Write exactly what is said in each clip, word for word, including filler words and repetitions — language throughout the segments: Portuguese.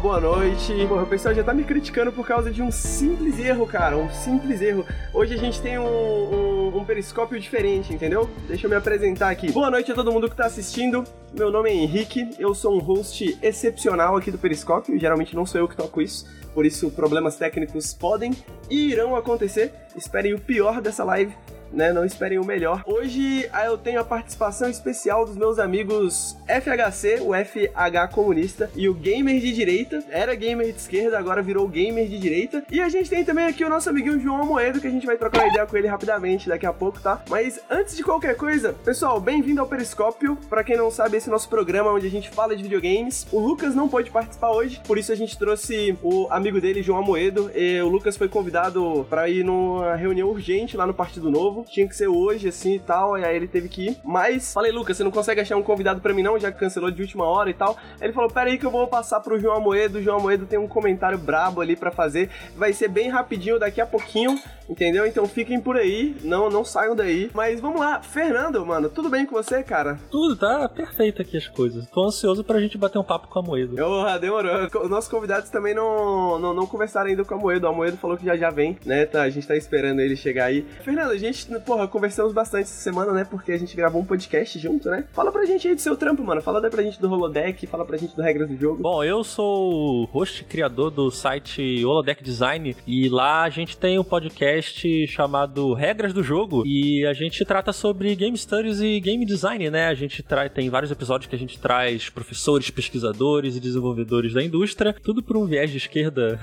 boa noite. Porra, o pessoal já tá me criticando por causa de um simples erro, cara, um simples erro. Hoje a gente tem um, um, um periscópio diferente, entendeu? Deixa eu me apresentar aqui. Boa noite a todo mundo que tá assistindo. Meu nome é Henrique, eu sou um host excepcional aqui do Periscópio. Geralmente não sou eu que toco isso, por isso problemas técnicos podem e irão acontecer. Esperem o pior dessa live, né? Não esperem o melhor. Hoje eu tenho a participação especial dos meus amigos F H C, o F H comunista, e o gamer de direita. Era gamer de esquerda, agora virou gamer de direita. E a gente tem também aqui o nosso amiguinho João Amoedo, que a gente vai trocar uma ideia com ele rapidamente daqui a pouco, tá? Mas antes de qualquer coisa, pessoal, bem-vindo ao Periscópio. Pra quem não sabe, esse é o nosso programa onde a gente fala de videogames. O Lucas não pôde participar hoje, por isso a gente trouxe o amigo dele, João Amoedo. E o Lucas foi convidado pra ir numa reunião urgente lá no Partido Novo. Tinha que ser hoje, assim, e tal, e aí ele teve que ir. Mas, falei, Lucas, você não consegue achar um convidado pra mim não, já que cancelou de última hora e tal. Ele falou, pera aí que eu vou passar pro João Amoedo. O João Amoedo tem um comentário brabo ali pra fazer. Vai ser bem rapidinho daqui a pouquinho, entendeu? Então fiquem por aí, não, não saiam daí. Mas vamos lá, Fernando, mano, tudo bem com você, cara? Tudo, tá perfeito aqui as coisas. Tô ansioso pra gente bater um papo com o Amoedo. Oh, demorou. Os nossos convidados também não, não, não conversaram ainda com o Amoedo. O Amoedo falou que já já vem, né? Tá, a gente tá esperando ele chegar aí. Fernando, a gente, porra, conversamos bastante essa semana, né? Porque a gente gravou um podcast junto, né? Fala pra gente aí do seu trampo, mano. Fala daí pra gente do Holodeck, fala pra gente do Regras do Jogo. Bom, eu sou o host criador do site Holodeck Design e lá a gente tem um podcast chamado Regras do Jogo e a gente trata sobre Game Studies e Game Design, né? A gente tra- tem vários episódios que a gente traz professores, pesquisadores e desenvolvedores da indústria, tudo por um viés de esquerda.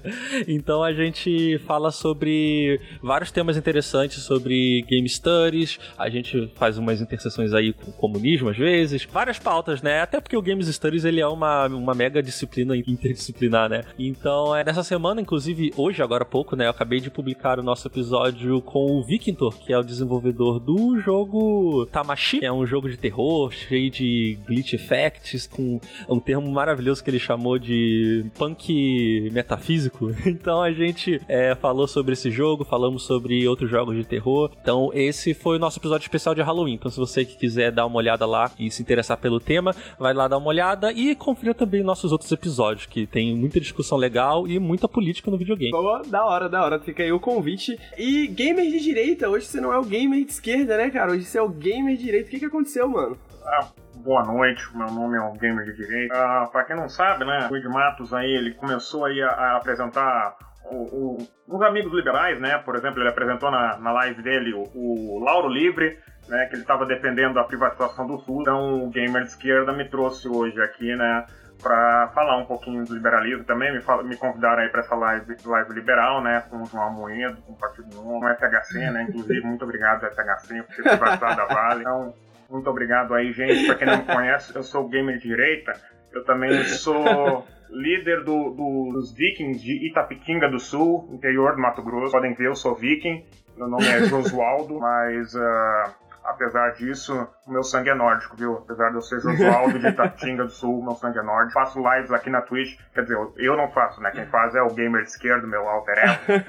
Então a gente fala sobre vários temas interessantes sobre Game Studies, a gente faz umas interseções aí com o comunismo às vezes, várias pautas, né? Até porque o Game Studies ele é uma, uma mega disciplina interdisciplinar, né? Então, é, nessa semana, inclusive hoje, agora há pouco, né? Eu acabei de publicar o nosso episódio com o Victor, que é o desenvolvedor do jogo Tamashi, que é um jogo de terror, cheio de glitch effects, com um termo maravilhoso que ele chamou de punk metafísico. Então, a gente é, falou sobre esse jogo, falamos sobre outros jogos de terror. Então, esse foi o nosso episódio especial de Halloween. Então, se você que quiser dar uma olhada lá e se interessar pelo tema, vai lá dar uma olhada e confira também nossos outros episódios, que tem muita discussão legal e muita política no videogame. Boa, da hora, da hora. Fica aí o convite. E gamer de direita, hoje você não é o gamer de esquerda, né, cara? Hoje você é o gamer de direita. O que que aconteceu, mano? Ah, boa noite, meu nome é o Gamer de Direita. Ah, pra quem não sabe, né, o Ed Matos aí, ele começou aí a, a apresentar o, o, uns amigos liberais, né, por exemplo, ele apresentou na, na live dele o, o Lauro Livre, né, que ele estava defendendo a privatização do Sul. Então o Gamer de Esquerda me trouxe hoje aqui, né, para falar um pouquinho do liberalismo também. Me, fala, me convidaram aí para essa live, live liberal, né, com o João Amoedo, com o Partido Novo, com o F H C, né, inclusive muito obrigado F H C por ter privatizado da Vale. Então, muito obrigado aí, gente. Para quem não me conhece, eu sou o Gamer de Direita. Eu também sou líder do, do, dos Vikings de Itapitinga do Sul, interior do Mato Grosso. Podem ver, eu sou viking. Meu nome é Josualdo, mas uh, apesar disso, o meu sangue é nórdico, viu? Apesar de eu ser Josualdo de Itapitinga do Sul, meu sangue é nórdico. Faço lives aqui na Twitch. Quer dizer, eu não faço, né? Quem faz é o Gamer de Esquerda, meu alter ego.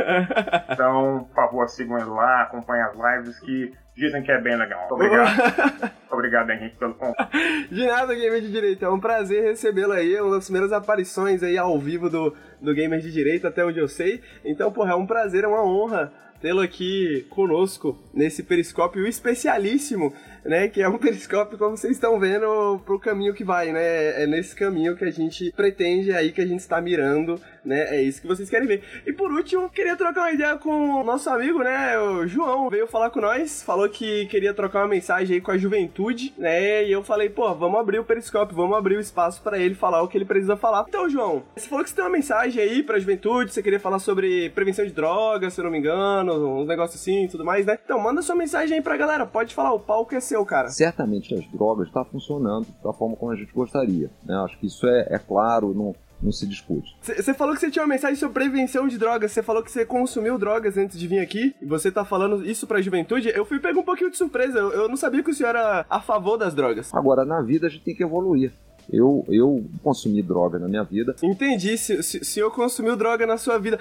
Então, por favor, sigam ele lá, acompanhem as lives que dizem que é bem legal. Muito obrigado. Obrigado, Henrique, pelo convite. De nada, Gamer de Direita. É um prazer recebê-lo aí. É uma das primeiras aparições aí ao vivo do, do Gamer de Direita, até onde eu sei. Então, porra, é um prazer, é uma honra tê-lo aqui conosco nesse periscópio especialíssimo, né, que é um periscópio, como vocês estão vendo, pro caminho que vai, né, é nesse caminho que a gente pretende aí, que a gente está mirando, né, é isso que vocês querem ver. E por último, queria trocar uma ideia com o nosso amigo, né, o João, veio falar com nós, falou que queria trocar uma mensagem aí com a juventude, né, e eu falei, pô, vamos abrir o periscópio, vamos abrir o espaço para ele falar o que ele precisa falar. Então, João, você falou que você tem uma mensagem aí pra juventude, você queria falar sobre prevenção de drogas, se eu não me engano, uns negócios assim e tudo mais, né? Então, manda sua mensagem aí pra galera, pode falar, o palco é seu, cara. Certamente as drogas estão funcionando da forma como a gente gostaria, né? Acho que isso é, é claro, não, não se discute. Você falou que você tinha uma mensagem sobre prevenção de drogas, você falou que você consumiu drogas antes de vir aqui, e você tá falando isso pra juventude. Eu fui pego um pouquinho de surpresa, eu, eu não sabia que o senhor era a favor das drogas. Agora, na vida a gente tem que evoluir. Eu, eu consumi droga na minha vida. Entendi, se, se, se eu consumiu droga na sua vida. Eu também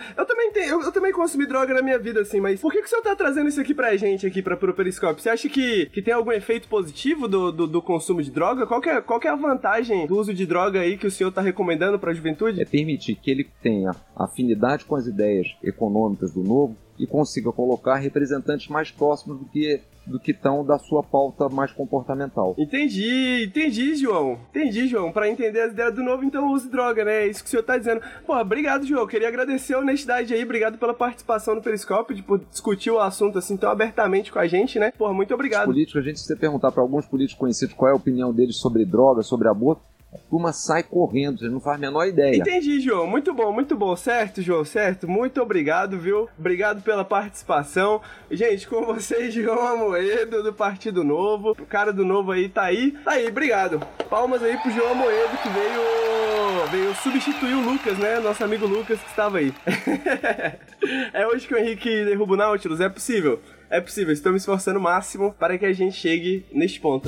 entendo, eu, eu também consumi droga na minha vida, assim, mas por que, que o senhor tá trazendo isso aqui pra gente, aqui pra, pro Periscópio? Você acha que, que tem algum efeito positivo do, do, do consumo de droga? Qual que, é, qual que é a vantagem do uso de droga aí que o senhor tá recomendando pra juventude? É permitir que ele tenha afinidade com as ideias econômicas do novo e consiga colocar representantes mais próximos do que do que estão da sua pauta mais comportamental. Entendi, entendi, João. Entendi, João. Pra entender as ideias do novo, então use droga, né? É isso que o senhor tá dizendo. Pô, obrigado, João. Queria agradecer a honestidade aí. Obrigado pela participação no Periscópio, de por discutir o assunto assim tão abertamente com a gente, né? Pô, muito obrigado. Os políticos, a gente, se você perguntar pra alguns políticos conhecidos qual é a opinião deles sobre droga, sobre aborto, a turma sai correndo, você não faz a menor ideia. Entendi, João. Muito bom, muito bom. Certo, João, certo. Muito obrigado, viu? Obrigado pela participação. Gente, com vocês, João Amoedo, do Partido Novo. O cara do Novo aí tá aí. Tá aí, obrigado. Palmas aí pro João Amoedo, que veio, veio substituir o Lucas, né? Nosso amigo Lucas, que estava aí. É hoje que o Henrique derruba o Nautilus? É possível. É possível. Estou me esforçando o máximo para que a gente chegue neste ponto.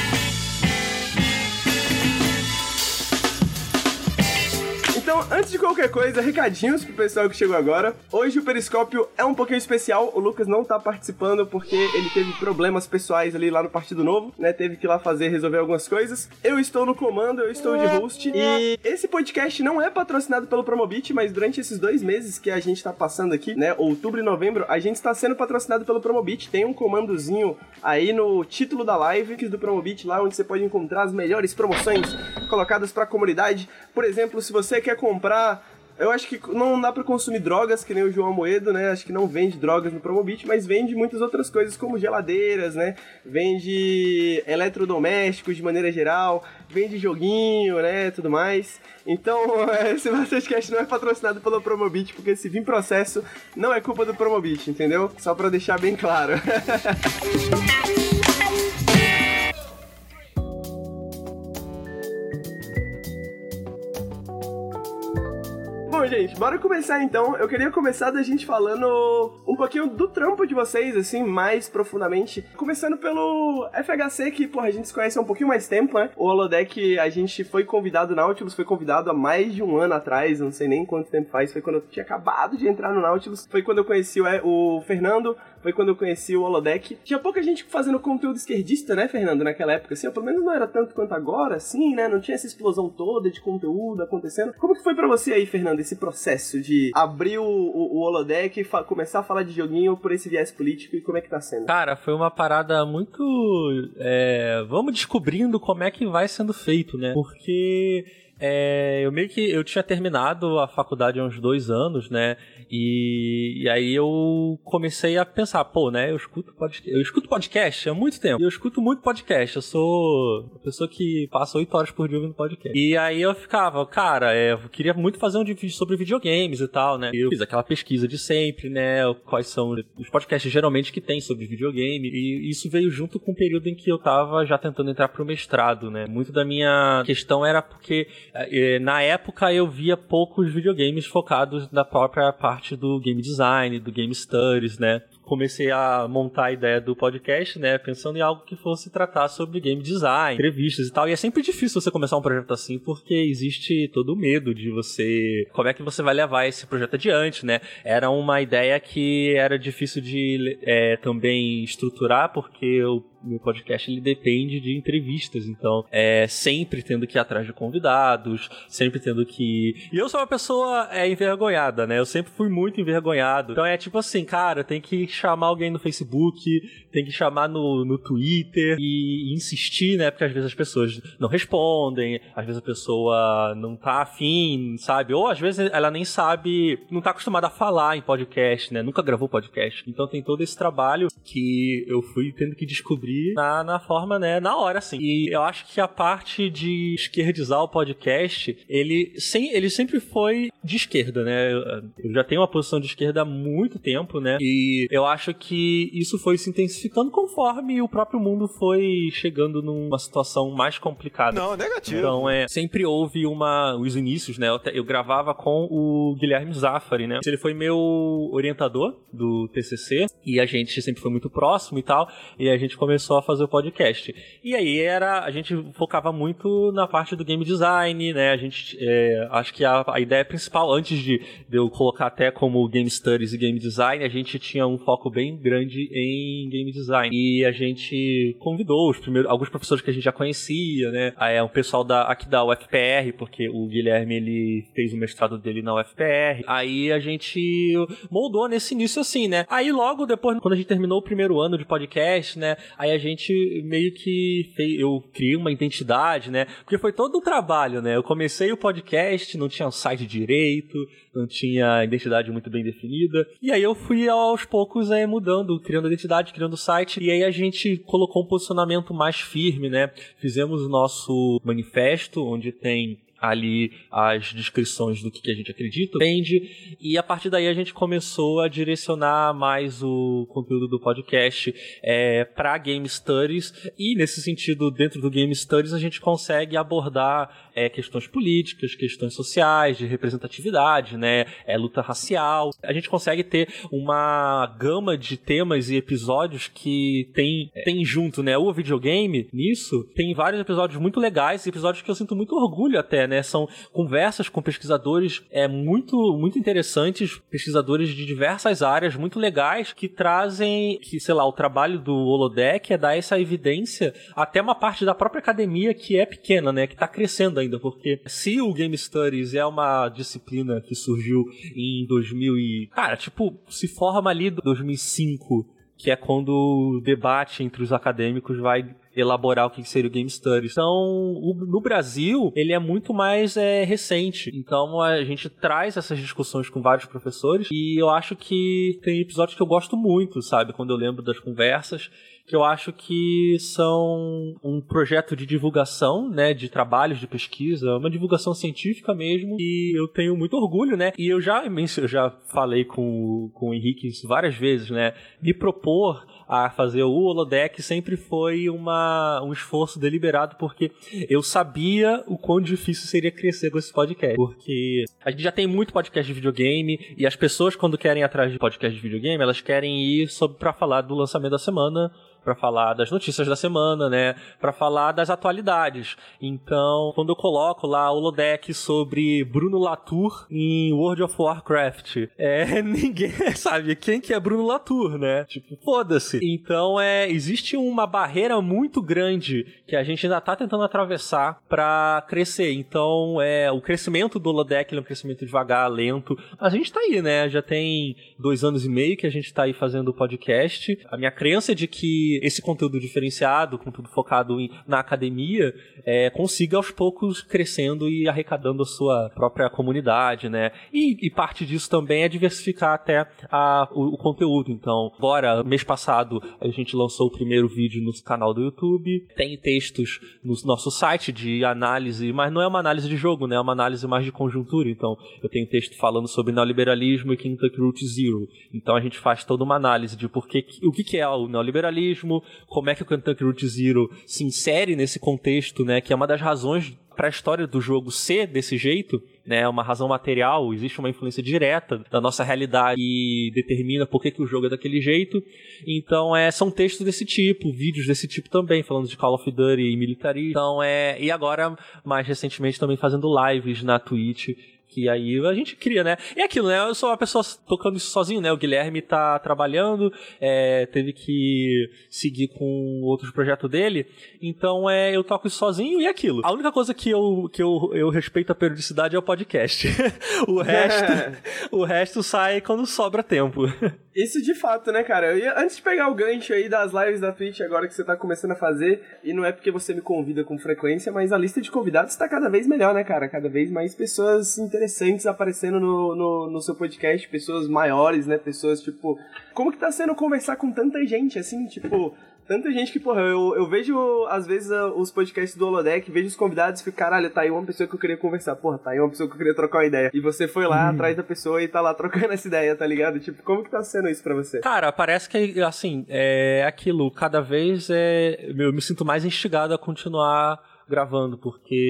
Então, antes de qualquer coisa, recadinhos pro pessoal que chegou agora. Hoje o Periscópio é um pouquinho especial. O Lucas não tá participando porque ele teve problemas pessoais ali lá no Partido Novo, né? Teve que ir lá fazer, resolver algumas coisas. Eu estou no comando, eu estou de host. E esse podcast não é patrocinado pelo Promobit, mas durante esses dois meses que a gente tá passando aqui, né? Outubro e novembro, a gente está sendo patrocinado pelo Promobit. Tem um comandozinho aí no título da live do Promobit, lá onde você pode encontrar as melhores promoções colocadas pra comunidade. Por exemplo, se você quer comprar... Eu acho que não dá pra consumir drogas, que nem o João Amoedo, né? Acho que não vende drogas no Promobit, mas vende muitas outras coisas, como geladeiras, né? Vende eletrodomésticos de maneira geral, vende joguinho, né? Tudo mais. Então, esse Mastercast não é patrocinado pelo Promobit, porque se vir processo, não é culpa do Promobit, entendeu? Só pra deixar bem claro. Bom, gente, bora começar então. Eu queria começar da gente falando um pouquinho do trampo de vocês, assim, mais profundamente. Começando pelo F H C, que, porra, a gente se conhece há um pouquinho mais tempo, né? O Holodeck, a gente foi convidado, o Nautilus foi convidado há mais de um ano atrás, não sei nem quanto tempo faz, foi quando eu tinha acabado de entrar no Nautilus, foi quando eu conheci o, o Fernando, foi quando eu conheci o Holodeck. Tinha pouca gente fazendo conteúdo esquerdista, né, Fernando, naquela época, assim, ou pelo menos não era tanto quanto agora, assim, né? Não tinha essa explosão toda de conteúdo acontecendo. Como que foi pra você aí, Fernando, esse processo de abrir o, o, o Holodeck e fa- começar a falar de joguinho por esse viés político, e como é que tá sendo? Cara, foi uma parada muito... É, vamos descobrindo como é que vai sendo feito, né? Porque... É, eu meio que eu tinha terminado a faculdade há uns dois anos, né? E, e aí eu comecei a pensar, pô, né? Eu escuto podcast, eu escuto podcast há muito tempo. Eu escuto muito podcast. Eu sou uma pessoa que passa oito horas por dia ouvindo podcast. E aí eu ficava, cara, é, eu queria muito fazer um vídeo sobre videogames e tal, né? Eu fiz aquela pesquisa de sempre, né? Quais são os podcasts geralmente que tem sobre videogame. E isso veio junto com o período em que eu tava já tentando entrar pro mestrado, né? Muito da minha questão era porque na época eu via poucos videogames focados na própria parte do game design, do game studies, né? Comecei a montar a ideia do podcast, né, pensando em algo que fosse tratar sobre game design, entrevistas e tal, e é sempre difícil você começar um projeto assim, porque existe todo o medo de você, como é que você vai levar esse projeto adiante, né, era uma ideia que era difícil de é, também estruturar, porque o meu podcast ele depende de entrevistas, então é sempre tendo que ir atrás de convidados, sempre tendo que... E eu sou uma pessoa é, envergonhada, né? Eu sempre fui muito envergonhado. Então é tipo assim, cara, tem que chamar alguém no Facebook, tem que chamar no, no Twitter e, e insistir, né? Porque às vezes as pessoas não respondem, às vezes a pessoa não tá afim, sabe? Ou às vezes ela nem sabe, não tá acostumada a falar em podcast, né? Nunca gravou podcast. Então tem todo esse trabalho que eu fui tendo que descobrir Na, na forma, né, na hora, assim. E eu acho que a parte de esquerdizar o podcast, ele, sem, ele sempre foi de esquerda, né? Eu já tenho uma posição de esquerda há muito tempo, né? E eu acho que isso foi se intensificando conforme o próprio mundo foi chegando numa situação mais complicada. Não, negativo. Então, é, sempre houve uma... Os inícios, né? Eu, te, eu gravava com o Guilherme Zafari, né? Ele foi meu orientador do T C C e a gente sempre foi muito próximo e tal. E a gente começou começou a fazer o podcast. E aí era, a gente focava muito na parte do game design, né? A gente, é, acho que a, a ideia principal, antes de, de eu colocar até como Game Studies e Game Design, a gente tinha um foco bem grande em Game Design. E a gente convidou os primeiros, alguns professores que a gente já conhecia, né? É, o pessoal da, aqui da U F P R, porque o Guilherme, ele fez o mestrado dele na U F P R. Aí a gente moldou nesse início assim, né? Aí logo depois, quando a gente terminou o primeiro ano de podcast, né? Aí a gente meio que fez, eu criei uma identidade, né? Porque foi todo um trabalho, né? Eu comecei o podcast, não tinha um site direito, não tinha identidade muito bem definida. E aí eu fui aos poucos é, mudando, criando identidade, criando site. E aí a gente colocou um posicionamento mais firme, né? Fizemos o nosso manifesto, onde tem ali as descrições do que a gente acredita, entende? E a partir daí a gente começou a direcionar mais o conteúdo do podcast é, para Game Studies, e nesse sentido, dentro do Game Studies, a gente consegue abordar é, questões políticas, questões sociais, de representatividade, né? É, luta racial. A gente consegue ter uma gama de temas e episódios que tem, tem junto, né? O videogame, nisso, tem vários episódios muito legais, episódios que eu sinto muito orgulho até, né? São conversas com pesquisadores é, muito, muito interessantes, pesquisadores de diversas áreas, muito legais, que trazem, que, sei lá, o trabalho do Holodeck é dar essa evidência até uma parte da própria academia que é pequena, né? Que tá crescendo ainda, porque se o Game Studies é uma disciplina que surgiu em dois mil e... Cara, tipo, se forma ali em dois mil e cinco, que é quando o debate entre os acadêmicos vai elaborar o que seria o Game Studies. Então, o, no Brasil, ele é muito mais é, recente. Então, a gente traz essas discussões com vários professores, e eu acho que tem episódios que eu gosto muito, sabe? Quando eu lembro das conversas, que eu acho que são um projeto de divulgação, né, de trabalhos de pesquisa, uma divulgação científica mesmo, e eu tenho muito orgulho, né, e eu já, eu já falei com, com o Henrique isso várias vezes, né, me propor a fazer o Holodeck sempre foi uma, um esforço deliberado, porque eu sabia o quão difícil seria crescer com esse podcast, porque a gente já tem muito podcast de videogame, e as pessoas, quando querem ir atrás de podcast de videogame, elas querem ir sobre, pra falar do lançamento da semana, para falar das notícias da semana, né? Para falar das atualidades. Então, quando eu coloco lá o Holodeck sobre Bruno Latour em World of Warcraft, é, ninguém sabe quem que é Bruno Latour, né? Tipo, foda-se. Então, é, existe uma barreira muito grande que a gente ainda tá tentando atravessar para crescer. Então, é, o crescimento do Holodeck é um crescimento devagar, lento. A gente tá aí, né? Já tem dois anos e meio que a gente tá aí fazendo o podcast. A minha crença é de que esse conteúdo diferenciado, conteúdo focado em, na academia, é, consiga aos poucos crescendo e arrecadando a sua própria comunidade, né? E, e parte disso também é diversificar até a, o, o conteúdo. Então, agora, mês passado, a gente lançou o primeiro vídeo no canal do YouTube, tem textos no nosso site de análise, mas não é uma análise de jogo, né? É uma análise mais de conjuntura. Então, eu tenho texto falando sobre neoliberalismo e Kentucky Route Zero. Então, a gente faz toda uma análise de por que, o que é o neoliberalismo, como é que o Kentucky Route Zero se insere nesse contexto, né, que é uma das razões para a história do jogo ser desse jeito, né, uma razão material, existe uma influência direta da nossa realidade que determina por que, que o jogo é daquele jeito. Então, é, são textos desse tipo, vídeos desse tipo também, falando de Call of Duty e militarismo. Então, é, e agora, mais recentemente, também fazendo lives na Twitch, que aí a gente cria, né? E aquilo, né? Eu sou uma pessoa tocando isso sozinho, né? O Guilherme tá trabalhando, é, teve que seguir com outros projetos dele, então é, eu toco isso sozinho e aquilo. A única coisa que eu, que eu, eu respeito a periodicidade é o podcast. o resto o resto sai quando sobra tempo. Isso de fato, né, cara? Eu ia, antes de pegar o gancho aí das lives da Twitch agora que você tá começando a fazer, e não é porque você me convida com frequência, mas a lista de convidados tá cada vez melhor, né, cara? Cada vez mais pessoas interessantes aparecendo no, no, no seu podcast, pessoas maiores, né? Pessoas, tipo... Como que tá sendo conversar com tanta gente, assim, tipo... Tanta gente que, porra, eu, eu vejo, às vezes, os podcasts do Holodeck, vejo os convidados e fico, caralho, tá aí uma pessoa que eu queria conversar, porra, tá aí uma pessoa que eu queria trocar uma ideia. E você foi lá hum. atrás da pessoa e tá lá trocando essa ideia, tá ligado? Tipo, como que tá sendo isso pra você? Cara, parece que, assim, é aquilo, cada vez é, eu me sinto mais instigado a continuar gravando, porque...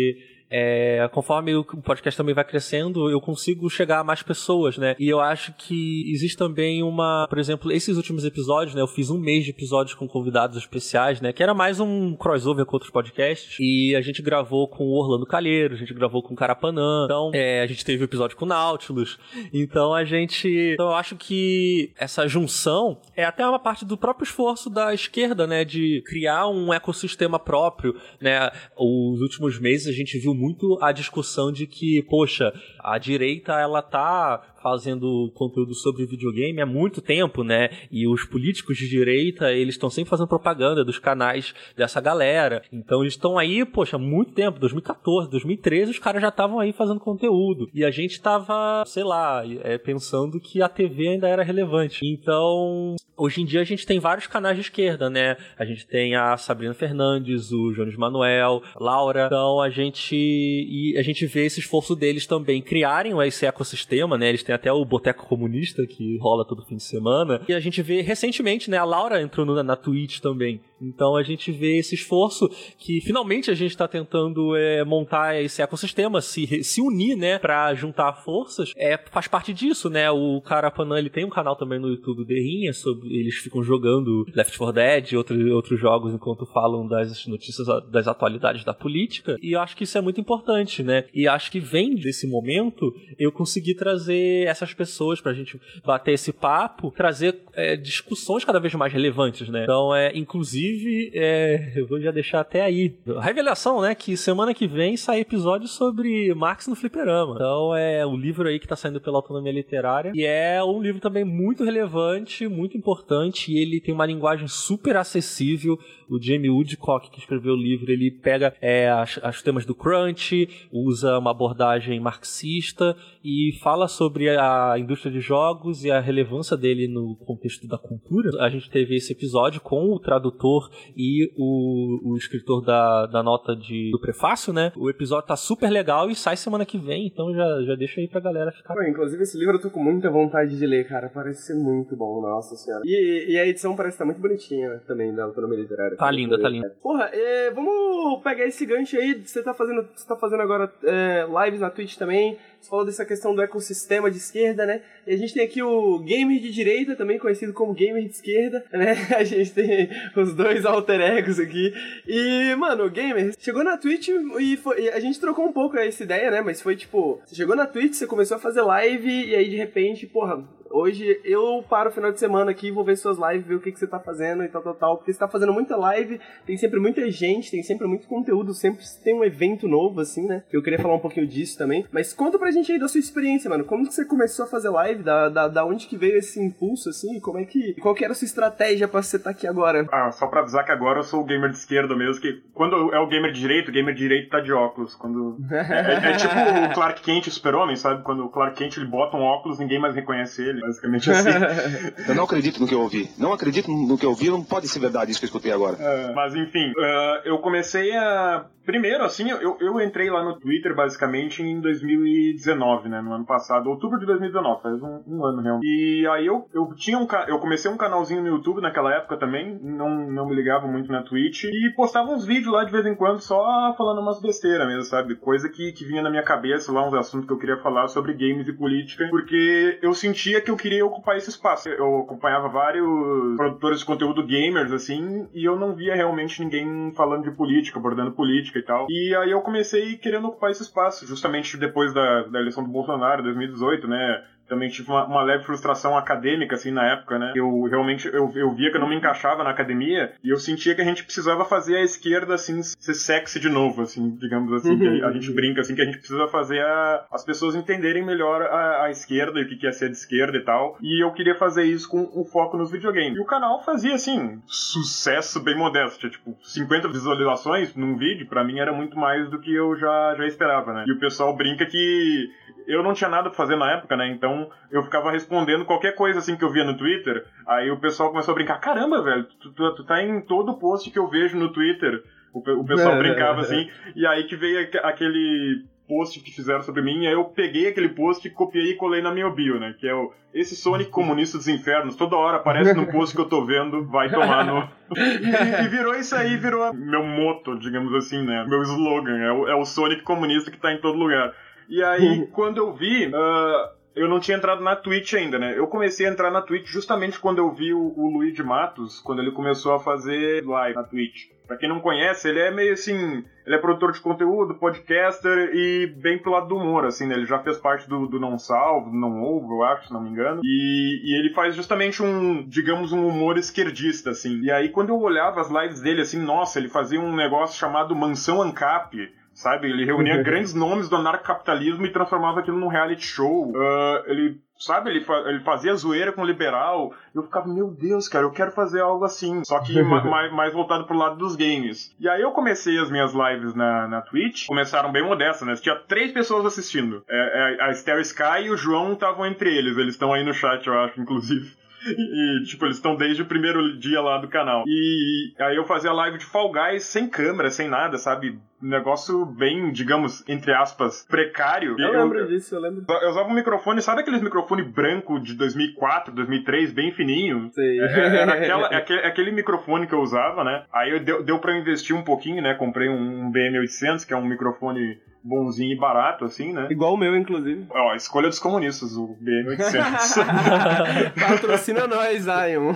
é, conforme o podcast também vai crescendo, eu consigo chegar a mais pessoas, né? E eu acho que existe também uma... Por exemplo, esses últimos episódios, né? Eu fiz um mês de episódios com convidados especiais, né? Que era mais um crossover com outros podcasts. E a gente gravou com o Orlando Calheiro, a gente gravou com o Carapanã. Então, é, a gente teve o episódio com o Nautilus. Então, a gente... Então, eu acho que essa junção é até uma parte do próprio esforço da esquerda, né? De criar um ecossistema próprio, né? Os últimos meses a gente viu muito a discussão de que, poxa, a direita, ela tá fazendo conteúdo sobre videogame há muito tempo, né? E os políticos de direita, eles estão sempre fazendo propaganda dos canais dessa galera. Então eles estão aí, poxa, há muito tempo, dois mil e catorze, dois mil e treze, os caras já estavam aí fazendo conteúdo. E a gente tava, sei lá, é, pensando que a T V ainda era relevante. Então, hoje em dia a gente tem vários canais de esquerda, né? A gente tem a Sabrina Fernandes, o Jones Manuel, Laura. Então a gente, e a gente vê esse esforço deles também criarem esse ecossistema, né? Eles têm até o Boteco Comunista, que rola todo fim de semana. E a gente vê recentemente, né? A Laura entrou no, na Twitch também. Então a gente vê esse esforço que finalmente a gente tá tentando é, montar esse ecossistema, se, se unir, né? Pra juntar forças. É, faz parte disso, né? O Carapanã, ele tem um canal também no YouTube, Berrinha, sobre, eles ficam jogando Left four Dead e outros, outros jogos enquanto falam das notícias, das atualidades da política. E eu acho que isso é muito importante, né? E acho que vem desse momento eu consegui trazer essas pessoas pra gente bater esse papo, trazer é, discussões cada vez mais relevantes, né? Então, é, inclusive, é, eu vou já deixar até aí. A revelação, né? Que semana que vem sai episódio sobre Marx no Fliperama. Então, é o livro aí que tá saindo pela Autonomia Literária. E é um livro também muito relevante, muito importante. E ele tem uma linguagem super acessível. O Jamie Woodcock, que escreveu o livro, ele pega é, as, as temas do crunch, usa uma abordagem marxista e fala sobre a indústria de jogos e a relevância dele no contexto da cultura. A gente teve esse episódio com o tradutor e o, o escritor da, da nota de, do prefácio, né? O episódio tá super legal e sai semana que vem, então já, já deixa aí pra galera ficar. Pô, inclusive esse livro eu tô com muita vontade de ler, cara. Parece ser muito bom, nossa senhora. E, e a edição parece estar tá muito bonitinha também, da Autonomia Literária. Tá linda, tá linda. Porra, é, vamos pegar esse gancho aí. Você tá fazendo, você tá fazendo agora é, lives na Twitch também. Você falou dessa questão do ecossistema de esquerda, né? E a gente tem aqui o gamer de direita, também conhecido como gamer de esquerda, né? A gente tem os dois alter egos aqui. E, mano, o gamer chegou na Twitch e, foi, e a gente trocou um pouco essa ideia, né? Mas foi tipo, você chegou na Twitch, você começou a fazer live e aí de repente, porra, hoje eu paro o final de semana aqui, vou ver suas lives, ver o que, que você tá fazendo e tal, tal, tal. Porque você tá fazendo muita live, tem sempre muita gente, tem sempre muito conteúdo, sempre tem um evento novo, assim, né? Eu queria falar um pouquinho disso também. Mas conta pra gente aí da sua experiência, mano. Como que você começou a fazer live? Da, da, da onde que veio esse impulso, assim? Como é que... Qual que era a sua estratégia pra você estar aqui agora? Ah, só pra avisar que agora eu sou o gamer de esquerda mesmo, que quando é o gamer de direita, o gamer de direita tá de óculos. Quando... é, é, é tipo o Clark Kent, o super-homem, sabe? Quando o Clark Kent ele bota um óculos, ninguém mais reconhece ele. Basicamente assim. Eu não acredito no que eu ouvi. Não acredito no que eu ouvi, não pode ser verdade isso que eu escutei agora. Uh, mas enfim, uh, eu comecei a... Primeiro, assim, eu, eu entrei lá no Twitter basicamente em dois mil e dezenove, né? No ano passado, outubro de dois mil e dezenove, faz um, um ano realmente. E aí eu, eu tinha um eu comecei um canalzinho no YouTube naquela época também, não, não me ligava muito na Twitch, e postava uns vídeos lá de vez em quando só falando umas besteiras mesmo, sabe? Coisa que, que vinha na minha cabeça lá, uns assuntos que eu queria falar sobre games e política, porque eu sentia que eu queria ocupar esse espaço. Eu acompanhava vários produtores de conteúdo gamers, assim, e eu não via realmente ninguém falando de política, abordando política e tal. E aí eu comecei querendo ocupar esse espaço, justamente depois da, da eleição do Bolsonaro, dois mil e dezoito, né? Também tive uma, uma leve frustração acadêmica, assim, na época, né? Eu realmente, eu, eu via que eu não me encaixava na academia e eu sentia que a gente precisava fazer a esquerda, assim, ser sexy de novo, assim, digamos assim. Que a, a gente brinca, assim, que a gente precisa fazer a, as pessoas entenderem melhor a, a esquerda e o que é ser de esquerda e tal. E eu queria fazer isso com o foco nos videogames. E o canal fazia, assim, sucesso bem modesto. Tinha, tipo, cinquenta visualizações num vídeo, pra mim era muito mais do que eu já, já esperava, né? E o pessoal brinca que eu não tinha nada pra fazer na época, né? Então eu ficava respondendo qualquer coisa assim que eu via no Twitter. Aí o pessoal começou a brincar: caramba, velho, tu, tu, tu tá em todo post que eu vejo no Twitter. O, o pessoal brincava assim. E aí que veio aquele post que fizeram sobre mim, aí eu peguei aquele post, copiei e colei na minha bio, né? Que é o esse Sonic comunista dos infernos, toda hora aparece no post que eu tô vendo, vai tomar no... E, e virou isso aí, virou meu motto, digamos assim, né? Meu slogan, é o, é o Sonic comunista que tá em todo lugar. E aí, quando eu vi... Uh, eu não tinha entrado na Twitch ainda, né? Eu comecei a entrar na Twitch justamente quando eu vi o, o Luigi Matos, quando ele começou a fazer live na Twitch. Pra quem não conhece, ele é meio assim... Ele é produtor de conteúdo, podcaster e bem pro lado do humor, assim, né? Ele já fez parte do, do Não Salvo, do Não Ovo, eu acho, se não me engano. E, e ele faz justamente um, digamos, um humor esquerdista, assim. E aí, quando eu olhava as lives dele, assim, nossa, ele fazia um negócio chamado Mansão Ancap, sabe? Ele reunia grandes nomes do anarcocapitalismo e transformava aquilo num reality show. Uh, ele, sabe? Ele, fa- ele fazia zoeira com o liberal. Eu ficava, meu Deus, cara, eu quero fazer algo assim. Só que ma- mais, mais voltado pro lado dos games. E aí eu comecei as minhas lives na, na Twitch. Começaram bem modestas, né? Tinha três pessoas assistindo. É, é, a Esther Sky e o João estavam entre eles. Eles estão aí no chat, eu acho, inclusive. E, tipo, eles estão desde o primeiro dia lá do canal. E aí eu fazia live de Fall Guys sem câmera, sem nada, sabe? Um negócio bem, digamos, entre aspas, precário. Eu, eu lembro disso, eu lembro. Eu usava um microfone, sabe aqueles microfone branco de dois mil e quatro, dois mil e três, bem fininho? Sei. É, era aquela, aquele, aquele microfone que eu usava, né? Aí eu deu, deu pra eu investir um pouquinho, né? Comprei um, um B M oitocentos, que é um microfone bonzinho e barato, assim, né? Igual o meu, inclusive. Ó, escolha dos comunistas, o B M oitocentos. Patrocina nós, Zion.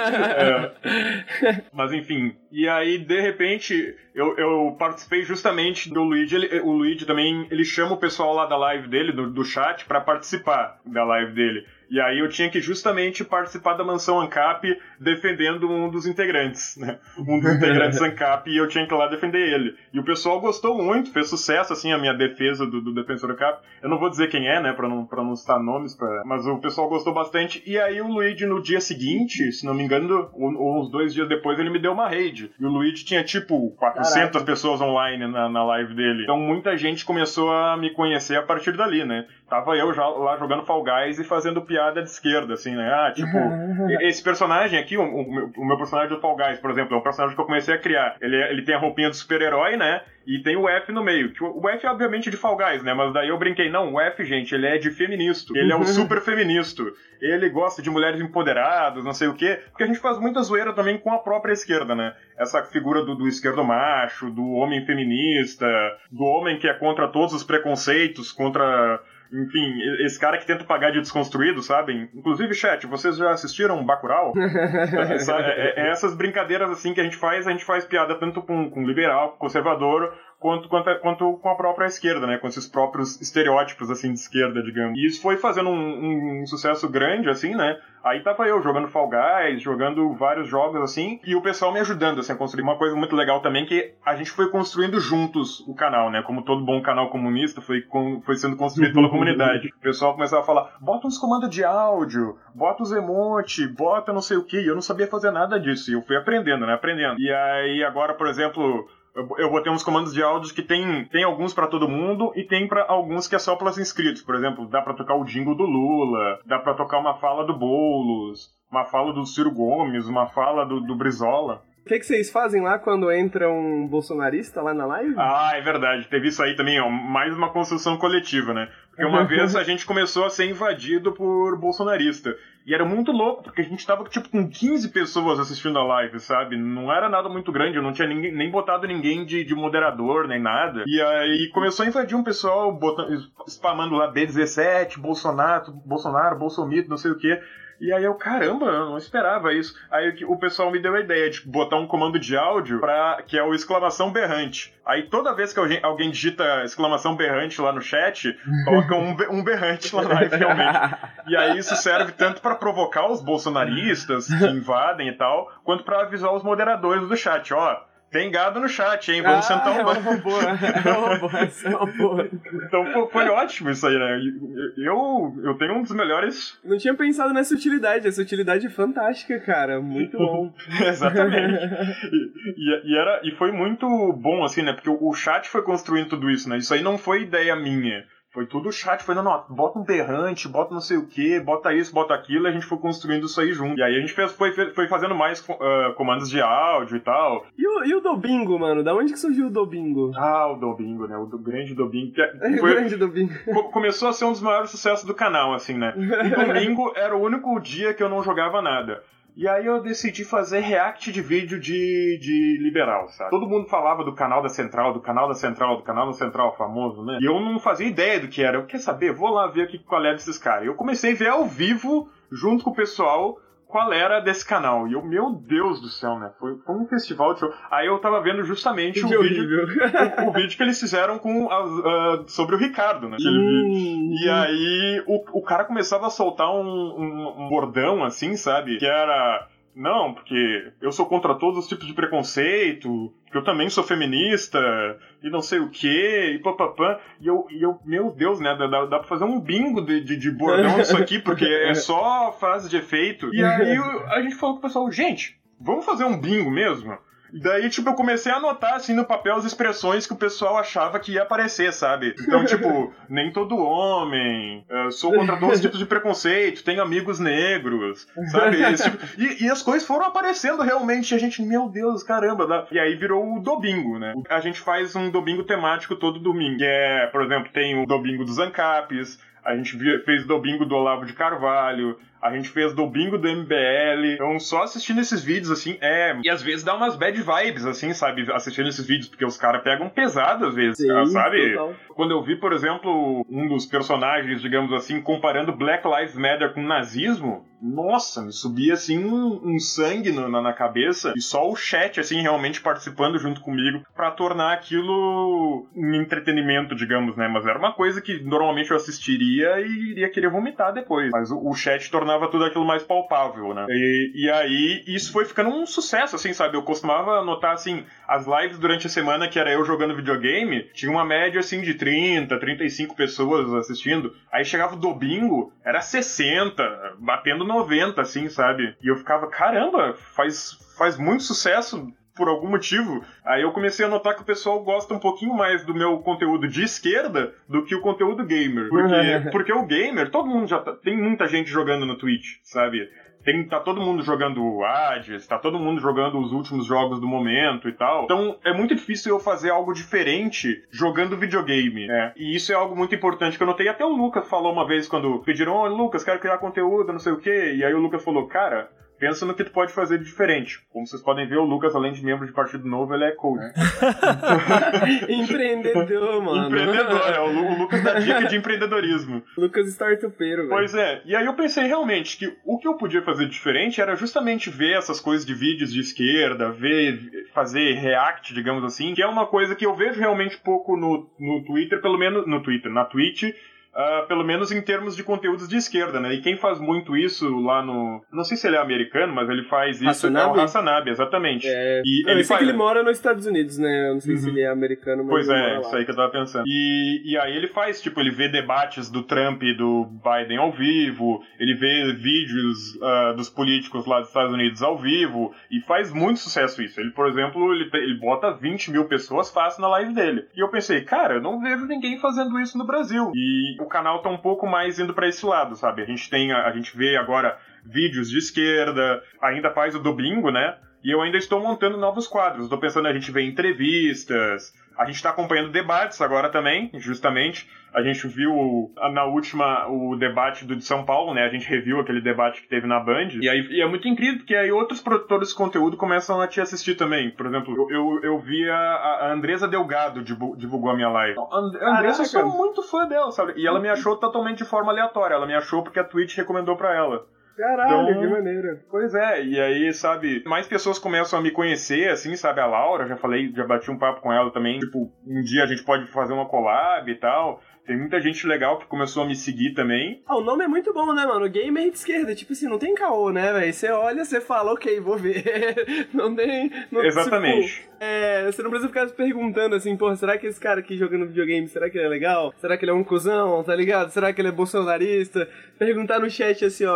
É. Mas enfim, e aí, de repente, eu, eu participei justamente do Luigi. Ele, o Luigi também, ele chama o pessoal lá da live dele, do, do chat, pra participar da live dele. E aí eu tinha que justamente participar da Mansão Ancap defendendo um dos integrantes, né? Um dos integrantes Ancap, e eu tinha que ir lá defender ele. E o pessoal gostou muito, fez sucesso, assim, a minha defesa do, do defensor Ancap. Eu não vou dizer quem é, né, pra não, pra não citar nomes, pra... mas o pessoal gostou bastante. E aí o Luigi, no dia seguinte, se não me engano, ou uns dois dias depois, ele me deu uma raid. E o Luigi tinha, tipo, quatrocentas Caraca. Pessoas online na, na live dele. Então muita gente começou a me conhecer a partir dali, né? Tava eu já lá jogando Fall Guys e fazendo piada de esquerda, assim, né? Ah, tipo, esse personagem aqui, o, o, meu, o meu personagem do Fall Guys, por exemplo, é um personagem que eu comecei a criar. Ele, ele tem a roupinha do super-herói, né? E tem o F no meio. Que o F é, obviamente, de Fall Guys, né? Mas daí eu brinquei, não, o F, gente, ele é de feministo. Ele é um super feministo. Ele gosta de mulheres empoderadas, não sei o quê. Porque a gente faz muita zoeira também com a própria esquerda, né? Essa figura do, do esquerdo macho, do homem feminista, do homem que é contra todos os preconceitos, contra... Enfim, esse cara que tenta pagar de desconstruído, sabem? Inclusive, chat, vocês já assistiram Bacurau? é, é, é essas brincadeiras assim que a gente faz, a gente faz piada tanto com, com liberal, conservador, quanto, quanto, quanto com a própria esquerda, né? Com esses próprios estereótipos, assim, de esquerda, digamos. E isso foi fazendo um, um sucesso grande, assim, né? Aí tava eu jogando Fall Guys, jogando vários jogos, assim, e o pessoal me ajudando, assim, a construir. Uma coisa muito legal também, que a gente foi construindo juntos o canal, né? Como todo bom canal comunista, foi, com, foi sendo construído pela comunidade. O pessoal começava a falar, bota uns comandos de áudio, bota os emote, bota não sei o que. E eu não sabia fazer nada disso, e eu fui aprendendo, né? Aprendendo. E aí agora, por exemplo... Eu botei uns comandos de áudios que tem, tem alguns pra todo mundo e tem pra alguns que é só pros inscritos. Por exemplo, dá pra tocar o jingle do Lula, dá pra tocar uma fala do Boulos, uma fala do Ciro Gomes, uma fala do, do Brizola. O que, que vocês fazem lá quando entra um bolsonarista lá na live? Ah, é verdade. Teve isso aí também, ó. Mais uma construção coletiva, né? Porque uma vez a gente começou a ser invadido por bolsonarista. E era muito louco, porque a gente tava, tipo, com quinze pessoas assistindo a live, sabe? Não era nada muito grande, eu não tinha ninguém, nem botado ninguém de, de moderador, nem nada. E aí começou a invadir um pessoal botando, spamando lá B dezessete, Bolsonaro, Bolsonaro, Bolsomito, não sei o quê. E aí eu, caramba, eu não esperava isso. Aí o pessoal me deu a ideia de botar um comando de áudio pra, que é o exclamação berrante. Aí toda vez que alguém, alguém digita exclamação berrante lá no chat, toca um, um berrante lá na live realmente. E aí isso serve tanto pra provocar os bolsonaristas que invadem e tal, quanto pra avisar os moderadores do chat, ó... Tem gado no chat, hein? Vamos ah, sentar um banco. É uma boa, é uma boa, é uma boa. Então foi ótimo isso aí, né? Eu, eu tenho um dos melhores... Não tinha pensado nessa utilidade, essa utilidade é fantástica, cara. Muito bom. Exatamente. E, e, era, e foi muito bom, assim, né? Porque o chat foi construindo tudo isso, né? Isso aí não foi ideia minha. Foi tudo o chat, foi, não, não, bota um berrante, bota não sei o que, bota isso, bota aquilo, e a gente foi construindo isso aí junto. E aí a gente fez, foi, foi fazendo mais uh, comandos de áudio e tal. E o, e o Dobingo, mano? Da onde que surgiu o Dobingo? Ah, o Dobingo, né? O do, grande Dobingo. Que é, foi, o grande Dobingo. Co- começou a ser um dos maiores sucessos do canal, assim, né? O domingo era o único dia que eu não jogava nada. E aí eu decidi fazer react de vídeo de, de liberal, sabe? Todo mundo falava do canal da Central, do canal da Central, do canal da Central famoso, né? E eu não fazia ideia do que era. Eu, quer saber? Vou lá ver aqui qual é desses caras. Eu comecei a ver ao vivo, junto com o pessoal, qual era desse canal. E eu, meu Deus do céu, né? Foi, foi um festival de show. Aí eu tava vendo justamente o vídeo, o, o vídeo que eles fizeram com a, uh, sobre o Ricardo, né? Hum, e aí o, o cara começava a soltar um, um, um bordão, assim, sabe? Que era... Não, porque eu sou contra todos os tipos de preconceito, porque eu também sou feminista, e não sei o quê, e papapã. E eu, e eu meu Deus, né, dá, dá pra fazer um bingo de, de, de bordão disso aqui, porque é só frase de efeito. E aí a gente falou com o pessoal, gente, vamos fazer um bingo mesmo? E daí, tipo, eu comecei a anotar, assim, no papel as expressões que o pessoal achava que ia aparecer, sabe? Então, tipo, nem todo homem, uh, sou contra todos os tipos de preconceito, tenho amigos negros, sabe? Esse tipo... e, e as coisas foram aparecendo realmente, e a gente, meu Deus, caramba. Dá... E aí virou o Dobingo, né? A gente faz um Dobingo temático todo domingo, que é, por exemplo, tem o Dobingo dos Ancapes, a gente fez Dobingo do Olavo de Carvalho, a gente fez Dobingo do M B L. Então, só assistindo esses vídeos, assim, é... E às vezes dá umas bad vibes, assim, sabe? Assistindo esses vídeos, porque os caras pegam pesado, às vezes, sim, sabe? Total. Quando eu vi, por exemplo, um dos personagens, digamos assim, comparando Black Lives Matter com nazismo, nossa, me subia, assim, um, um sangue no, na, na cabeça. E só o chat, assim, realmente participando junto comigo pra tornar aquilo um entretenimento, digamos, né? Mas era uma coisa que normalmente eu assistiria e iria querer vomitar depois. Mas o, o chat tornava tudo aquilo mais palpável, né? E, e aí, isso foi ficando um sucesso, assim, sabe? Eu costumava notar, assim, as lives durante a semana que era eu jogando videogame, tinha uma média, assim, de trinta, trinta e cinco pessoas assistindo. Aí chegava o Dobingo, era sessenta, batendo noventa, assim, sabe? E eu ficava, caramba, faz, faz muito sucesso por algum motivo. Aí eu comecei a notar que o pessoal gosta um pouquinho mais do meu conteúdo de esquerda do que o conteúdo gamer. Porque, porque o gamer, todo mundo já tá, tem muita gente jogando no Twitch, sabe? Tem, tá todo mundo jogando Hades, tá todo mundo jogando os últimos jogos do momento e tal. Então é muito difícil eu fazer algo diferente jogando videogame, né? E isso é algo muito importante que eu notei. Até o Lucas falou uma vez quando pediram, ô, Lucas, quero criar conteúdo, não sei o quê. E aí o Lucas falou, cara... pensa no que tu pode fazer de diferente. Como vocês podem ver, o Lucas, além de membro de Partido Novo, ele é coach. Empreendedor, mano. Empreendedor, é. O, Lu- o Lucas dá dica de empreendedorismo. Lucas startupeiro, velho. Pois é. E aí eu pensei realmente que o que eu podia fazer diferente era justamente ver essas coisas de vídeos de esquerda, ver, fazer react, digamos assim, que é uma coisa que eu vejo realmente pouco no, no Twitter, pelo menos no Twitter, na Twitch, Uh, pelo menos em termos de conteúdos de esquerda, né? E quem faz muito isso lá no... Não sei se ele é americano, mas ele faz isso... Hasanabe? É o Hasanabe, exatamente. É... E eu ele sei faz... que ele mora nos Estados Unidos, né? Eu não sei uhum. se ele é americano, mas pois ele é, mora lá. isso aí que eu tava pensando. E, e aí ele faz, tipo, ele vê debates do Trump e do Biden ao vivo, ele vê vídeos uh, dos políticos lá dos Estados Unidos ao vivo, e faz muito sucesso isso. Ele, por exemplo, ele, ele bota vinte mil pessoas fácil na live dele. E eu pensei, cara, eu não vejo ninguém fazendo isso no Brasil. E o canal tá um pouco mais indo pra esse lado, sabe? A gente tem, a, a gente vê agora vídeos de esquerda, ainda faz o Dobingo, né? E eu ainda estou montando novos quadros. Estou pensando a gente ver entrevistas, a gente está acompanhando debates agora também, justamente. A gente viu na última o debate do de São Paulo, né? A gente reviu aquele debate que teve na Band. E aí e é muito incrível, porque aí outros produtores de conteúdo começam a te assistir também. Por exemplo, eu, eu, eu vi a, a Andresa Delgado divulgou a minha live. A Andresa, eu sou muito fã dela, sabe? E ela me achou totalmente de forma aleatória. Ela me achou porque a Twitch recomendou pra ela. Caralho, então, que maneiro. Pois é, e aí, sabe, mais pessoas começam a me conhecer, assim, sabe, a Laura, já falei, já bati um papo com ela também, tipo, um dia a gente pode fazer uma collab e tal. Tem muita gente legal que começou a me seguir também. Ah, o nome é muito bom, né, mano? Gamer de esquerda. Tipo assim, não tem caô, né, velho? Você olha, você fala, ok, vou ver. Não tem... Não, exatamente. Tipo, é, você não precisa ficar se perguntando assim, pô, será que esse cara aqui jogando videogame, será que ele é legal? Será que ele é um cuzão, tá ligado? Será que ele é bolsonarista? Perguntar no chat assim, ó,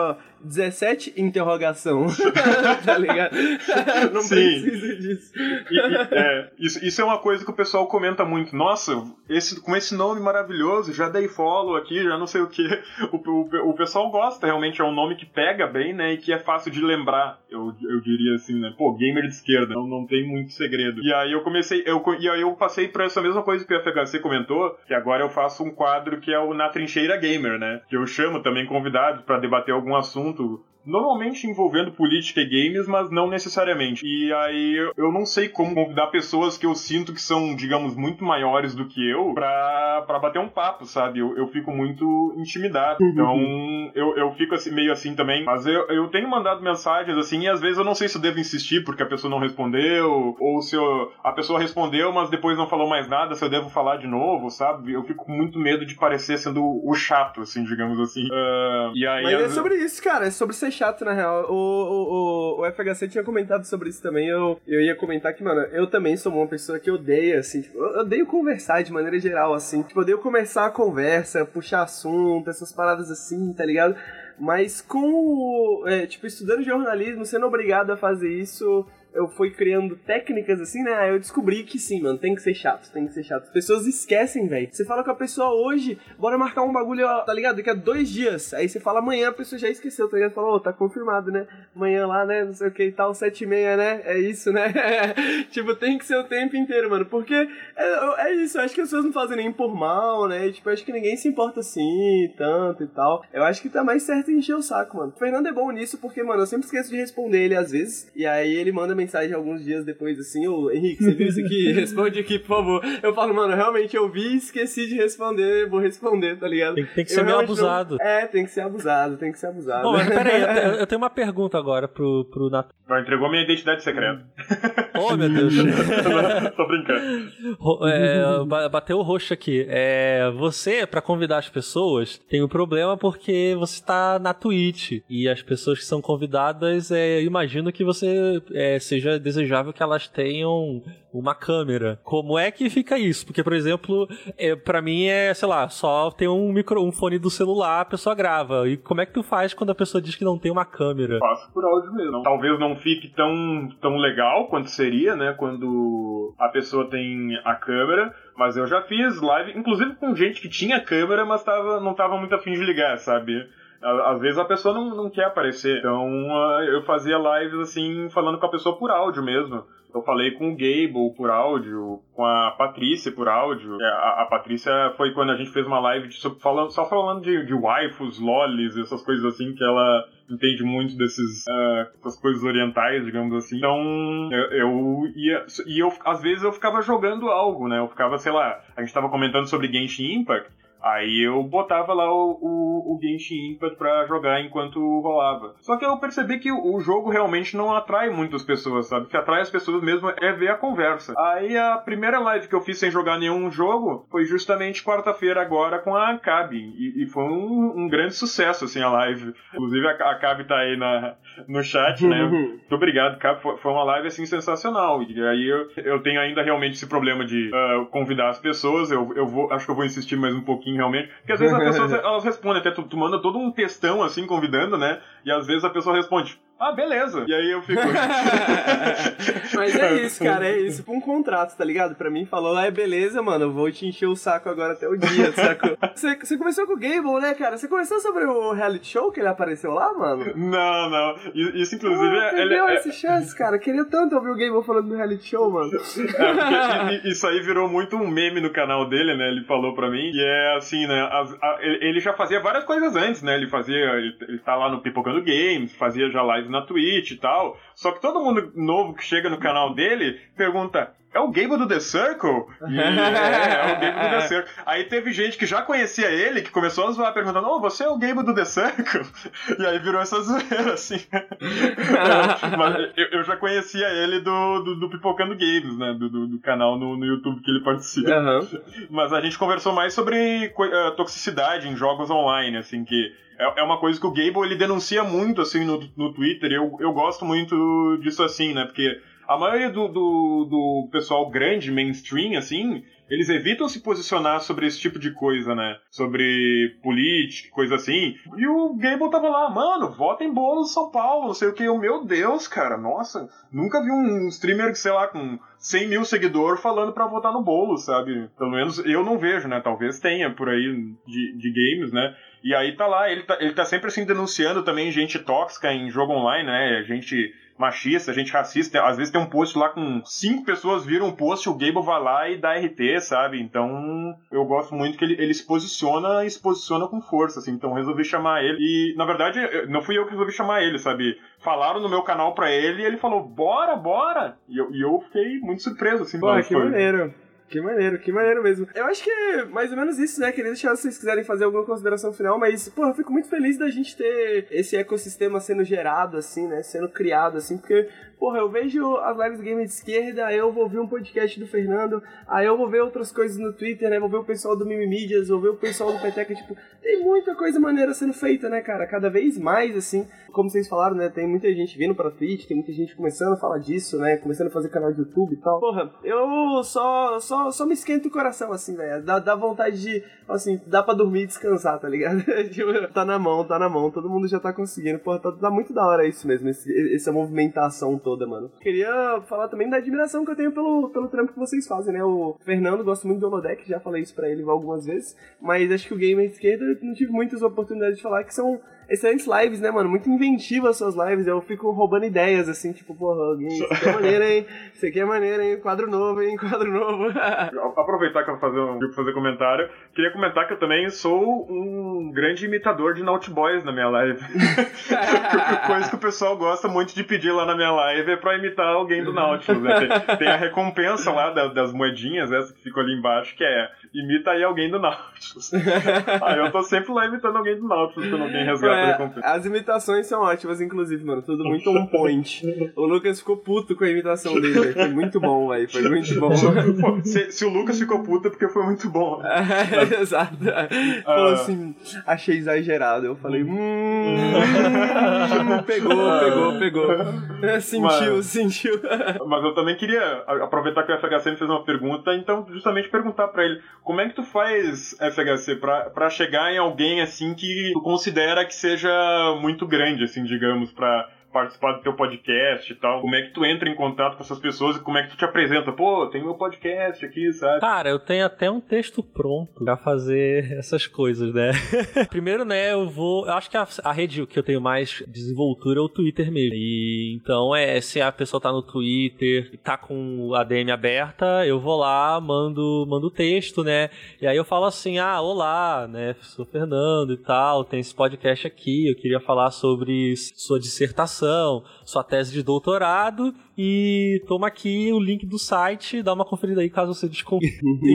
dezessete interrogação. Tá ligado? Não Sim. precisa disso. E, e, é, isso, isso é uma coisa que o pessoal comenta muito. Nossa, esse, com esse nome maravilhoso, já dei follow aqui, já não sei o que. O, o, o pessoal gosta, realmente, é um nome que pega bem, né? E que é fácil de lembrar, eu, eu diria assim, né? Pô, gamer de esquerda, não, não tem muito segredo. E aí eu comecei, eu, e aí eu passei por essa mesma coisa que o F H C comentou, que agora eu faço um quadro que é o Na Trincheira Gamer, né? Que eu chamo também convidados pra debater algum assunto, normalmente envolvendo política e games, mas não necessariamente. E aí eu não sei como convidar pessoas que eu sinto que são, digamos, muito maiores do que eu pra, pra bater um papo, sabe? Eu, eu fico muito intimidado. Então eu, eu fico assim, meio assim também. Mas eu, eu tenho mandado mensagens assim e às vezes eu não sei se eu devo insistir porque a pessoa não respondeu, ou se eu, a pessoa respondeu, mas depois não falou mais nada, se eu devo falar de novo, sabe? Eu fico com muito medo de parecer sendo o chato, assim, digamos assim. Uh, e aí, mas é sobre isso, cara. É sobre ser chato, na real. O, o, o, o F H C tinha comentado sobre isso também. Eu, eu ia comentar que, mano, eu também sou uma pessoa que odeia, assim, tipo, eu odeio conversar de maneira geral, assim. Tipo, eu odeio começar a conversa, puxar assunto, essas paradas assim, tá ligado? Mas com, é, tipo, estudando jornalismo, sendo obrigado a fazer isso, eu fui criando técnicas assim, né? Aí eu descobri que sim, mano, tem que ser chato, tem que ser chato. As pessoas esquecem, velho. Você fala com a pessoa hoje, bora marcar um bagulho, tá ligado? Daqui a dois dias. Aí você fala amanhã, a pessoa já esqueceu, tá ligado? Falou, ô, tá confirmado, né? Amanhã lá, né? Não sei o que e tal, sete e meia, né? É isso, né? Tipo, tem que ser o tempo inteiro, mano. Porque é, é isso, eu acho que as pessoas não fazem nem por mal, né? Tipo, eu acho que ninguém se importa assim, tanto e tal. Eu acho que tá mais certo encher o saco, mano. O Fernando é bom nisso porque, mano, eu sempre esqueço de responder ele às vezes. E aí ele manda mensagem alguns dias depois, assim, ô, Henrique, você viu isso aqui? Responde aqui, por favor. Eu falo, mano, realmente eu vi e esqueci de responder, vou responder, tá ligado? Tem, tem que ser meio abusado. Não... É, tem que ser abusado, tem que ser abusado. Bom, mas peraí, eu, eu tenho uma pergunta agora pro, pro Natan. Não, entregou minha identidade secreta. Oh, meu Deus. Tô brincando. É, bateu o roxo aqui. É, você, pra convidar as pessoas, tem um problema porque você tá na Twitch. E as pessoas que são convidadas, é, eu imagino que você é, seja desejável que elas tenham uma câmera. Como é que fica isso? Porque, por exemplo, é, pra mim é, sei lá, só tem um, micro, um fone do celular, a pessoa grava. E como é que tu faz quando a pessoa diz que não tem uma câmera? Faço por áudio mesmo. Talvez não fique tão, tão legal quanto seria, né, quando a pessoa tem a câmera, mas eu já fiz live, inclusive com gente que tinha câmera, mas tava, não tava muito afim de ligar, sabe? Às vezes a pessoa não, não quer aparecer. Então eu fazia lives assim, falando com a pessoa por áudio mesmo. Eu falei com o Gable por áudio, com a Patrícia por áudio. A, a Patrícia foi quando a gente fez uma live de, falando, só falando de, de waifus, lolis, essas coisas assim, que ela entende muito desses, uh, essas coisas orientais, digamos assim. Então eu, eu ia... E eu, às vezes eu ficava jogando algo, né? Eu ficava, sei lá, a gente tava comentando sobre Genshin Impact. Aí eu botava lá o, o, o Genshin Impact pra jogar enquanto rolava. Só que eu percebi que o, o jogo realmente não atrai muitas pessoas, sabe? O que atrai as pessoas mesmo é ver a conversa. Aí a primeira live que eu fiz sem jogar nenhum jogo foi justamente quarta-feira agora com a Acabe. E, e foi um, um grande sucesso, assim, a live. Inclusive a Acabe tá aí na, no chat, né? Muito obrigado, Acabe. Foi, foi uma live, assim, sensacional. E aí eu, eu tenho ainda realmente esse problema de uh, convidar as pessoas. Eu, eu vou, acho que eu vou insistir mais um pouquinho realmente, porque às vezes as pessoas elas respondem, até tu, tu manda todo um textão assim, convidando, né, e às vezes a pessoa responde, ah, beleza, e aí eu fico... Mas é isso, cara, é isso, com um contrato, tá ligado? Pra mim, falou, ah, é beleza, mano, eu vou te encher o saco agora até o dia, saco? Você, você começou com o Gable, né, cara? Você começou sobre o reality show que ele apareceu lá, mano? Não, não, isso inclusive... Ah, ele deu é... essa chance, cara, queria tanto ouvir o Gable falando do reality show, mano. É, porque isso aí virou muito um meme no canal dele, né, ele falou pra mim, e é assim, né, as, a, ele já fazia várias coisas antes, né, ele fazia, ele, ele tá lá no Pipocando Games, fazia já live na Twitch e tal, só que todo mundo novo que chega no canal dele pergunta, é o Gable do The Circle? E, é, é o Gable do The Circle. Aí teve gente que já conhecia ele, que começou a zoar, perguntando, oh, você é o Gable do The Circle? E aí virou essa zoeira, assim. Mas eu, eu já conhecia ele do, do, do Pipocando Games, né, do, do, do canal no, no YouTube que ele participa. Uhum. Mas a gente conversou mais sobre uh, toxicidade em jogos online, assim, que é uma coisa que o Gable, ele denuncia muito, assim, no, no Twitter, e eu, eu gosto muito disso, assim, né, porque a maioria do, do, do pessoal grande, mainstream, assim, eles evitam se posicionar sobre esse tipo de coisa, né? Sobre política, coisa assim. E o Gable tava lá, mano, vota em Boulos São Paulo, não sei o que. Eu, meu Deus, cara, nossa, nunca vi um streamer, sei lá, com cem mil seguidores falando pra votar no Boulos, sabe? Pelo menos eu não vejo, né? Talvez tenha por aí de, de games, né? E aí tá lá, ele tá, ele tá sempre assim denunciando também gente tóxica em jogo online, né? Gente machista, gente racista. Às vezes tem um post lá com cinco pessoas viram um post, o Gable vai lá e dá R T, sabe? Então eu gosto muito que ele, ele se posiciona e se posiciona com força, assim. Então eu resolvi chamar ele. E na verdade não fui eu que resolvi chamar ele, sabe? Falaram no meu canal pra ele e ele falou, bora, bora! E eu, e eu fiquei muito surpreso, assim. Pô, que foi... maneiro. Que maneiro, que maneiro mesmo. Eu acho que é mais ou menos isso, né? Queria deixar se vocês quiserem fazer alguma consideração final, mas, pô, eu fico muito feliz da gente ter esse ecossistema sendo gerado, assim, né? Sendo criado, assim, porque, porra, eu vejo as lives do Game de Esquerda, aí eu vou ver um podcast do Fernando, aí eu vou ver outras coisas no Twitter, né? Vou ver o pessoal do Mimimídias, vou ver o pessoal do Peteca, tipo, tem muita coisa maneira sendo feita, né, cara? Cada vez mais, assim, como vocês falaram, né? Tem muita gente vindo pra Twitch, tem muita gente começando a falar disso, né? Começando a fazer canal de YouTube e tal. Porra, eu só, só, só me esquento o coração, assim, velho. Dá, dá vontade de, assim, dá pra dormir e descansar, tá ligado? Tipo, tá na mão, tá na mão, todo mundo já tá conseguindo. Porra, tá, tá muito da hora isso mesmo, esse, essa movimentação toda, mano. Queria falar também da admiração que eu tenho pelo, pelo trampo que vocês fazem, né? O Fernando, gosto muito do Holodeck, já falei isso pra ele algumas vezes, mas acho que o Gamer de Esquerda eu não tive muitas oportunidades de falar, que são excelentes lives, né, mano? Muito inventivas as suas lives. Eu fico roubando ideias, assim, tipo, porra, alguém, isso aqui é maneiro, hein? Isso aqui é maneiro, hein? Quadro novo, hein? Quadro novo. Aproveitar que eu vou fazer, um, vou fazer comentário, queria comentar que eu também sou um grande imitador de Naughty Boys na minha live. Coisa que o pessoal gosta muito de pedir lá na minha live é pra imitar alguém do Nautilus, né? Tem, tem a recompensa lá das, das moedinhas, essa que ficou ali embaixo, que é imita aí alguém do Nautilus. Aí eu tô sempre lá imitando alguém do Nautilus quando alguém resgata. É, as imitações são ótimas, inclusive, mano. Tudo muito on point. O Lucas ficou puto com a imitação dele, véio. Foi muito bom, velho. Foi muito bom. Pô, se, se o Lucas ficou puto é porque foi muito bom. É, exato. Falou assim, achei exagerado. Eu falei, hum. pegou, pegou, pegou. Sentiu, mas, sentiu. Mas eu também queria aproveitar que o F H C me fez uma pergunta, então justamente perguntar pra ele, como é que tu faz, F H C, pra, pra chegar em alguém assim que tu considera que seja muito grande, assim, digamos, pra participar do teu podcast e tal. Como é que tu entra em contato com essas pessoas e como é que tu te apresenta? Pô, tem meu podcast aqui, sabe? Cara, eu tenho até um texto pronto pra fazer essas coisas, né? Primeiro, né, eu vou... Eu acho que a, a rede que eu tenho mais desenvoltura é o Twitter mesmo. E então, é, se a pessoa tá no Twitter, tá com a D M aberta, eu vou lá, mando mando texto, né? E aí eu falo assim, ah, olá, né? Sou o Fernando e tal, tem esse podcast aqui, eu queria falar sobre sua dissertação, sua tese de doutorado, e toma aqui o link do site, dá uma conferida aí caso você desconfie.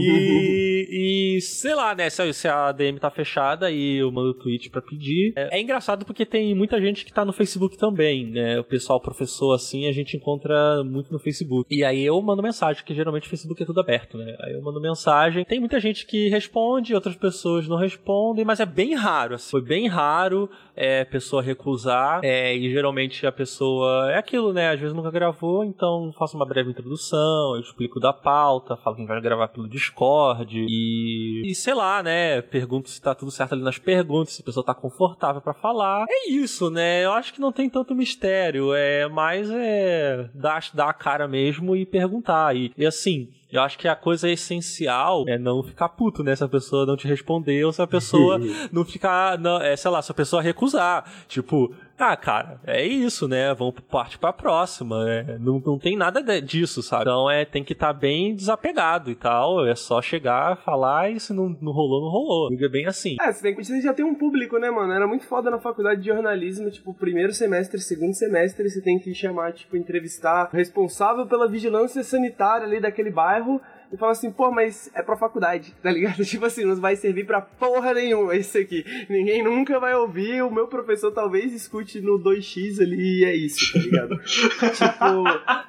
e, e sei lá, né, se, se a D M tá fechada, aí eu mando o tweet pra pedir. É, é engraçado porque tem muita gente que tá no Facebook também, né, o pessoal professor assim, a gente encontra muito no Facebook. E aí eu mando mensagem, porque geralmente o Facebook é tudo aberto, né, aí eu mando mensagem. Tem muita gente que responde, outras pessoas não respondem, mas é bem raro, assim, foi bem raro é, pessoa recusar, é, e geralmente a pessoa é aquilo, né, às vezes nunca gravou, então faço uma breve introdução, eu explico da pauta, falo que a gente vai gravar pelo Discord e, e sei lá, né, pergunto se tá tudo certo ali nas perguntas, se a pessoa tá confortável pra falar. É isso, né, eu acho que não tem tanto mistério, é mais é dar, dar a cara mesmo e perguntar, e, e assim... Eu acho que a coisa essencial é não ficar puto, né? Se a pessoa não te responder ou se a pessoa não ficar... Não, é, sei lá, se a pessoa recusar. Tipo, ah, cara, é isso, né? Vamos partir pra próxima. Né? Não, não tem nada disso, sabe? Então, é, tem que estar tá bem desapegado e tal. É só chegar, falar e se não, não rolou, não rolou. É bem assim. É, você, tem, você já tem um público, né, mano? Era muito foda na faculdade de jornalismo, tipo, primeiro semestre, segundo semestre, você tem que chamar, tipo, entrevistar o responsável pela vigilância sanitária ali daquele bairro e fala assim, pô, mas é pra faculdade, tá ligado? Tipo assim, não vai servir pra porra nenhuma isso aqui. Ninguém nunca vai ouvir, o meu professor talvez escute no dois x ali e é isso, tá ligado? Tipo...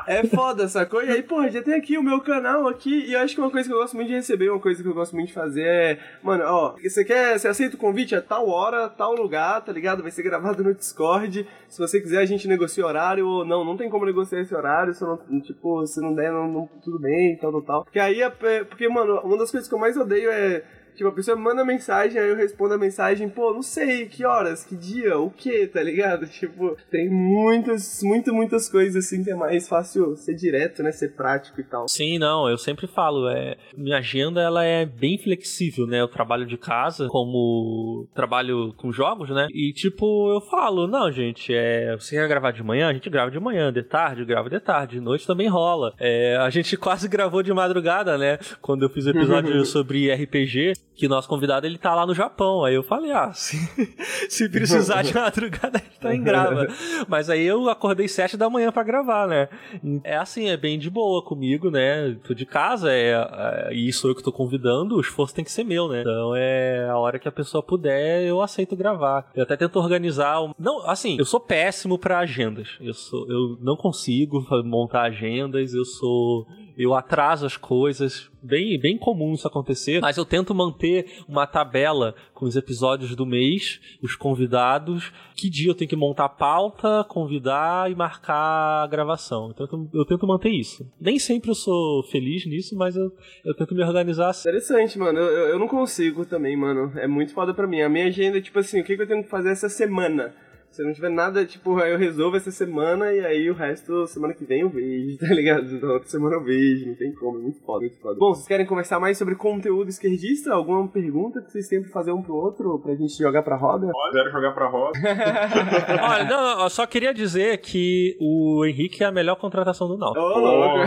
É foda, sacou? E aí, porra, já tem aqui o meu canal aqui, e eu acho que uma coisa que eu gosto muito de receber, uma coisa que eu gosto muito de fazer é, mano, ó, você quer, você aceita o convite? É tal hora, tal lugar, tá ligado? Vai ser gravado no Discord, se você quiser a gente negocia horário, ou não, não tem como negociar esse horário, se não, tipo, se não der, não, não, tudo bem, tal, tal, tal. Porque aí, porque, mano, uma das coisas que eu mais odeio é, tipo, a pessoa me manda mensagem, aí eu respondo a mensagem, pô, não sei, que horas, que dia, o que, tá ligado? Tipo, tem muitas, muitas, muitas coisas assim que é mais fácil ser direto, né, ser prático e tal. Sim, não, eu sempre falo, é, minha agenda, ela é bem flexível, né, eu trabalho de casa, como trabalho com jogos, né, e tipo, eu falo, não, gente, é, você quer gravar de manhã? A gente grava de manhã, de tarde, grava de tarde, de noite também rola. É, a gente quase gravou de madrugada, né, quando eu fiz o episódio sobre R P G, que o nosso convidado, ele tá lá no Japão. Aí eu falei, ah, se, se precisar de madrugada, a gente também grava. Mas aí eu acordei sete da manhã pra gravar, né? É assim, é bem de boa comigo, né? Tô de casa, é, é, e sou eu que tô convidando, o esforço tem que ser meu, né? Então é a hora que a pessoa puder, eu aceito gravar. Eu até tento organizar... Um... Não, assim, eu sou péssimo pra agendas. Eu, sou, eu não consigo montar agendas, eu sou... Eu atraso as coisas, bem, bem comum isso acontecer, mas eu tento manter uma tabela com os episódios do mês, os convidados, que dia eu tenho que montar a pauta, convidar e marcar a gravação. Então eu tento manter isso. Nem sempre eu sou feliz nisso, mas eu, eu tento me organizar assim. Interessante, mano. Eu, eu não consigo também, mano. É muito foda pra mim. A minha agenda é tipo assim, o que, que eu tenho que fazer essa semana? Se não tiver nada, tipo, aí eu resolvo essa semana e aí o resto, semana que vem eu vejo, tá ligado? Na outra semana eu vejo, não tem como, é muito foda, muito foda. Bom, vocês querem conversar mais sobre conteúdo esquerdista? Alguma pergunta que vocês têm pra fazer um pro outro, pra gente jogar pra roda? Quero jogar pra roda. Olha, não, eu só queria dizer que o Henrique é a melhor contratação do Náutico. Ô, louco!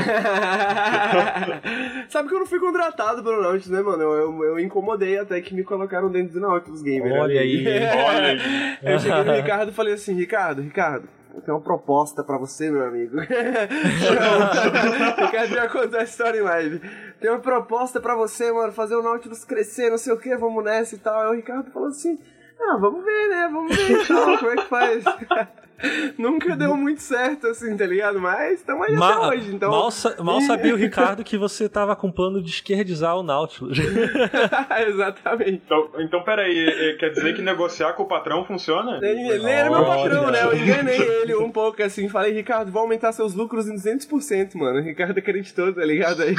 Sabe que eu não fui contratado pelo Nautilus, né, mano? Eu, eu, eu incomodei até que me colocaram dentro do Nautilus Gamer. Olha aí, olha aí. Eu cheguei no Ricardo e falei assim, Ricardo, Ricardo, eu tenho uma proposta pra você, meu amigo. Ricardo já contou a história em live. Tem uma proposta pra você, mano, fazer o Nautilus crescer, não sei o que, vamos nessa e tal. Aí o Ricardo falou assim, ah, vamos ver, né, vamos ver e tal, como é que faz? Nunca deu muito certo, assim, tá ligado? Mas estamos aí mal, até hoje, então... Mal, mal sabia o Ricardo que você tava com plano de esquerdizar o Nautilus. Exatamente. Então, então, peraí, quer dizer que negociar com o patrão funciona? Ele, ele era meu patrão, né? Eu enganei ele um pouco, assim, falei, Ricardo, vou aumentar seus lucros em duzentos por cento, mano. O Ricardo acreditou, tá ligado? Aí...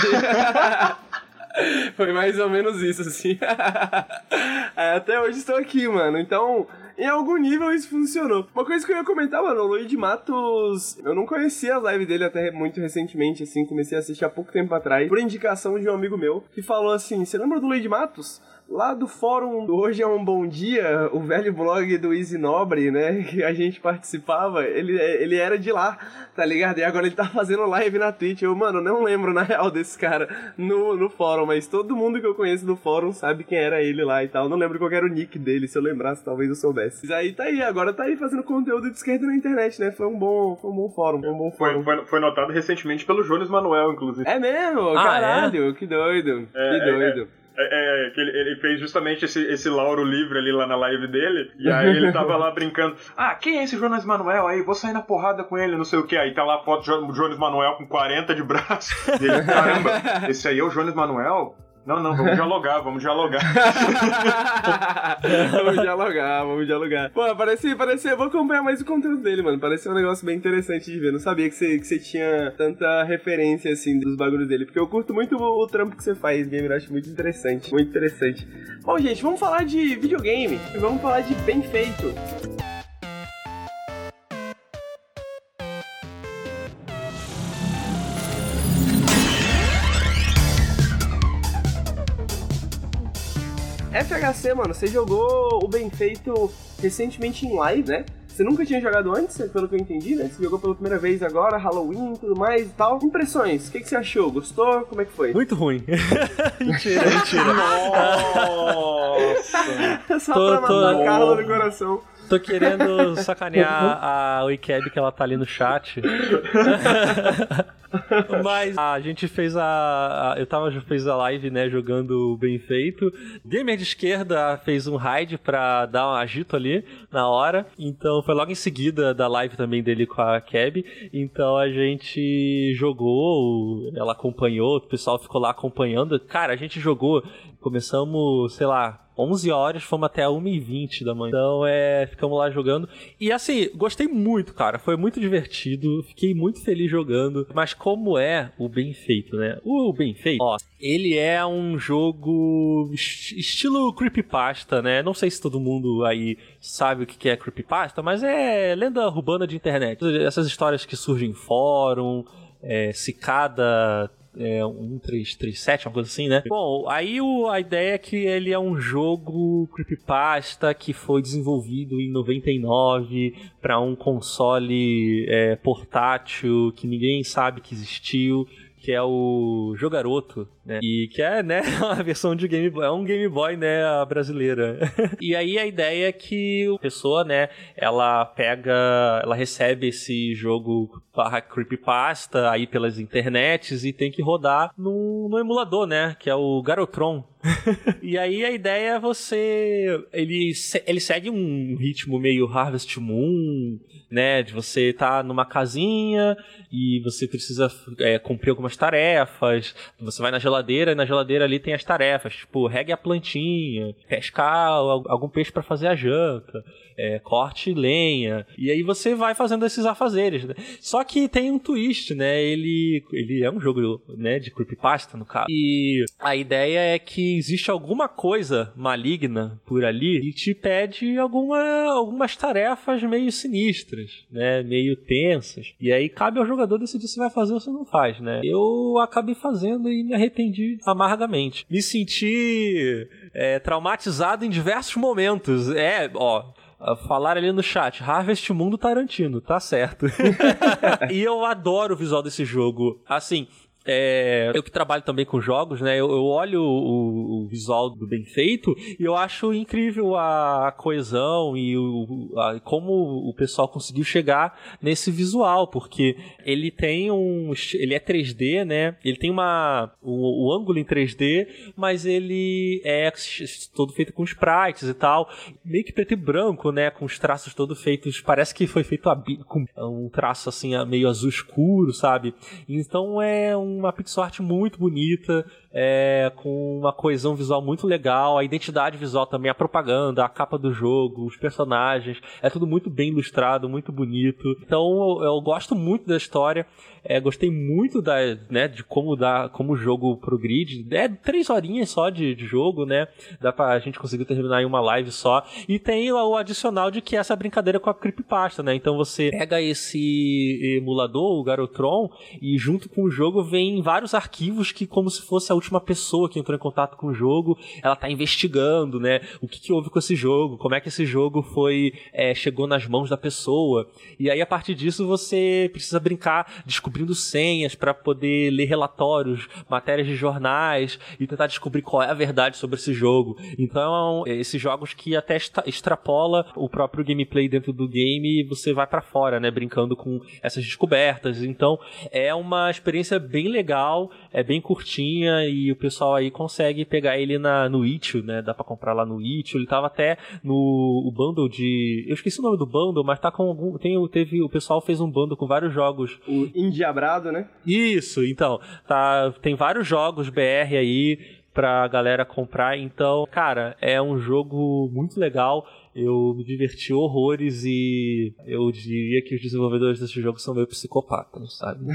Foi mais ou menos isso, assim. Até hoje estou aqui, mano. Então, em algum nível isso funcionou. Uma coisa que eu ia comentar, mano, o Luigi Matos, eu não conhecia as lives dele até muito recentemente, assim, comecei a assistir há pouco tempo atrás, por indicação de um amigo meu, que falou assim, você lembra do Luigi Matos? Lá do fórum do Hoje é um Bom Dia, o velho blog do Easy Nobre, né, que a gente participava, ele, ele era de lá, tá ligado? E agora ele tá fazendo live na Twitch. Eu, mano, não lembro na real desse cara no, no fórum, mas todo mundo que eu conheço do fórum sabe quem era ele lá e tal. Não lembro qual era o nick dele, se eu lembrasse talvez eu soubesse. Mas aí tá aí, agora tá aí fazendo conteúdo de esquerda na internet, né? Foi um bom, foi um bom fórum, foi um bom fórum. Foi, foi, foi notado recentemente pelo Jones Manuel, inclusive. É mesmo? Ah, caralho, é? que doido, É, que doido. É, é. É, é, que ele, ele fez justamente esse, esse lauro livre ali lá na live dele, e aí ele tava lá brincando, ah, quem é esse Jonas Manuel aí? Vou sair na porrada com ele, não sei o que. Aí tá lá a foto do Jonas Manuel com quarenta de braço. E ele, caramba, esse aí é o Jonas Manuel? Não, não, vamos dialogar, vamos dialogar. Vamos dialogar, vamos dialogar. Pô, parece, parece, eu vou acompanhar mais o conteúdo dele, mano. Parece um negócio bem interessante de ver. Não sabia que você, que você tinha tanta referência, assim, dos bagulhos dele. Porque eu curto muito o, o trampo que você faz, gamer. Eu acho muito interessante, muito interessante. Bom, gente, vamos falar de videogame. E vamos falar de Bem Feito. F H C, mano, você jogou o Bem Feito recentemente em live, né? Você nunca tinha jogado antes, pelo que eu entendi, né? Você jogou pela primeira vez agora, Halloween e tudo mais e tal. Impressões, o que, que você achou? Gostou? Como é que foi? Muito ruim. Mentira, mentira. Nossa! Só tô, pra matar tô... a Carla no coração. Tô querendo sacanear a Wikeb que ela tá ali no chat. Mas a gente fez a, a. Eu tava fez a live, né, jogando Bem Feito. Gamer de esquerda fez um raid pra dar um agito ali na hora. Então foi logo em seguida da live também dele com a Keb. Então a gente jogou, ela acompanhou, o pessoal ficou lá acompanhando. Cara, a gente jogou, começamos, sei lá, onze horas, fomos até uma e vinte da manhã. Então, é, ficamos lá jogando. E assim, gostei muito, cara. Foi muito divertido. Fiquei muito feliz jogando. Mas como é o Bem Feito, né? O Bem Feito, ó, ele é um jogo estilo creepypasta, né? Não sei se todo mundo aí sabe o que é creepypasta, mas é lenda urbana de internet. Essas histórias que surgem em fórum, é, cicada... É, um três três sete, uma coisa assim, né? Bom, aí o, a ideia é que ele é um jogo creepypasta que foi desenvolvido em noventa e nove para um console é, portátil que ninguém sabe que existiu, que é o Jogaroto, né? E que é, né, uma versão de Game Boy, é um Game Boy, né, a brasileira. E aí a ideia é que a pessoa, né, ela pega, ela recebe esse jogo barra creepypasta aí pelas internets e tem que rodar no, no emulador, né, que é o Garotron. E aí a ideia é você... Ele, ele segue um ritmo meio Harvest Moon, né? De você estar tá numa casinha e você precisa é, cumprir algumas tarefas. Você vai na geladeira e na geladeira ali tem as tarefas. Tipo, regue a plantinha, pescar algum peixe para fazer a janta, é, corte lenha. E aí você vai fazendo esses afazeres, né? Só que tem um twist, né? Ele, ele é um jogo, né, de creepypasta, no caso. E a ideia é que existe alguma coisa maligna por ali e te pede alguma, algumas tarefas meio sinistras, né? Meio tensas. E aí cabe ao jogador decidir se vai fazer ou se não faz, né? Eu acabei fazendo e me arrependi amargamente. Me senti é, traumatizado em diversos momentos. É, ó... Falaram ali no chat, Harvest Moon do Tarantino, tá certo. E eu adoro o visual desse jogo. Assim, é, eu que trabalho também com jogos, né? Eu, eu olho o, o visual do Bem Feito e eu acho incrível a, a coesão e o, a, como o pessoal conseguiu chegar nesse visual, porque ele tem um... ele é três D, né? Ele tem uma... o, o ângulo em três D, mas ele é todo feito com sprites e tal, meio que preto e branco, né? Com os traços todos feitos... Parece que foi feito a, com um traço assim meio azul escuro, sabe? Então é um uma pixel art muito bonita, é, com uma coesão visual muito legal, a identidade visual também, a propaganda, a capa do jogo, os personagens, é tudo muito bem ilustrado, muito bonito. Então eu, eu gosto muito da história, é, gostei muito da, né, de como, dá, como o jogo progride. É três horinhas só de, de jogo, né? Dá pra gente conseguir terminar em uma live só. E tem o adicional de que essa brincadeira com a creepypasta, né? Então você pega esse emulador, o Garotron, e junto com o jogo vem vários arquivos que, como se fosse a última pessoa que entrou em contato com o jogo, ela tá investigando, né? O que, que houve com esse jogo, como é que esse jogo foi, é, chegou nas mãos da pessoa. E aí, a partir disso, você precisa brincar descobrindo senhas para poder ler relatórios, matérias de jornais e tentar descobrir qual é a verdade sobre esse jogo. Então, esses jogos que até extrapola o próprio gameplay dentro do game e você vai para fora, né? Brincando com essas descobertas. Então, é uma experiência bem legal, é bem curtinha e o pessoal aí consegue pegar ele na, no itch, né? Dá pra comprar lá no itch. Ele tava até no o bundle de... Eu esqueci o nome do bundle, mas tá com algum... Tem, teve, o pessoal fez um bundle com vários jogos. O Endiabrado, né? Isso, então. Tá, tem vários jogos B R aí pra galera comprar. Então, cara, é um jogo muito legal. Eu me diverti horrores e eu diria que os desenvolvedores desse jogo são meio psicopatas, sabe?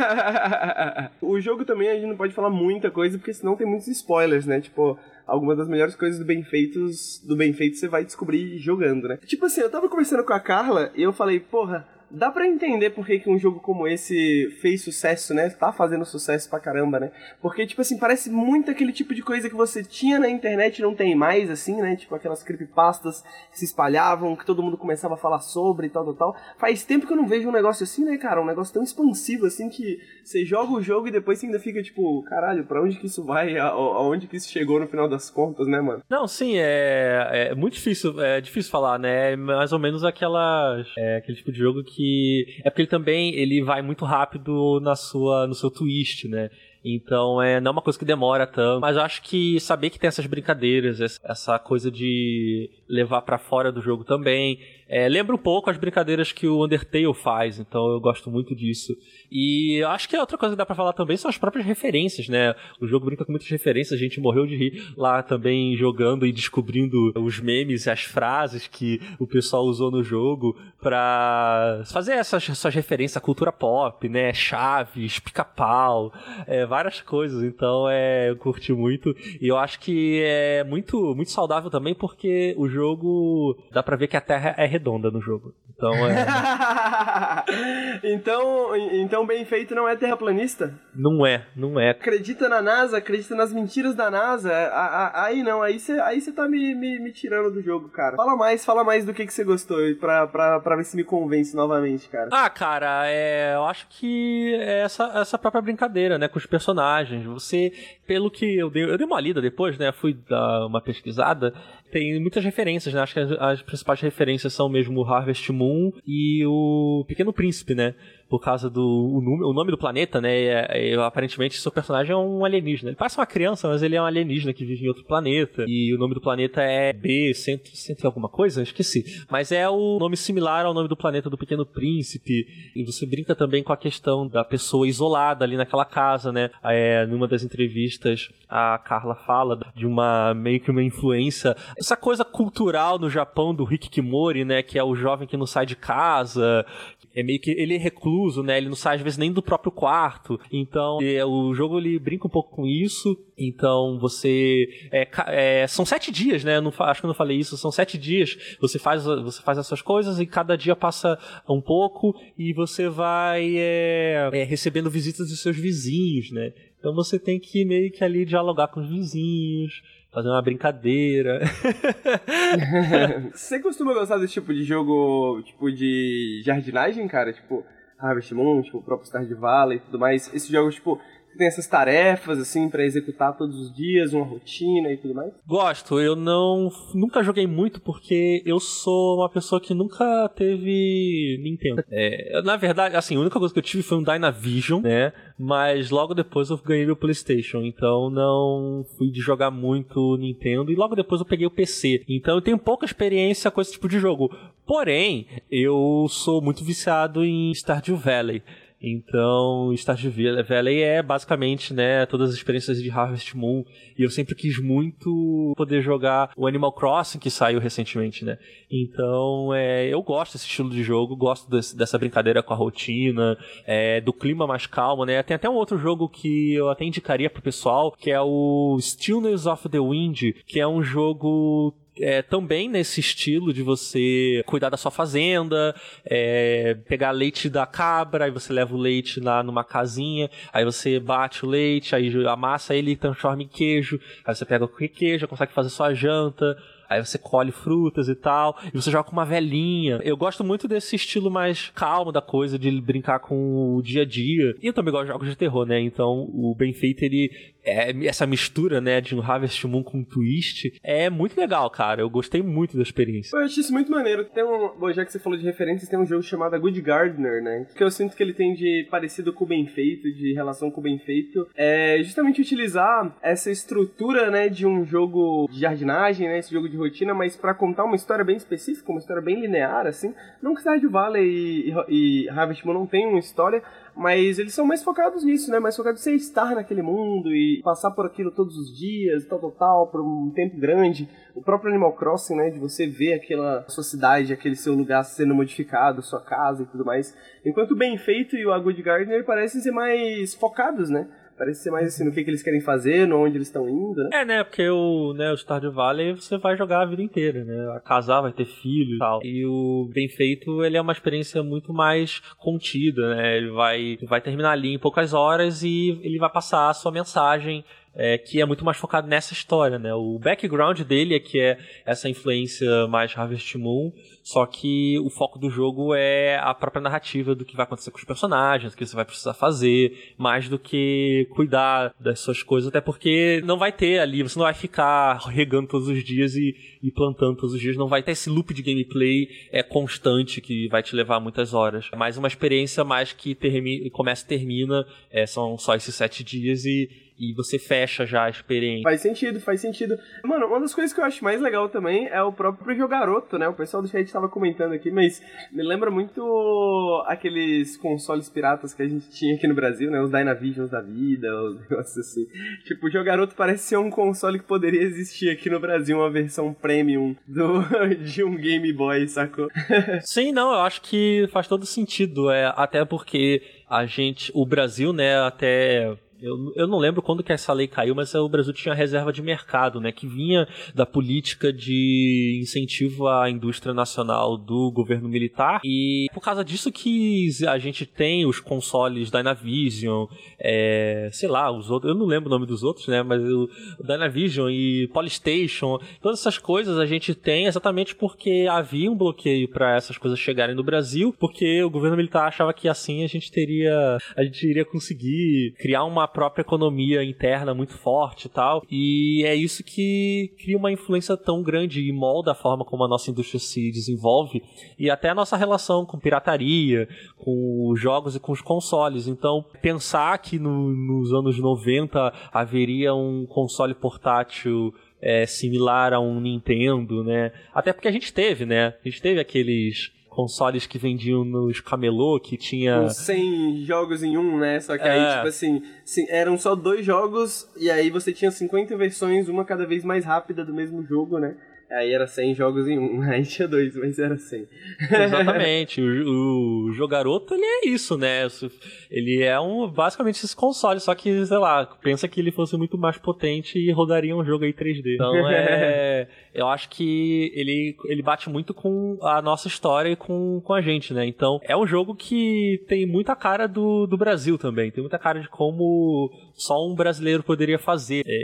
O jogo também a gente não pode falar muita coisa, porque senão tem muitos spoilers, né? Tipo, algumas das melhores coisas do Bem Feitos, do Bem Feito você vai descobrir jogando, né? Tipo assim, eu tava conversando com a Carla e eu falei, porra, dá pra entender por que, que um jogo como esse fez sucesso, né? Tá fazendo sucesso pra caramba, né? Porque, tipo assim, parece muito aquele tipo de coisa que você tinha na internet e não tem mais, assim, né? Tipo aquelas creepypastas que se espalhavam, que todo mundo começava a falar sobre e tal, tal, tal. Faz tempo que eu não vejo um negócio assim, né, cara? Um negócio tão expansivo, assim, que você joga o jogo e depois você ainda fica, tipo, caralho, pra onde que isso vai? A- aonde que isso chegou no final das contas, né, mano? Não, sim, é, é muito difícil, é difícil falar, né? É mais ou menos aquela, é, aquele tipo de jogo que... É porque ele também ele vai muito rápido na sua, no seu twist, né? Então, é, não é uma coisa que demora tanto. Mas eu acho que saber que tem essas brincadeiras, essa coisa de levar pra fora do jogo também. É, lembra um pouco as brincadeiras que o Undertale faz, então eu gosto muito disso. E eu acho que a outra coisa que dá pra falar também são as próprias referências, né? O jogo brinca com muitas referências, a gente morreu de rir lá também jogando e descobrindo os memes e as frases que o pessoal usou no jogo pra fazer essas, essas referências à cultura pop, né? Chaves, Pica-Pau, é, várias coisas. Então é, eu curti muito. E eu acho que é muito, muito saudável também porque o jogo dá pra ver que a Terra é redonda no jogo. Então é... então, então bem feito não é terraplanista? Não é, não é. Acredita na NASA, acredita nas mentiras da NASA. A- a- Aí não, aí você aí cê tá me, me, me tirando do jogo, cara. Fala mais, fala mais do que que você gostou pra, pra, pra ver se me convence novamente, cara. Ah, cara, é, eu acho que é essa, essa própria brincadeira, né, com os personagens. Você, pelo que eu dei, eu dei uma lida depois, né, fui dar uma pesquisada, tem muitas referências, né, acho que as, as principais referências são mesmo o Harvest Moon e o Pequeno Príncipe, né, por causa do o nome, o nome do planeta, né, é, é, aparentemente seu personagem é um alienígena. Ele parece uma criança, mas ele é um alienígena que vive em outro planeta, e o nome do planeta é B cem e alguma coisa, esqueci. Mas é o nome similar ao nome do planeta do Pequeno Príncipe, e você brinca também com a questão da pessoa isolada ali naquela casa, né, é, numa das entrevistas a Carla fala de uma, meio que uma influência, essa coisa cultural no Japão do Hikikomori, né, que é o jovem que não sai de casa, é meio que ele é recluso, né? Ele não sai às vezes nem do próprio quarto. Então, é, o jogo ele brinca um pouco com isso. Então, você é, é, são sete dias, né? Eu não, acho que eu não falei isso. São sete dias. Você faz, você faz as suas coisas e cada dia passa um pouco e você vai é, é, recebendo visitas dos seus vizinhos, né? Então, você tem que meio que ali dialogar com os vizinhos, fazer uma brincadeira. Você costuma gostar desse tipo de jogo, tipo de jardinagem, cara? Tipo Harvest Moon, tipo o próprio Stardew Valley e tudo mais. Esses jogos, tipo, tem essas tarefas, assim, pra executar todos os dias, uma rotina e tudo mais? Gosto, eu não nunca joguei muito porque eu sou uma pessoa que nunca teve Nintendo. É, na verdade, assim, a única coisa que eu tive foi um Dynavision, né? Mas logo depois eu ganhei meu PlayStation, então não fui de jogar muito Nintendo e logo depois eu peguei o P C. Então eu tenho pouca experiência com esse tipo de jogo. Porém, eu sou muito viciado em Stardew Valley. Então, Stardew Valley é basicamente, né, todas as experiências de Harvest Moon, e eu sempre quis muito poder jogar o Animal Crossing que saiu recentemente, né? Então, é, eu gosto desse estilo de jogo, gosto desse, dessa brincadeira com a rotina, é, do clima mais calmo, né? Tem até um outro jogo que eu até indicaria pro pessoal, que é o Stillness of the Wind, que é um jogo É, também nesse estilo de você cuidar da sua fazenda, é, pegar leite da cabra, aí você leva o leite lá numa casinha, aí você bate o leite, aí amassa ele e transforma em queijo, aí você pega o queijo, consegue fazer sua janta, aí você colhe frutas e tal, e você joga com uma velhinha. Eu gosto muito desse estilo mais calmo da coisa, de brincar com o dia a dia. E eu também gosto de jogos de terror, né? Então, o Bem Feito, ele... É, essa mistura, né, de um Harvest Moon com um twist é muito legal, cara. Eu gostei muito da experiência. Eu achei isso muito maneiro. Tem um... Bom, já que você falou de referências, tem um jogo chamado Good Gardener, né? Que eu sinto que ele tem de parecido com o Bem Feito, de relação com o Bem Feito. É justamente utilizar essa estrutura, né, de um jogo de jardinagem, né, esse jogo de rotina, mas pra contar uma história bem específica, uma história bem linear, assim. Não que Stardew Valley e, e, e Harvest Moon não tenham uma história, mas eles são mais focados nisso, né? Mais focados em você estar naquele mundo e passar por aquilo todos os dias, tal, tal, tal, por um tempo grande. O próprio Animal Crossing, né? De você ver aquela sua cidade, aquele seu lugar sendo modificado, sua casa e tudo mais. Enquanto o Bem Feito e o A Good Gardener parecem ser mais focados, né? Parece ser mais assim, no que, que eles querem fazer, no onde eles estão indo, né? É, né, porque o, né, o Stardew Valley você vai jogar a vida inteira, né? Vai casar, vai ter filho e tal. E o Bem Feito, ele é uma experiência muito mais contida, né? Ele vai, vai terminar ali em poucas horas e ele vai passar a sua mensagem, É, que é muito mais focado nessa história, né? O background dele é que é essa influência mais Harvest Moon, só que o foco do jogo é a própria narrativa do que vai acontecer com os personagens, do que você vai precisar fazer, mais do que cuidar das suas coisas, até porque não vai ter ali, você não vai ficar regando todos os dias e, e plantando todos os dias, não vai ter esse loop de gameplay é, constante que vai te levar muitas horas. É mais uma experiência mais que termi- começa e termina, é, são só esses sete dias e E você fecha já a experiência. Faz sentido, faz sentido. Mano, uma das coisas que eu acho mais legal também é o próprio Jogaroto, né? O pessoal do chat estava comentando aqui, mas me lembra muito aqueles consoles piratas que a gente tinha aqui no Brasil, né? Os Dynavisions da vida, os negócios assim. Tipo, o Jogaroto parece ser um console que poderia existir aqui no Brasil, uma versão premium do, de um Game Boy, sacou? Sim, não, eu acho que faz todo sentido. É, até porque a gente, o Brasil, né, até... Eu, eu não lembro quando que essa lei caiu, mas o Brasil tinha reserva de mercado, né, que vinha da política de incentivo à indústria nacional do governo militar, e por causa disso que a gente tem os consoles Dynavision, é, sei lá, os outros, eu não lembro o nome dos outros, né, mas o, o Dynavision e Polystation, todas essas coisas a gente tem exatamente porque havia um bloqueio para essas coisas chegarem no Brasil, porque o governo militar achava que assim a gente teria, a gente iria conseguir criar uma própria economia interna muito forte e tal, e é isso que cria uma influência tão grande e molda a forma como a nossa indústria se desenvolve e até a nossa relação com pirataria, com os jogos e com os consoles. Então, pensar que no, nos anos noventa haveria um console portátil é, similar a um Nintendo, né? Até porque a gente teve, né? A gente teve aqueles consoles que vendiam nos camelô, que tinha... Com cem jogos em um, né? Só que é. aí, tipo assim, eram só dois jogos, e aí você tinha cinquenta versões, uma cada vez mais rápida do mesmo jogo, né? Aí era cem jogos em um, aí tinha dois, mas era cem. Exatamente, o, o Jogaroto, ele é isso, né? Ele é um, basicamente esse console, só que, sei lá, pensa que ele fosse muito mais potente e rodaria um jogo aí três D. Então é... eu acho que ele, ele bate muito com a nossa história e com, com a gente, né? Então é um jogo que tem muita cara do, do Brasil também, tem muita cara de como só um brasileiro poderia fazer. É,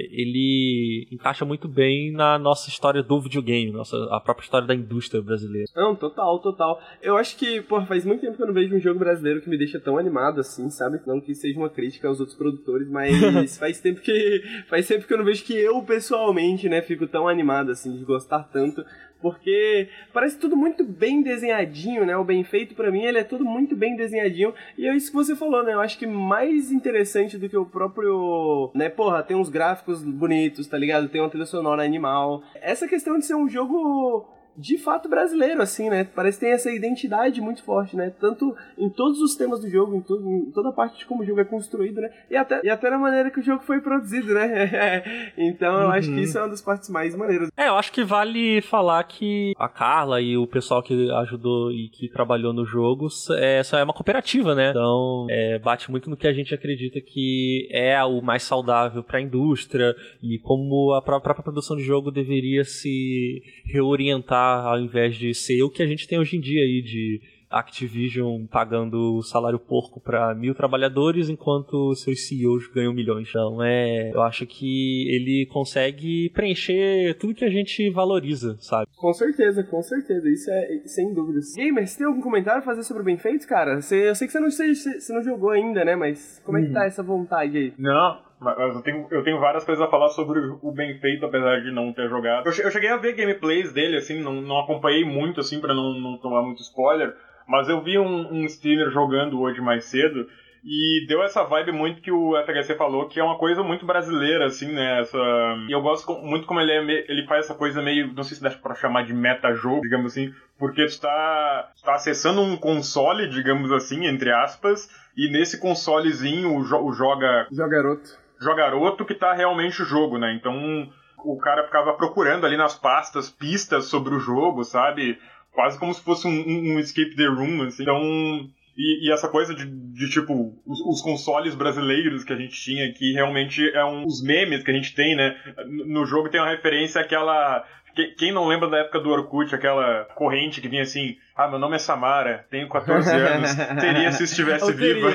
ele encaixa muito bem na nossa história do videogame, nossa, a própria história da indústria brasileira. Não, total, total. Eu acho que, pô, faz muito tempo que eu não vejo um jogo brasileiro que me deixa tão animado assim, sabe? Não que seja uma crítica aos outros produtores, mas faz tempo que faz tempo que eu não vejo que eu, pessoalmente, né, fico tão animado assim, de gostar tanto, porque parece tudo muito bem desenhadinho, né? O Bem Feito, pra mim, ele é tudo muito bem desenhadinho, e é isso que você falou, né? Eu acho que mais interessante do que o próprio, né, porra, tem uns gráficos bonitos, tá ligado? Tem uma trilha sonora animal. Essa questão de ser um jogo de fato brasileiro, assim, né? Parece que tem essa identidade muito forte, né? Tanto em todos os temas do jogo, em, tudo, em toda a parte de como o jogo é construído, né? E até, e até na maneira que o jogo foi produzido, né? Então eu uhum. acho que isso é uma das partes mais maneiras. É, eu acho que vale falar que a Carla e o pessoal que ajudou e que trabalhou no jogo é, só é uma cooperativa, né? Então é, bate muito no que a gente acredita que é o mais saudável para a indústria e como a própria produção de jogo deveria se reorientar ao invés de ser o que a gente tem hoje em dia aí de Activision pagando salário porco para mil trabalhadores enquanto seus C E Os ganham milhões. Então é, eu acho que ele consegue preencher tudo que a gente valoriza, sabe? Com certeza, com certeza, isso é sem dúvidas. Gamer, você tem algum comentário a fazer sobre o Bem Feito, cara? Você, eu sei que você não, você não jogou ainda, né? Mas como é que tá essa vontade aí? Não, mas eu tenho, eu tenho várias coisas a falar sobre o Bem Feito, apesar de não ter jogado. Eu cheguei a ver gameplays dele, assim, não, não acompanhei muito, assim, pra não, não tomar muito spoiler, mas eu vi um, um streamer jogando hoje mais cedo e deu essa vibe muito que o F H C falou, que é uma coisa muito brasileira, assim, né? Essa... E eu gosto muito como ele, é me... ele faz essa coisa meio, não sei se dá pra chamar de meta-jogo, digamos assim, porque tu tá, tu tá acessando um console, digamos assim, entre aspas, e nesse consolezinho o, jo... o joga... Jogaroto. Jogaroto que tá realmente o jogo, né? Então o cara ficava procurando ali nas pastas pistas sobre o jogo, sabe? Quase como se fosse um, um, um escape the room, assim. Então E, e essa coisa de, de tipo, os, os consoles brasileiros que a gente tinha aqui, realmente é um, os memes que a gente tem, né? No jogo tem uma referência àquela... Quem não lembra da época do Orkut, aquela corrente que vinha assim, ah, meu nome é Samara, tenho quatorze anos, teria se estivesse viva.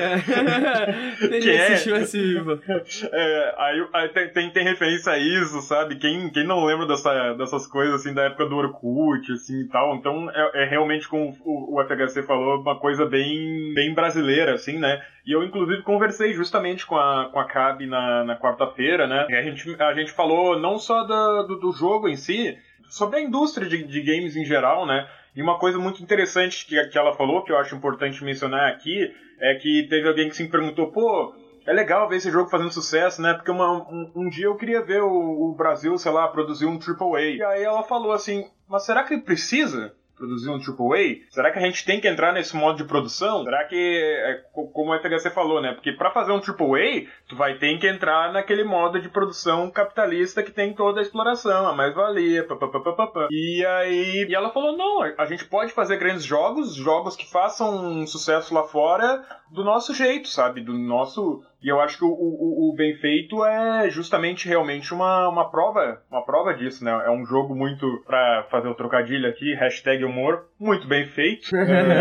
Teria Quem se é? estivesse viva. É, aí, aí tem, tem, tem referência a isso, sabe? Quem, quem não lembra dessa, dessas coisas assim da época do Orkut, assim e tal, então é, é realmente, como o, o F H C falou, uma coisa bem, bem brasileira, assim, né? E eu, inclusive, conversei justamente com a, com a Cabe na, na quarta-feira, né? E a gente, a gente falou não só do, do, do jogo em si, sobre a indústria de, de games em geral, né? E uma coisa muito interessante que, que ela falou, que eu acho importante mencionar aqui, é que teve alguém que se perguntou, pô, é legal ver esse jogo fazendo sucesso, né? Porque uma, um, um dia eu queria ver o, o Brasil, sei lá, produzir um triplo A. E aí ela falou assim, mas será que ele precisa produzir um triplo A? Será que a gente tem que entrar nesse modo de produção? Será que, é, como o F H C falou, né? Porque pra fazer um triplo A, tu vai ter que entrar naquele modo de produção capitalista que tem toda a exploração, a mais-valia, papapá. E aí e ela falou, não, a gente pode fazer grandes jogos, jogos que façam sucesso lá fora do nosso jeito, sabe? Do nosso... E eu acho que o, o, o Bem Feito é justamente realmente uma, uma prova uma prova disso, né? É um jogo muito, pra fazer o trocadilho aqui, hashtag humor, muito bem feito.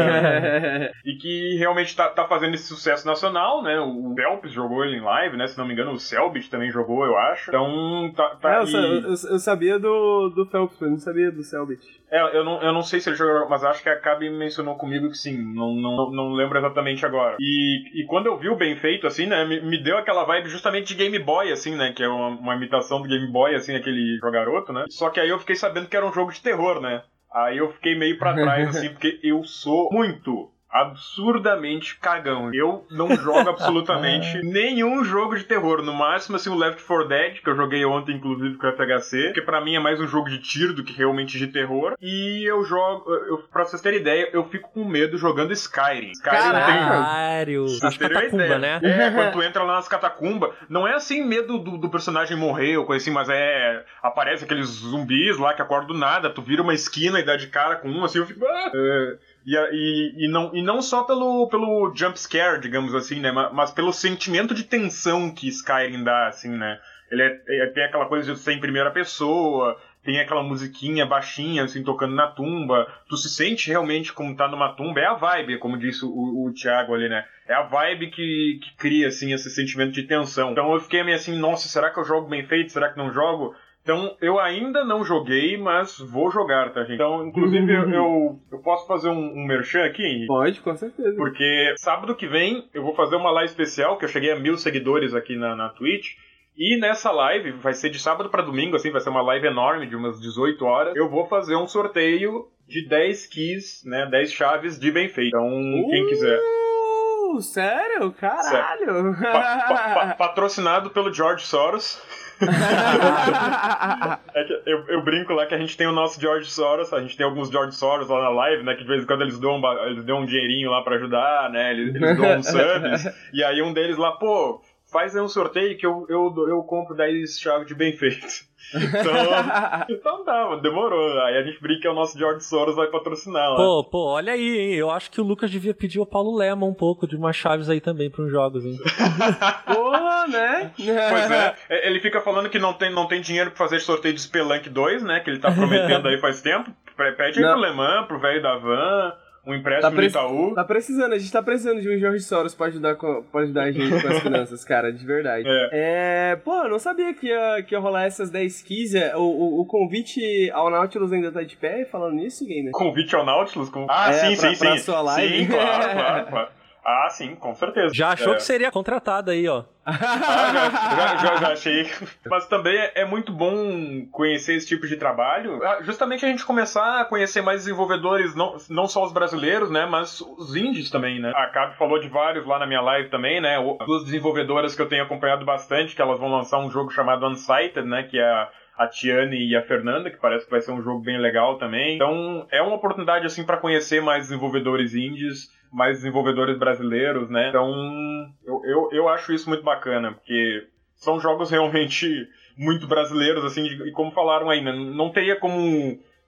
é, e que realmente tá, tá fazendo esse sucesso nacional, né? O Phelps jogou ele em live, né? Se não me engano, o Selbit também jogou, eu acho. Então, tá... tá é, eu, e... eu, eu sabia do, do Phelps, eu não sabia do Selbit. É, eu não, eu não sei se ele jogou, mas acho que a Cabe mencionou comigo que sim, não, não, não lembro exatamente agora. E, e quando eu vi o Bem Feito, assim, né, me, me deu aquela vibe justamente de Game Boy, assim, né, que é uma, uma imitação do Game Boy, assim, aquele jogaroto, né. Só que aí eu fiquei sabendo que era um jogo de terror, né. Aí eu fiquei meio pra trás, assim, porque eu sou muito... absurdamente cagão. Eu não jogo absolutamente nenhum jogo de terror. No máximo, assim, o Left four Dead, que eu joguei ontem, inclusive, com o F H C, que pra mim é mais um jogo de tiro do que realmente de terror. E eu jogo... Eu, pra vocês terem ideia, eu fico com medo jogando Skyrim. Skyrim Caralho! tem... As catacumbas, né? É, quando tu entra lá nas catacumbas, não é assim medo do, do personagem morrer ou coisa assim, mas é... Aparece aqueles zumbis lá que acordam do nada, tu vira uma esquina e dá de cara com um, assim, eu fico... Ah! É... E, e, e, não, e não só pelo, pelo jump scare, digamos assim, né? Mas, mas pelo sentimento de tensão que Skyrim dá, assim, né? Ele é, é, tem aquela coisa de ser em primeira pessoa, tem aquela musiquinha baixinha, assim, tocando na tumba. Tu se sente realmente como tá numa tumba. É a vibe, como disse o, o Thiago ali, né? É a vibe que, que cria, assim, esse sentimento de tensão. Então eu fiquei meio assim, nossa, será que eu jogo bem feito? Será que não jogo? Então, eu ainda não joguei, mas vou jogar, tá, gente? Então, inclusive, eu, eu, eu posso fazer um, um merchan aqui, Henrique? Pode, com certeza. Porque sábado que vem eu vou fazer uma live especial, que eu cheguei a mil seguidores aqui na, na Twitch. E nessa live, vai ser de sábado pra domingo, assim, vai ser uma live enorme, de umas dezoito horas. Eu vou fazer um sorteio de dez keys, né, dez chaves de Bem Feito. Então, uh! quem quiser... Sério? Caralho! Pa, pa, pa, patrocinado pelo George Soros. é que eu, eu brinco lá que a gente tem o nosso George Soros, a gente tem alguns George Soros lá na live, né, que de vez em quando eles dão, eles dão um dinheirinho lá pra ajudar, né, eles, eles dão uns subs, e aí um deles lá, pô, faz aí um sorteio que eu, eu, eu compro dez chaves de Bem Feito. Então, então dá, demorou. Aí a gente brinca que o nosso George Soros vai patrocinar lá. Pô, pô, olha aí, hein? Eu acho que o Lucas devia pedir ao Paulo Lema um pouco de umas chaves aí também para uns jogos, hein? Porra, né? Pois é, ele fica falando que não tem, não tem dinheiro pra fazer sorteio de Spelunk dois, né? Que ele tá prometendo aí faz tempo. Pede aí não. pro Leman, pro velho da van. Um empréstimo tá no Itaú. Tá precisando, a gente tá precisando de um George Soros pra ajudar, com, pra ajudar a gente com as finanças, cara, de verdade. É. é pô, eu não sabia que ia, que ia rolar essas dez keys. O, o, o convite ao Nautilus ainda tá de pé, falando nisso, Gamer? Convite ao Nautilus? Com... Ah, é, sim, pra, sim, pra sim. Sua live. Sim, claro, claro, claro. Ah, sim, com certeza. Já achou é. que seria contratado aí, ó. Ah, já, já, já, já achei. Mas também é muito bom conhecer esse tipo de trabalho. Justamente a gente começar a conhecer mais desenvolvedores, não, não só os brasileiros, né? Mas os indies também, né? A Cabe falou de vários lá na minha live também, né? Duas desenvolvedoras que eu tenho acompanhado bastante, que elas vão lançar um jogo chamado Unsighted, né? Que é a a Tiane e a Fernanda, que parece que vai ser um jogo bem legal também. Então, é uma oportunidade, assim, para conhecer mais desenvolvedores indies, mais desenvolvedores brasileiros, né? Então, eu, eu, eu acho isso muito bacana, porque são jogos realmente muito brasileiros, assim, e como falaram aí, né? Não teria como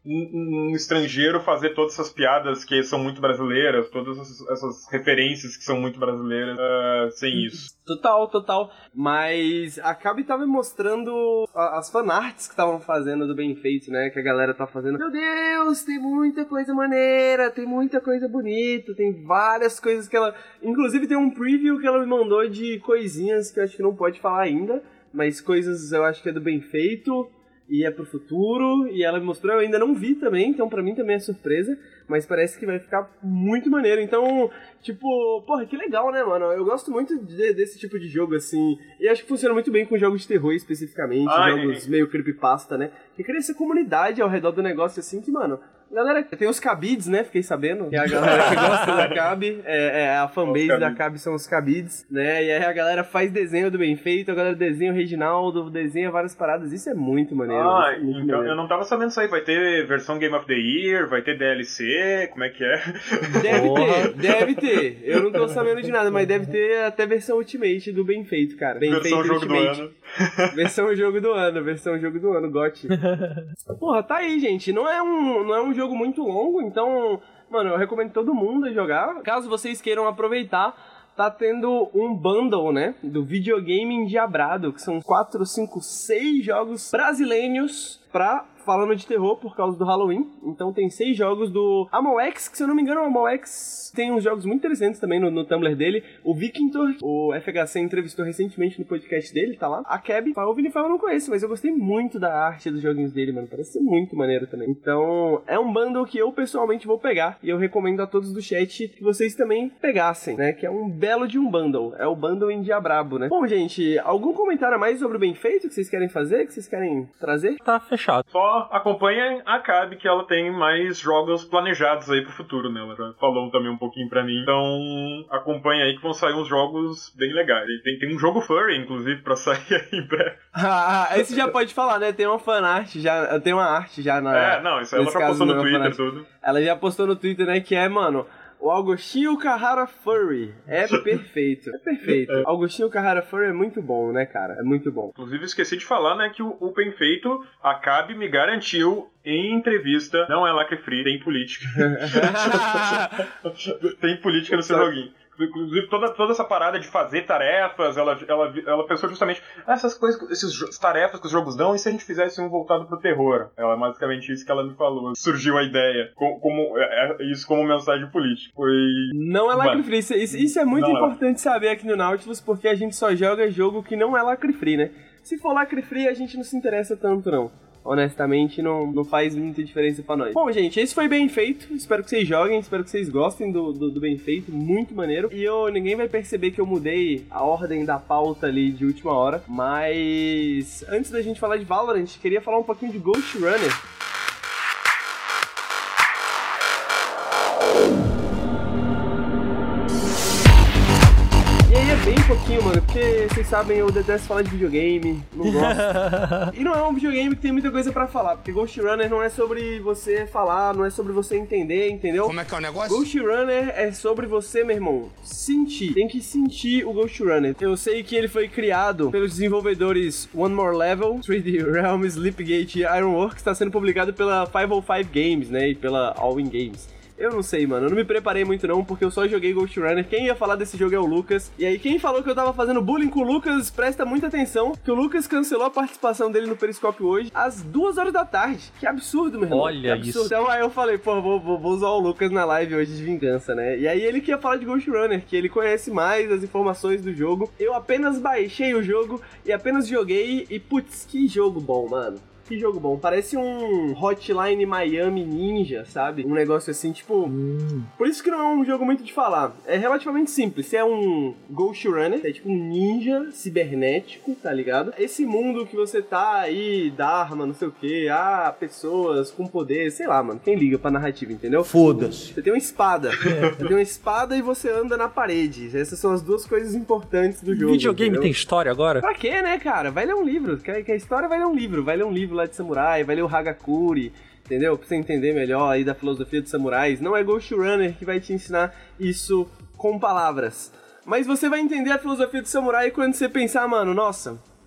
um, um estrangeiro fazer todas essas piadas que são muito brasileiras, todas essas, essas referências que são muito brasileiras, uh, sem isso. Total, total. Mas a Cabe tava me mostrando as fanarts que estavam fazendo do Bem Feito, né? Que a galera tá fazendo. Meu Deus, tem muita coisa maneira, tem muita coisa bonita, tem várias coisas que ela... Inclusive tem um preview que ela me mandou de coisinhas que eu acho que não pode falar ainda, mas coisas eu acho que é do Bem Feito e é pro futuro, e ela me mostrou, eu ainda não vi também, então pra mim também é surpresa, mas parece que vai ficar muito maneiro. Então, tipo, porra, que legal, né, mano? Eu gosto muito de, desse tipo de jogo, assim, e acho que funciona muito bem com jogos de terror, especificamente, Ai. jogos meio creepypasta, né? Que cria essa comunidade ao redor do negócio, assim, que, mano... Galera, tem os cabides, né? Fiquei sabendo. Que é a galera que gosta da Cabe. É, é a fanbase da Cabe são os cabides, né? E aí a galera faz desenho do Bem Feito, a galera desenha o Reginaldo, desenha várias paradas. Isso é muito maneiro. Ah, muito então maneiro. Eu não tava sabendo isso aí. Vai ter versão Game of the Year, vai ter D L C, como é que é? Deve ter, deve ter. Eu não tô sabendo de nada, mas deve ter até versão Ultimate do Bem Feito, cara. Bem versão Feito jogo Ultimate. do ano. Versão jogo do ano, versão jogo do ano, G O T. Porra, tá aí, gente. Não é um, não é um jogo muito longo, então, mano, eu recomendo todo mundo a jogar. Caso vocês queiram aproveitar, tá tendo um bundle, né, do videogame endiabrado, que são quatro, cinco, seis jogos brasileiros pra... falando de terror por causa do Halloween. Então tem seis jogos do Amoex, que se eu não me engano o Amoex tem uns jogos muito interessantes também no, no Tumblr dele. O Victor, o F H C entrevistou recentemente no podcast dele, tá lá. A Keb, o Vinifal eu não conheço, mas eu gostei muito da arte dos joguinhos dele, mano. Parece ser muito maneiro também. Então é um bundle que eu pessoalmente vou pegar e eu recomendo a todos do chat que vocês também pegassem, né? Que é um belo de um bundle. É o bundle Endiabrabo, né? Bom, gente, algum comentário a mais sobre o Bem Feito que vocês querem fazer, que vocês querem trazer? Tá fechado. Só acompanhem a Cabe, que ela tem mais jogos planejados aí pro futuro, né? Ela já falou também um pouquinho pra mim. Então, acompanha aí que vão sair uns jogos bem legais. Tem, tem um jogo furry, inclusive, pra sair aí em breve. Ah, esse já pode falar, né? Tem uma fanart já, tem uma arte já na... É, não, isso aí ela já postou no Twitter e tudo. Ela já postou no Twitter, né, que é, mano... O Agostinho Carrara Furry. É perfeito. É perfeito. É. Agostinho Carrara Furry é muito bom, né, cara? É muito bom. Inclusive, esqueci de falar, né, que o, o Bem Feito, a Cabe me garantiu em entrevista, não é lacre free, tem política. Tem política no seu joguinho. Inclusive, toda, toda essa parada de fazer tarefas, ela, ela, ela pensou justamente ah, essas coisas, essas tarefas que os jogos dão, e se a gente fizesse um voltado pro terror? Ela, basicamente, isso que ela me falou. Surgiu a ideia, como, como, isso como mensagem política. Foi... Não é lacre free. Isso, isso é muito não importante é. saber aqui no Nautilus, porque a gente só joga jogo que não é lacre free, né? Se for lacre free, a gente não se interessa tanto, não. Honestamente, não, não faz muita diferença pra nós. Bom, gente, esse foi Bem Feito. Espero que vocês joguem, espero que vocês gostem do, do, do Bem Feito. Muito maneiro. E eu, ninguém vai perceber que eu mudei a ordem da pauta ali de última hora. Mas antes da gente falar de Valorant, queria falar um pouquinho de Ghost Runner. Bem pouquinho, mano, porque vocês sabem, eu detesto falar de videogame, não gosto. E não é um videogame que tem muita coisa pra falar, porque Ghost Runner não é sobre você falar, não é sobre você entender, entendeu? Como é que é o negócio? Ghost Runner é sobre você, meu irmão, sentir. Tem que sentir o Ghost Runner. Eu sei que ele foi criado pelos desenvolvedores One More Level, três D Realms, Sleepgate e Ironworks, está sendo publicado pela quinhentos e cinco Games, né, e pela All-In Games. Eu não sei, mano. Eu não me preparei muito não, porque eu só joguei Ghost Runner. Quem ia falar desse jogo é o Lucas. E aí, quem falou que eu tava fazendo bullying com o Lucas, presta muita atenção, que o Lucas cancelou a participação dele no Periscope hoje às duas horas da tarde. Que absurdo, meu irmão. Olha isso. isso. Então aí eu falei, pô, vou, vou, vou usar o Lucas na live hoje de vingança, né? E aí ele que ia falar de Ghost Runner, que ele conhece mais as informações do jogo. Eu apenas baixei o jogo e apenas joguei e, putz, que jogo bom, mano. Que jogo bom. Parece um Hotline Miami Ninja, sabe? Um negócio assim, tipo... Hum. Por isso que não é um jogo muito de falar. É relativamente simples. Você é um Ghost Runner, é tipo um ninja cibernético, tá ligado? Esse mundo que você tá aí, Dharma, não sei o quê, ah, pessoas com poder, sei lá, mano. Quem liga pra narrativa, entendeu? Foda-se. Você tem uma espada. Você tem uma espada e você anda na parede. Essas são as duas coisas importantes do jogo. Videogame entendeu? tem história agora? Pra quê, né, cara? Vai ler um livro. Quer, quer história, vai ler um livro. Vai ler um livro lá de samurai, vai ler o Hagakure, entendeu? Pra você entender melhor aí da filosofia dos samurais. Não é Ghost Runner que vai te ensinar isso com palavras. Mas você vai entender a filosofia do samurai quando você pensar, mano, nossa,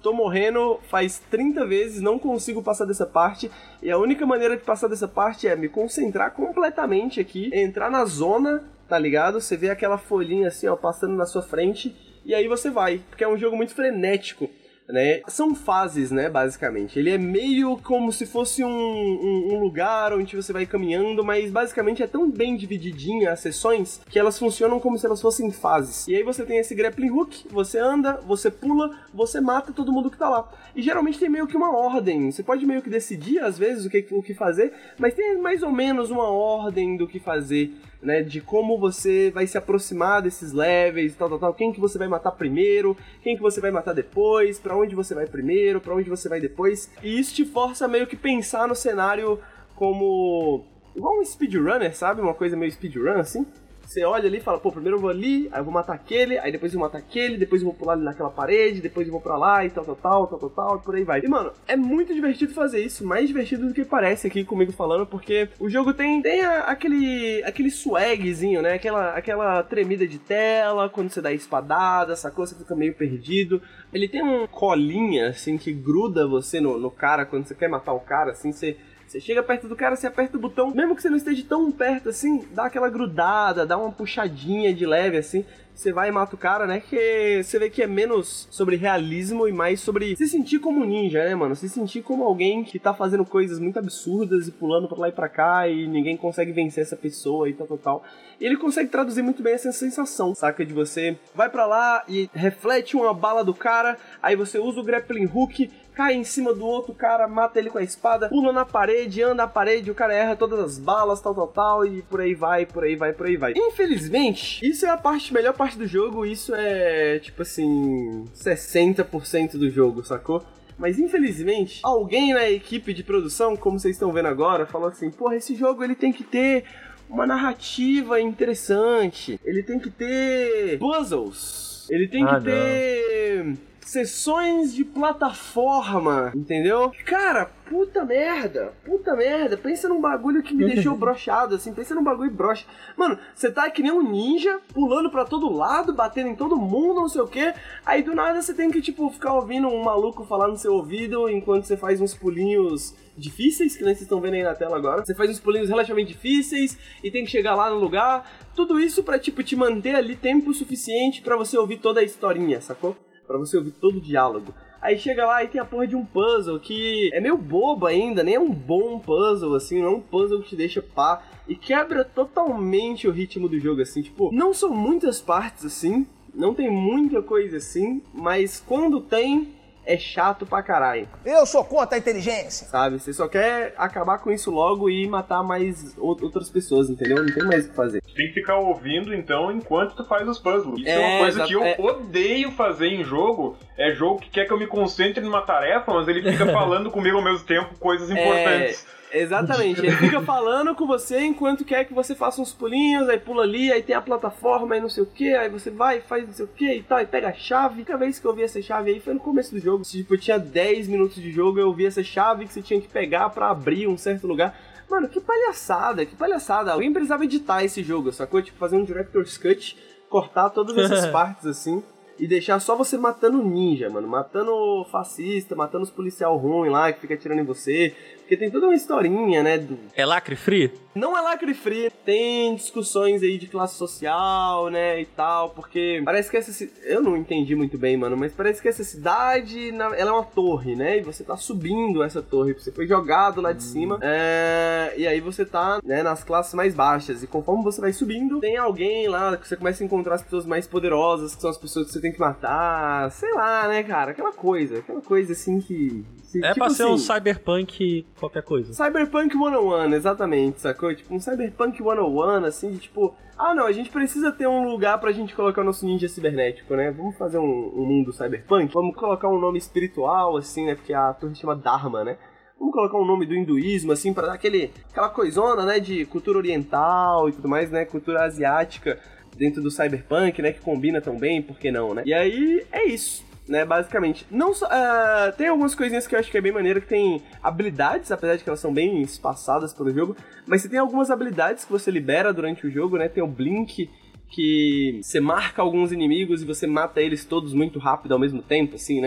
tô morrendo faz trinta vezes, não consigo passar dessa parte, e a única maneira de passar dessa parte é me concentrar completamente aqui, entrar na zona, tá ligado? Você vê aquela folhinha assim, ó, passando na sua frente, e aí você vai, porque é um jogo muito frenético, né? São fases, né, basicamente. Ele é meio como se fosse um, um, um lugar onde você vai caminhando, mas basicamente é tão bem divididinha as sessões que elas funcionam como se elas fossem fases. E aí você tem esse grappling hook, você anda, você pula, você mata todo mundo que tá lá. E geralmente tem meio que uma ordem. Você pode meio que decidir, às vezes, o que, o que fazer, mas tem mais ou menos uma ordem do que fazer, né, de como você vai se aproximar desses levels, tal, tal, tal, quem que você vai matar primeiro, quem que você vai matar depois, pra onde você vai primeiro, pra onde você vai depois, e isso te força meio que pensar no cenário como igual um speedrunner, sabe, uma coisa meio speedrun, assim. Você olha ali e fala, pô, primeiro eu vou ali, aí eu vou matar aquele, aí depois eu vou matar aquele, depois eu vou pular ali naquela parede, depois eu vou pra lá e tal, tal, tal, tal, tal, tal, por aí vai. E, mano, é muito divertido fazer isso, mais divertido do que parece aqui comigo falando, porque o jogo tem, tem a, aquele, aquele swagzinho, né, aquela, aquela tremida de tela, quando você dá espadada, sacou? Você fica meio perdido. Ele tem um colinha, assim, que gruda você no, no cara, quando você quer matar o cara, assim, você... Você chega perto do cara, você aperta o botão, mesmo que você não esteja tão perto assim, dá aquela grudada, dá uma puxadinha de leve assim, você vai e mata o cara, né? Que você vê que é menos sobre realismo e mais sobre se sentir como um ninja, né, mano? Se sentir como alguém que tá fazendo coisas muito absurdas e pulando pra lá e pra cá e ninguém consegue vencer essa pessoa e tal, tal, tal. E ele consegue traduzir muito bem essa sensação, saca? De você vai pra lá e reflete uma bala do cara, aí você usa o grappling hook, cai em cima do outro cara, mata ele com a espada, pula na parede, anda na parede, o cara erra todas as balas, tal, tal, tal, e por aí vai, por aí vai, por aí vai. Infelizmente, isso é a parte, melhor parte do jogo, isso é, tipo assim, sessenta por cento do jogo, sacou? Mas infelizmente, alguém na equipe de produção, como vocês estão vendo agora, falou assim, porra, esse jogo ele tem que ter uma narrativa interessante, ele tem que ter puzzles, ele tem ah, que ter... Não. Sessões de plataforma, entendeu? Cara, puta merda, puta merda, pensa num bagulho que me deixou broxado, assim, pensa num bagulho broxa. Mano, você tá que nem um ninja, pulando pra todo lado, batendo em todo mundo, não sei o que, aí do nada você tem que, tipo, ficar ouvindo um maluco falar no seu ouvido enquanto você faz uns pulinhos difíceis, que nem vocês estão vendo aí na tela agora. Você faz uns pulinhos relativamente difíceis e tem que chegar lá no lugar. Tudo isso pra, tipo, te manter ali tempo suficiente pra você ouvir toda a historinha, sacou? Pra você ouvir todo o diálogo. Aí chega lá e tem a porra de um puzzle que é meio bobo ainda, nem é um bom puzzle, assim, não é um puzzle que te deixa pá, e quebra totalmente o ritmo do jogo, assim, tipo, não são muitas partes, assim, não tem muita coisa assim, mas quando tem, é chato pra caralho. Eu sou contra a inteligência. Sabe, você só quer acabar com isso logo e matar mais outras pessoas, entendeu? Não tem mais o que fazer. Tem que ficar ouvindo, então, enquanto tu faz os puzzles. Isso é, é uma coisa exato, que eu é... odeio fazer em jogo. É jogo que quer que eu me concentre numa tarefa, mas ele fica falando comigo ao mesmo tempo coisas importantes. É... Exatamente, ele fica falando com você enquanto quer que você faça uns pulinhos, aí pula ali, aí tem a plataforma, aí não sei o que, aí você vai, faz não sei o que e tal, e pega a chave. A única vez que eu vi essa chave aí foi no começo do jogo, tipo, tinha dez minutos de jogo, eu vi essa chave que você tinha que pegar pra abrir um certo lugar. Mano, que palhaçada, que palhaçada. Alguém precisava editar esse jogo, sacou? Tipo, fazer um Director's Cut, cortar todas essas partes assim, e deixar só você matando ninja, mano, matando fascista, matando os policial ruim lá que fica atirando em você. Porque tem toda uma historinha, né? Do... É lacre free? Não é lacre free. Tem discussões aí de classe social, né? E tal. Porque parece que essa... Eu não entendi muito bem, mano. Mas parece que essa cidade, ela é uma torre, né? E você tá subindo essa torre. Você foi jogado lá de hum. cima. É... E aí você tá, né, nas classes mais baixas. E conforme você vai subindo, tem alguém lá que você começa a encontrar as pessoas mais poderosas, que são as pessoas que você tem que matar. Sei lá, né, cara? Aquela coisa. Aquela coisa assim que... É tipo pra ser assim, um cyberpunk qualquer coisa. Cyberpunk cento e um, exatamente, sacou? Tipo um cyberpunk cento e um, assim, de tipo... Ah, não, a gente precisa ter um lugar pra gente colocar o nosso ninja cibernético, né? Vamos fazer um, um mundo cyberpunk? Vamos colocar um nome espiritual, assim, né? Porque a torre chama Dharma, né? Vamos colocar um nome do hinduísmo, assim, pra dar aquele, aquela coisona, né? De cultura oriental e tudo mais, né? Cultura asiática dentro do cyberpunk, né? Que combina tão bem, por que não, né? E aí, é isso. Né, basicamente. Não só, uh, tem algumas coisinhas que eu acho que é bem maneiro, que tem habilidades, apesar de que elas são bem espaçadas pelo jogo, mas você tem algumas habilidades que você libera durante o jogo, né? Tem o Blink, que você marca alguns inimigos e você mata eles todos muito rápido ao mesmo tempo, assim, né?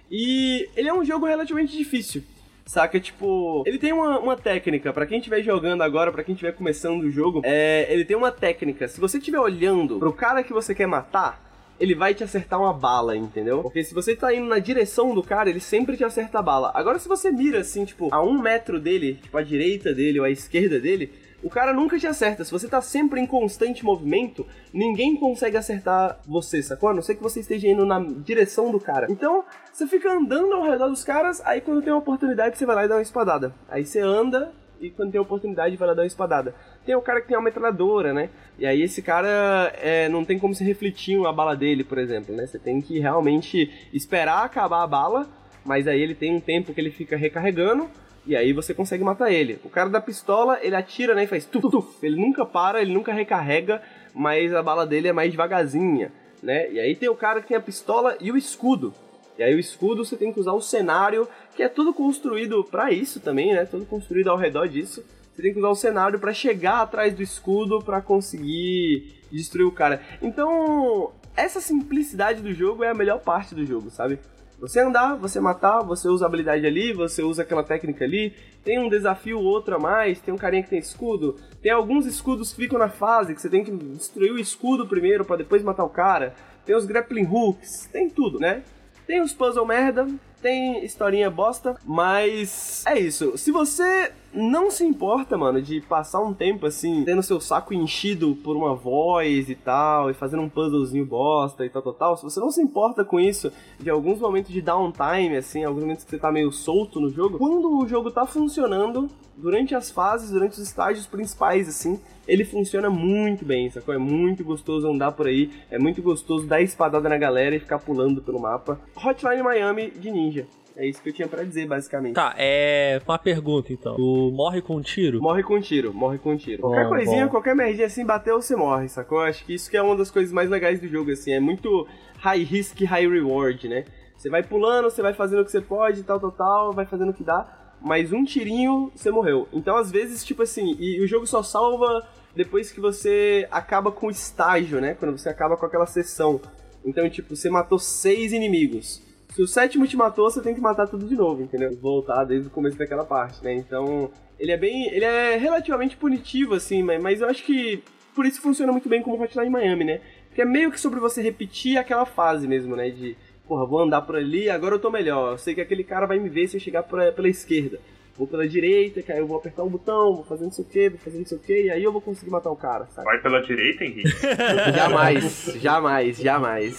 E ele é um jogo relativamente difícil. Saca, tipo, ele tem uma, uma técnica, pra quem estiver jogando agora, pra quem estiver começando o jogo, é, ele tem uma técnica. Se você estiver olhando pro cara que você quer matar, ele vai te acertar uma bala, entendeu? Porque se você tá indo na direção do cara, ele sempre te acerta a bala. Agora, se você mira, assim, tipo, a um metro dele, tipo, à direita dele ou à esquerda dele, o cara nunca te acerta. Se você tá sempre em constante movimento, ninguém consegue acertar você, sacou? A não ser que você esteja indo na direção do cara. Então, você fica andando ao redor dos caras, aí quando tem uma oportunidade, você vai lá e dá uma espadada. Aí você anda e quando tem oportunidade, vai lá dar uma espadada. Tem o cara que tem uma metralhadora, né? E aí esse cara é, não tem como se refletir a bala dele, por exemplo, né? Você tem que realmente esperar acabar a bala, mas aí ele tem um tempo que ele fica recarregando, e aí você consegue matar ele. O cara da pistola, ele atira, né, e faz tuf, tuf. Ele nunca para, ele nunca recarrega, mas a bala dele é mais devagarzinha, né? E aí tem o cara que tem a pistola e o escudo. E aí o escudo você tem que usar o cenário, que é tudo construído pra isso também, né? Tudo construído ao redor disso. Você tem que usar o cenário pra chegar atrás do escudo pra conseguir destruir o cara. Então, essa simplicidade do jogo é a melhor parte do jogo, sabe? Você andar, você matar, você usa a habilidade ali, você usa aquela técnica ali, tem um desafio outro a mais, tem um carinha que tem escudo, tem alguns escudos que ficam na fase, que você tem que destruir o escudo primeiro pra depois matar o cara, tem os grappling hooks, tem tudo, né? Tem os puzzle merda, tem historinha bosta, mas é isso. Se você não se importa, mano, de passar um tempo assim, tendo seu saco enchido por uma voz e tal, e fazendo um puzzlezinho bosta e tal, tal, tal, se você não se importa com isso, de alguns momentos de downtime, assim, alguns momentos que você tá meio solto no jogo, quando o jogo tá funcionando, durante as fases, durante os estágios principais, assim, ele funciona muito bem, sacou? É muito gostoso andar por aí, é muito gostoso dar espadada na galera e ficar pulando pelo mapa. Hotline Miami de ninja. É isso que eu tinha pra dizer, basicamente. Tá, é uma pergunta, então. Tu morre com um tiro? Morre com tiro, morre com tiro. Bom, qualquer coisinha, bom. qualquer merdinha assim, bateu, você morre, sacou? Acho que isso que é uma das coisas mais legais do jogo, assim. É muito high risk, high reward, né? Você vai pulando, você vai fazendo o que você pode, tal, tal, tal, vai fazendo o que dá, mas um tirinho, você morreu. Então, às vezes, tipo assim, e o jogo só salva depois que você acaba com o estágio, né? Quando você acaba com aquela sessão. Então, tipo, você matou seis inimigos. Se o sétimo te matou, você tem que matar tudo de novo, entendeu? Voltar desde o começo daquela parte, né? Então, ele é bem... Ele é relativamente punitivo, assim, mas eu acho que por isso funciona muito bem como Hotline Miami, né? Porque é meio que sobre você repetir aquela fase mesmo, né? De, porra, vou andar por ali, agora eu tô melhor. Eu sei que aquele cara vai me ver se eu chegar por, pela esquerda. Vou pela direita, que aí eu vou apertar um botão, vou fazer não sei o que, vou fazer não sei o que, e aí eu vou conseguir matar o cara, sabe? Vai pela direita, Henrique? Jamais, jamais, jamais.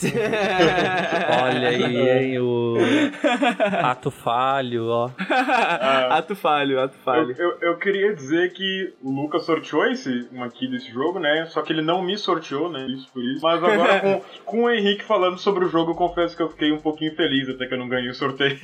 Olha aí, hein, o ato falho, ó. Ah, ato falho, ato falho. Eu, eu, eu queria dizer que o Lucas sorteou esse um aqui desse jogo, né? Só que ele não me sorteou, né? Isso por isso. Mas agora com, com o Henrique falando sobre o jogo, eu confesso que eu fiquei um pouquinho feliz até que eu não ganhei o sorteio.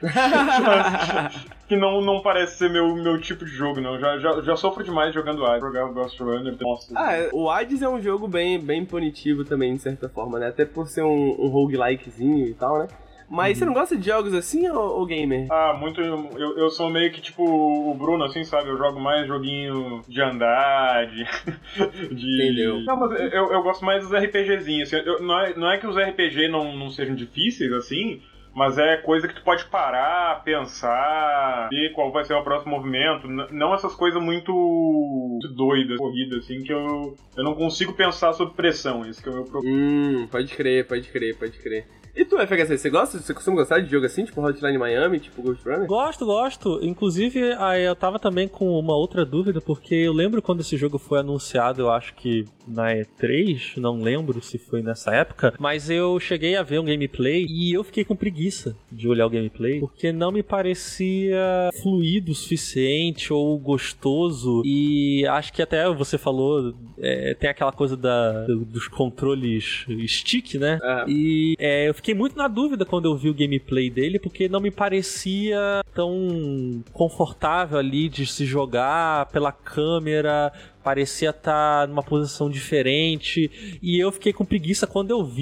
Que não, não parece ser meu, meu tipo de jogo, não. Já, já, já sofro demais jogando Hades. Jogar o Ghost Runner. Nossa. Ah, o Hades é um jogo bem, bem punitivo também, de certa forma, né? Até por ser um, um roguelikezinho e tal, né? Mas uhum. Você não gosta de jogos assim, ô, ô gamer? Ah, muito. Eu, eu sou meio que tipo o Bruno, assim, sabe? Eu jogo mais joguinho de andar, de. de... Entendeu? Não, mas eu, eu gosto mais dos RPGzinhos. Assim. Eu, não, é, não é que os R P G não, não sejam difíceis, assim. Mas é coisa que tu pode parar, pensar, ver qual vai ser o próximo movimento. Não essas coisas muito doidas, corridas, assim, que eu, eu não consigo pensar sob pressão. Esse que é o meu problema. Hum, pode crer, pode crer, pode crer. E tu, F H C, você gosta? Você costuma gostar de jogo assim, tipo Hotline Miami, tipo Ghost Runner? Gosto, gosto. Inclusive, aí eu tava também com uma outra dúvida, porque eu lembro quando esse jogo foi anunciado, eu acho que na E três, não lembro se foi nessa época, mas eu cheguei a ver um gameplay e eu fiquei com preguiça de olhar o gameplay, porque não me parecia fluido o suficiente ou gostoso, e acho que até você falou, é, tem aquela coisa da, dos controles stick, né? É. E é, eu fiquei muito na dúvida quando eu vi o gameplay dele, porque não me parecia tão confortável ali de se jogar pela câmera, parecia estar numa posição diferente, e eu fiquei com preguiça quando eu vi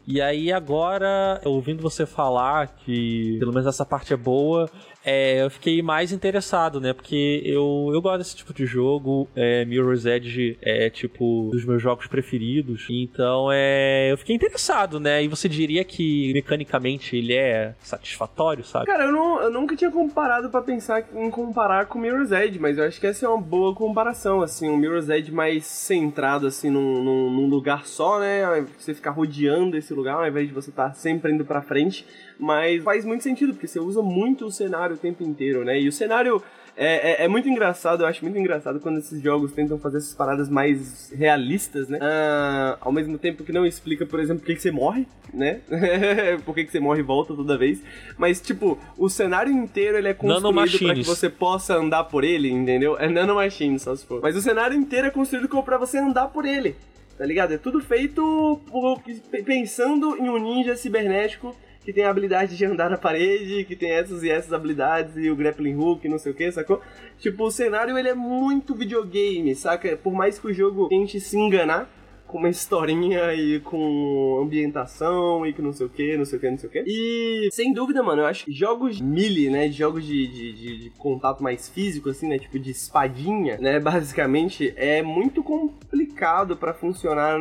E aí agora, ouvindo você falar que pelo menos essa parte é boa, é, eu fiquei mais interessado, né? Porque eu, eu gosto desse tipo de jogo, é, Mirror's Edge é tipo dos meus jogos preferidos, então é, eu fiquei interessado, né? E você diria que mecanicamente ele é satisfatório, sabe? Cara, eu, não, eu nunca tinha comparado pra pensar em comparar com Mirror's Edge, mas eu acho que essa é uma boa comparação, assim, um Mirror's Edge mais centrado, assim, num, num, num lugar só, né? Você ficar rodeando esse lugar ao invés de você estar sempre indo pra frente. Mas faz muito sentido, porque você usa muito o cenário o tempo inteiro, né? E o cenário é, é, é muito engraçado, eu acho muito engraçado quando esses jogos tentam fazer essas paradas mais realistas, né? Ah, ao mesmo tempo que não explica, por exemplo, por que, que você morre, né? Por que, que você morre e volta toda vez. Mas, tipo, o cenário inteiro ele é construído pra que você possa andar por ele, entendeu? É nanomachine, só se for. Mas o cenário inteiro é construído pra você andar por ele, tá ligado? É tudo feito por, pensando em um ninja cibernético que tem a habilidade de andar na parede, que tem essas e essas habilidades, e o grappling hook, não sei o que, sacou? Tipo, o cenário, ele é muito videogame, saca? Por mais que o jogo tente se enganar com uma historinha e com ambientação e que não sei o que, não sei o que, não sei o que. E, sem dúvida, mano, eu acho que jogos melee, né, jogos de, de, de, de contato mais físico, assim, né, tipo de espadinha, né, basicamente, é muito complicado pra funcionar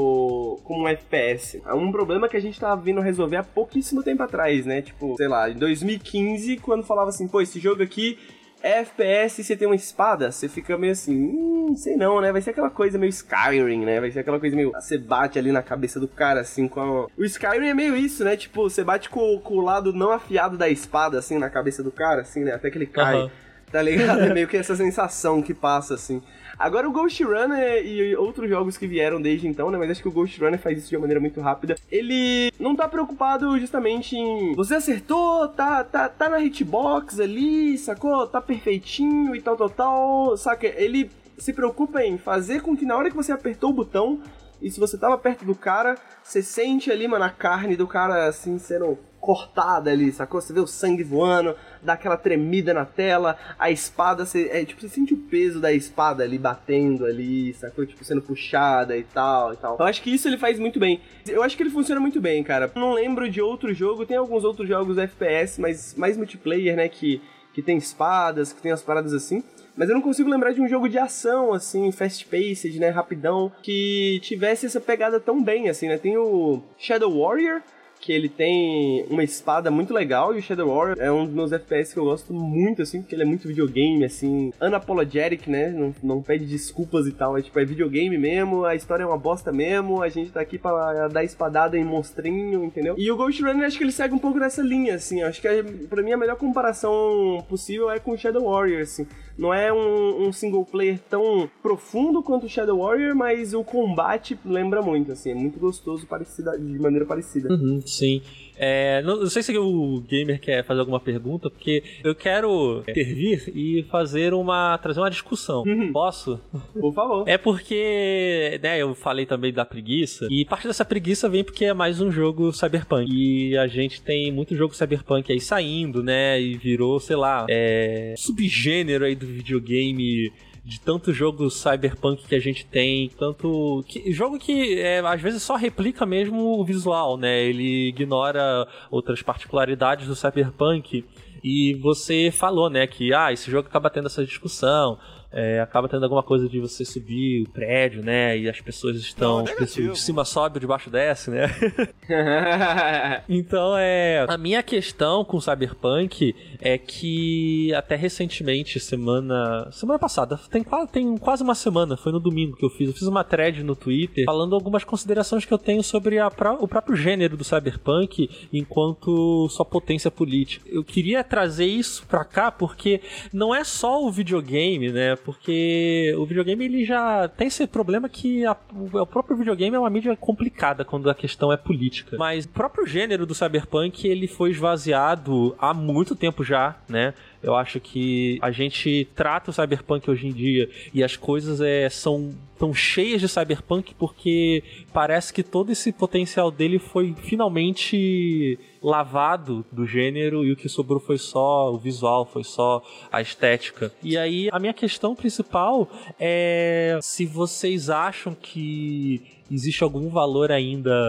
no como um F P S. É um problema que a gente tava vindo resolver há pouquíssimo tempo atrás, né, tipo, sei lá, em dois mil e quinze, quando falava assim, pô, esse jogo aqui F P S, você tem uma espada, você fica meio assim, hum, sei não, né? Vai ser aquela coisa meio Skyrim, né? Vai ser aquela coisa meio... Você bate ali na cabeça do cara, assim, com a... O Skyrim é meio isso, né? Tipo, você bate com, com o lado não afiado da espada, assim, na cabeça do cara, assim, né? Até que ele cai, uhum. Tá ligado? É meio que essa sensação que passa, assim. Agora o Ghost Runner e outros jogos que vieram desde então, né? Mas acho que o Ghost Runner faz isso de uma maneira muito rápida. Ele não tá preocupado justamente em... Você acertou, tá, tá, tá na hitbox ali, sacou? Tá perfeitinho e tal, tal, tal. Saca? Ele se preocupa em fazer com que na hora que você apertou o botão, e se você tava perto do cara, você sente ali, mano, a carne do cara, assim, sendo cortada ali, sacou? Você vê o sangue voando, dá aquela tremida na tela, a espada, você, é, tipo, você sente o peso da espada ali batendo ali, sacou? Tipo, sendo puxada e tal, e tal. Eu acho que isso ele faz muito bem. Eu acho que ele funciona muito bem, cara. Não lembro de outro jogo, tem alguns outros jogos F P S, mas mais multiplayer, né, que, que tem espadas, que tem as paradas assim. Mas eu não consigo lembrar de um jogo de ação, assim, fast-paced, né, rapidão, que tivesse essa pegada tão bem, assim, né? Tem o Shadow Warrior, que ele tem uma espada muito legal, e o Shadow Warrior é um dos meus F P S que eu gosto muito, assim, porque ele é muito videogame, assim, unapologetic, né, não, não pede desculpas e tal, é tipo, é videogame mesmo, a história é uma bosta mesmo, a gente tá aqui pra dar espadada em monstrinho, entendeu? E o Ghost Runner, acho que ele segue um pouco nessa linha, assim, acho que é, pra mim a melhor comparação possível é com o Shadow Warrior, assim. Não é um, um single player tão profundo quanto o Shadow Warrior, mas o combate lembra muito, assim, é muito gostoso, parecida, de maneira parecida. Uhum, sim. É, não, não sei se o gamer quer fazer alguma pergunta, porque eu quero intervir e fazer uma... trazer uma discussão. Uhum. Posso? Por favor. É porque, né, eu falei também da preguiça, e parte dessa preguiça vem porque é mais um jogo cyberpunk. E a gente tem muito jogo cyberpunk aí saindo, né, e virou, sei lá, é, subgênero aí do videogame, de tanto jogo cyberpunk que a gente tem, tanto... Que, jogo que é, às vezes só replica mesmo o visual, né? Ele ignora outras particularidades do cyberpunk. E você falou, né, que ah, esse jogo acaba tendo essa discussão, é, acaba tendo alguma coisa de você subir o prédio, né, e as pessoas estão... Não, de cima sobe, de baixo desce, né? Então, é... A minha questão com o Cyberpunk é que até recentemente, semana... Semana passada, tem quase, tem quase uma semana, foi no domingo que eu fiz, eu fiz uma thread no Twitter falando algumas considerações que eu tenho sobre a, o próprio gênero do Cyberpunk enquanto sua potência política. Eu queria trazer isso pra cá porque não é só o videogame, né? Porque o videogame ele já tem esse problema que a, o próprio videogame é uma mídia complicada quando a questão é política. Mas o próprio gênero do Cyberpunk ele foi esvaziado há muito tempo já, né? Eu acho que a gente trata o Cyberpunk hoje em dia e as coisas é, são tão cheias de Cyberpunk porque parece que todo esse potencial dele foi finalmente lavado do gênero e o que sobrou foi só o visual, foi só a estética. E aí a minha questão principal é se vocês acham que existe algum valor ainda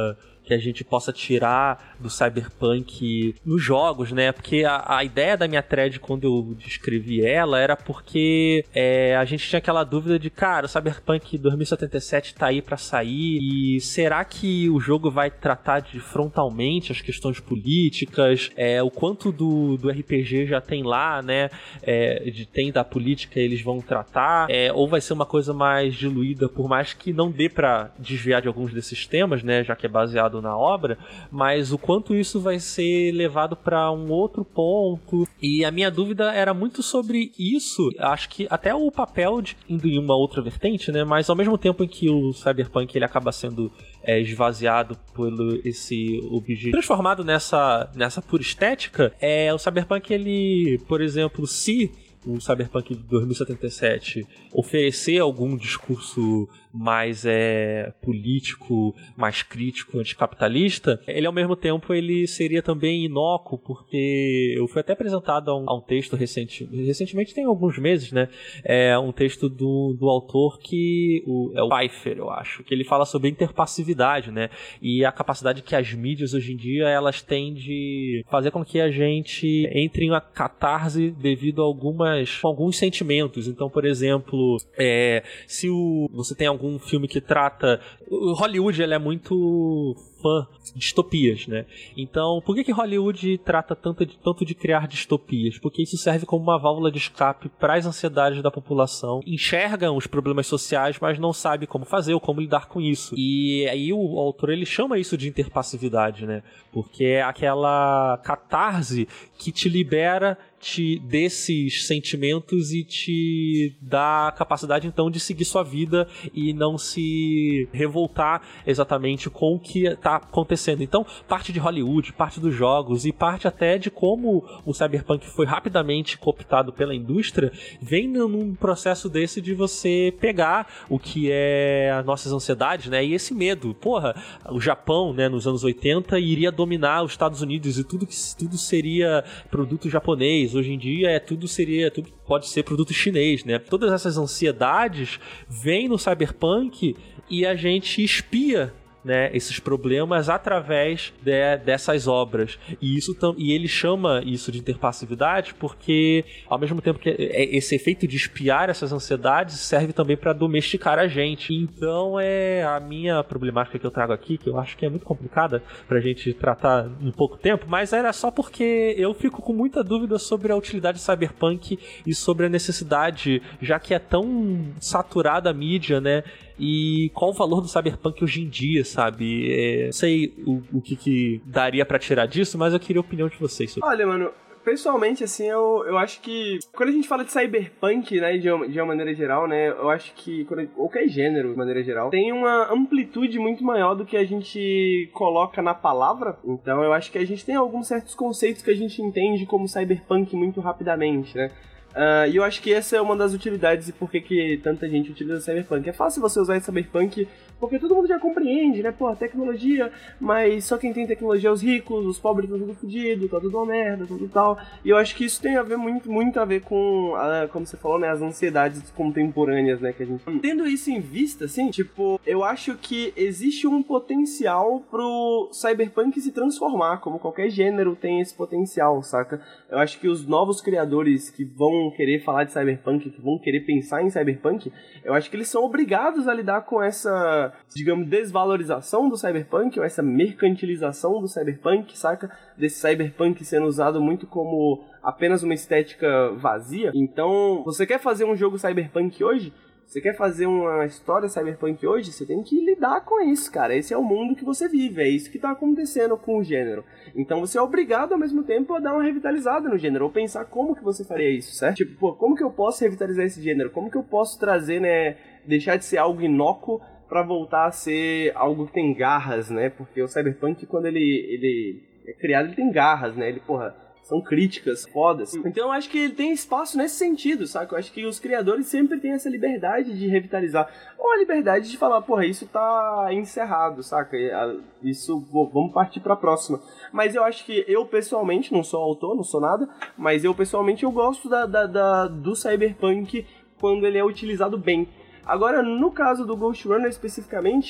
que a gente possa tirar do Cyberpunk nos jogos, né? Porque a, a ideia da minha thread, quando eu descrevi ela, era porque é, a gente tinha aquela dúvida de, cara, o Cyberpunk dois mil e setenta e sete tá aí pra sair, e será que o jogo vai tratar de frontalmente as questões políticas, é, o quanto do, do R P G já tem lá, né? É, de tem da política eles vão tratar, é, ou vai ser uma coisa mais diluída, por mais que não dê pra desviar de alguns desses temas, né? Já que é baseado na obra, mas o quanto isso vai ser levado para um outro ponto. E a minha dúvida era muito sobre isso. Acho que até o papel de indo em uma outra vertente, né? Mas ao mesmo tempo em que o Cyberpunk ele acaba sendo é, esvaziado por esse objeto, transformado nessa, nessa pura estética, é, o Cyberpunk ele, por exemplo, se o Cyberpunk de dois mil e setenta e sete oferecer algum discurso mais é, político, mais crítico, anticapitalista, ele ao mesmo tempo ele seria também inócuo, porque eu fui até apresentado a um, a um texto recente, recentemente, tem alguns meses, né? É um texto do, do autor que o, é o Pfeiffer, eu acho, que ele fala sobre interpassividade, né? E a capacidade que as mídias hoje em dia elas têm de fazer com que a gente entre em uma catarse devido a algumas, alguns sentimentos. Então, por exemplo, é, se o, você tem algum filme que trata... O Hollywood ele é muito fã de distopias, né? Então, por que que Hollywood trata tanto de, tanto de criar distopias? Porque isso serve como uma válvula de escape para as ansiedades da população. Enxergam os problemas sociais, mas não sabe como fazer ou como lidar com isso. E aí o autor ele chama isso de interpassividade, né? Porque é aquela catarse que te libera te, desses sentimentos e te dá a capacidade então de seguir sua vida e não se revoltar exatamente com o que está acontecendo. Então, parte de Hollywood, parte dos jogos e parte até de como o Cyberpunk foi rapidamente cooptado pela indústria, vem num processo desse de você pegar o que é as nossas ansiedades, né? E esse medo. Porra, o Japão, né, nos anos oitenta iria dominar os Estados Unidos e tudo, que, tudo seria produto japonês. Hoje em dia é tudo seria tudo pode ser produto chinês, né? Todas essas ansiedades vêm no Cyberpunk e a gente espia, né, esses problemas através de, dessas obras. E, isso tam, e ele chama isso de interpassividade porque, ao mesmo tempo que esse efeito de espiar essas ansiedades serve também para domesticar a gente. Então, é a minha problemática que eu trago aqui, que eu acho que é muito complicada pra gente tratar em pouco tempo, mas era só porque eu fico com muita dúvida sobre a utilidade de Cyberpunk e sobre a necessidade, já que é tão saturada a mídia, né? E qual o valor do Cyberpunk hoje em dia, sabe? É, não sei o, o que, que daria pra tirar disso, mas eu queria a opinião de vocês sobre. Olha, mano, pessoalmente, assim, eu, eu acho que quando a gente fala de Cyberpunk, né, de uma, de uma maneira geral, né, eu acho que quando, qualquer gênero, de maneira geral, tem uma amplitude muito maior do que a gente coloca na palavra. Então eu acho que a gente tem alguns certos conceitos que a gente entende como Cyberpunk muito rapidamente, né? Uh, e eu acho que essa é uma das utilidades e por que que tanta gente utiliza Cyberpunk. É fácil você usar Cyberpunk porque todo mundo já compreende, né? Pô, tecnologia, mas só quem tem tecnologia é os ricos, os pobres estão tudo fodidos, tá tudo uma merda, tudo tal. E eu acho que isso tem a ver muito, muito a ver com, a, como você falou, né? As ansiedades contemporâneas, né? Que a gente... Tendo isso em vista, assim, tipo, eu acho que existe um potencial pro Cyberpunk se transformar, como qualquer gênero tem esse potencial, saca? Eu acho que os novos criadores que vão querer falar de Cyberpunk, que vão querer pensar em Cyberpunk, eu acho que eles são obrigados a lidar com essa, digamos, desvalorização do Cyberpunk, ou essa mercantilização do Cyberpunk, saca? Desse Cyberpunk sendo usado muito como apenas uma estética vazia. Então, você quer fazer um jogo Cyberpunk hoje? Você quer fazer uma história Cyberpunk hoje? Você tem que lidar com isso, cara. Esse é o mundo que você vive, é isso que tá acontecendo com o gênero. Então você é obrigado, ao mesmo tempo, a dar uma revitalizada no gênero, ou pensar como que você faria isso, certo? Tipo, pô, como que eu posso revitalizar esse gênero? Como que eu posso trazer, né, deixar de ser algo inócuo pra voltar a ser algo que tem garras, né? Porque o Cyberpunk, quando ele, ele é criado, ele tem garras, né? Ele, porra... São críticas fodas. Então eu acho que ele tem espaço nesse sentido, saca? Eu acho que os criadores sempre têm essa liberdade de revitalizar. Ou a liberdade de falar, porra, isso tá encerrado, saca? Isso, vamos partir pra próxima. Mas eu acho que eu, pessoalmente, não sou autor, não sou nada, mas eu, pessoalmente, eu gosto da, da, da, do Cyberpunk quando ele é utilizado bem. Agora, no caso do Ghost Runner, especificamente...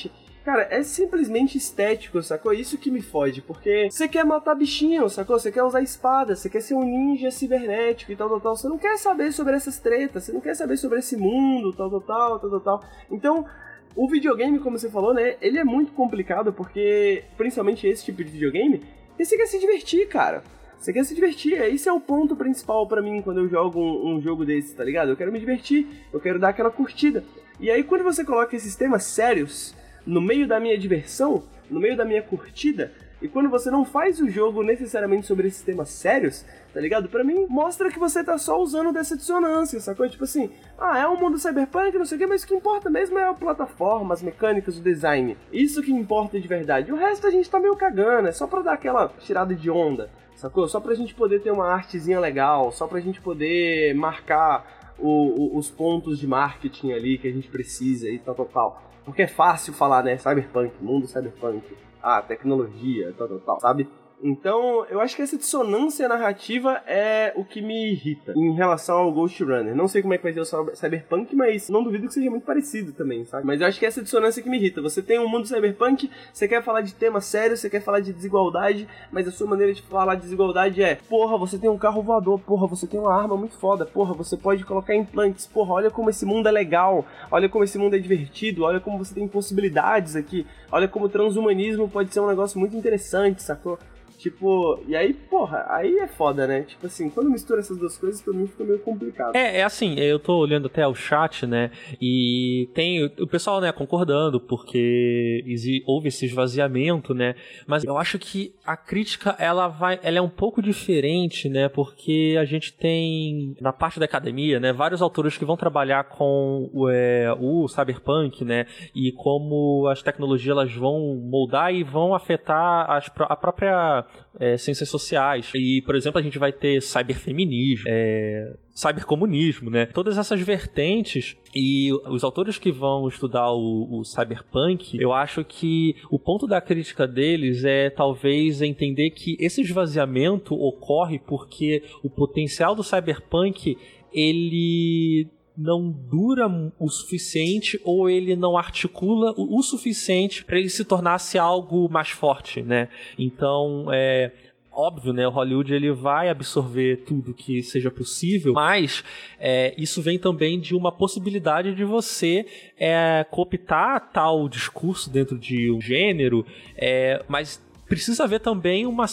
cara, é simplesmente estético, sacou? Isso que me foge, porque você quer matar bichinho, sacou? Você quer usar espada, você quer ser um ninja cibernético e tal, tal, tal. Você não quer saber sobre essas tretas, você não quer saber sobre esse mundo, tal, tal, tal, tal, tal, tal. Então, o videogame, como você falou, né, ele é muito complicado porque, principalmente esse tipo de videogame, você quer se divertir, cara. Você quer se divertir, esse é o ponto principal pra mim quando eu jogo um, um jogo desse, tá ligado? Eu quero me divertir, eu quero dar aquela curtida. E aí quando você coloca esses temas sérios no meio da minha diversão, no meio da minha curtida, e quando você não faz o jogo necessariamente sobre esses temas sérios, tá ligado? Pra mim, mostra que você tá só usando dessa dissonância, sacou? Tipo assim, ah, é um mundo cyberpunk, não sei o que, mas o que importa mesmo é a plataforma, as mecânicas, o design. Isso que importa de verdade. O resto a gente tá meio cagando, é só pra dar aquela tirada de onda, sacou? Só pra gente poder ter uma artezinha legal, só pra gente poder marcar o, o, os pontos de marketing ali que a gente precisa e tal, tal, tal. Porque é fácil falar, né? Cyberpunk, mundo cyberpunk. Ah, tecnologia, tal, tal, tal, sabe? Então, eu acho que essa dissonância narrativa é o que me irrita em relação ao Ghost Runner. Não sei como é que vai ser o Cyberpunk, mas não duvido que seja muito parecido também, sabe? Mas eu acho que é essa dissonância que me irrita. Você tem um mundo cyberpunk, você quer falar de tema sério, você quer falar de desigualdade, mas a sua maneira de falar de desigualdade é: porra, você tem um carro voador, porra, você tem uma arma muito foda, porra, você pode colocar implantes, porra, olha como esse mundo é legal, olha como esse mundo é divertido, olha como você tem possibilidades aqui, olha como o transhumanismo pode ser um negócio muito interessante, sacou? Tipo, e aí, porra, aí é foda, né? Tipo assim, quando mistura essas duas coisas, pra mim fica meio complicado. É, é assim, eu tô olhando até o chat, né? E tem o pessoal, né, concordando, porque houve esse esvaziamento, né? Mas eu acho que a crítica, ela vai, ela é um pouco diferente, né? Porque a gente tem, na parte da academia, né, vários autores que vão trabalhar com é, o cyberpunk, né? E como as tecnologias, elas vão moldar e vão afetar as, a própria É, ciências sociais. E, por exemplo, a gente vai ter cyberfeminismo, é, cybercomunismo, né? Todas essas vertentes, e os autores que vão estudar o, o cyberpunk, eu acho que o ponto da crítica deles é talvez entender que esse esvaziamento ocorre porque o potencial do cyberpunk, ele não dura o suficiente, ou ele não articula o, o suficiente para ele se tornasse algo mais forte, né? Então, é óbvio, né? O Hollywood, ele vai absorver tudo que seja possível, mas é, isso vem também de uma possibilidade de você é, cooptar tal discurso dentro de um gênero, é, mas precisa haver também uma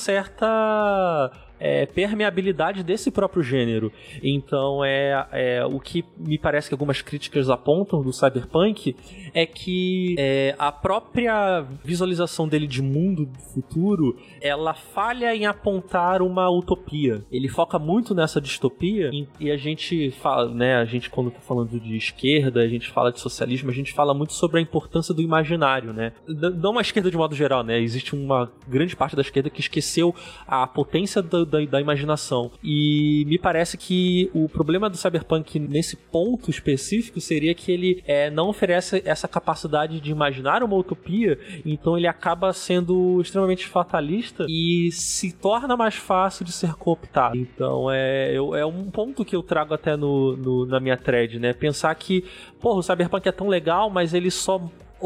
certa É, permeabilidade desse próprio gênero. Então, é, é o que me parece que algumas críticas apontam do cyberpunk é que é, a própria visualização dele de mundo futuro, ela falha em apontar uma utopia. Ele foca muito nessa distopia, e a gente fala, né, a gente quando tá falando de esquerda, a gente fala de socialismo, a gente fala muito sobre a importância do imaginário, né? Não a esquerda de modo geral, né? Existe uma grande parte da esquerda que esqueceu a potência do Da, da imaginação. E me parece que o problema do cyberpunk nesse ponto específico seria que ele é, não oferece essa capacidade de imaginar uma utopia, então ele acaba sendo extremamente fatalista e se torna mais fácil de ser cooptado. Então é, eu, é um ponto que eu trago até no, no, na minha thread, né? Pensar que, porra, o cyberpunk é tão legal, mas ele só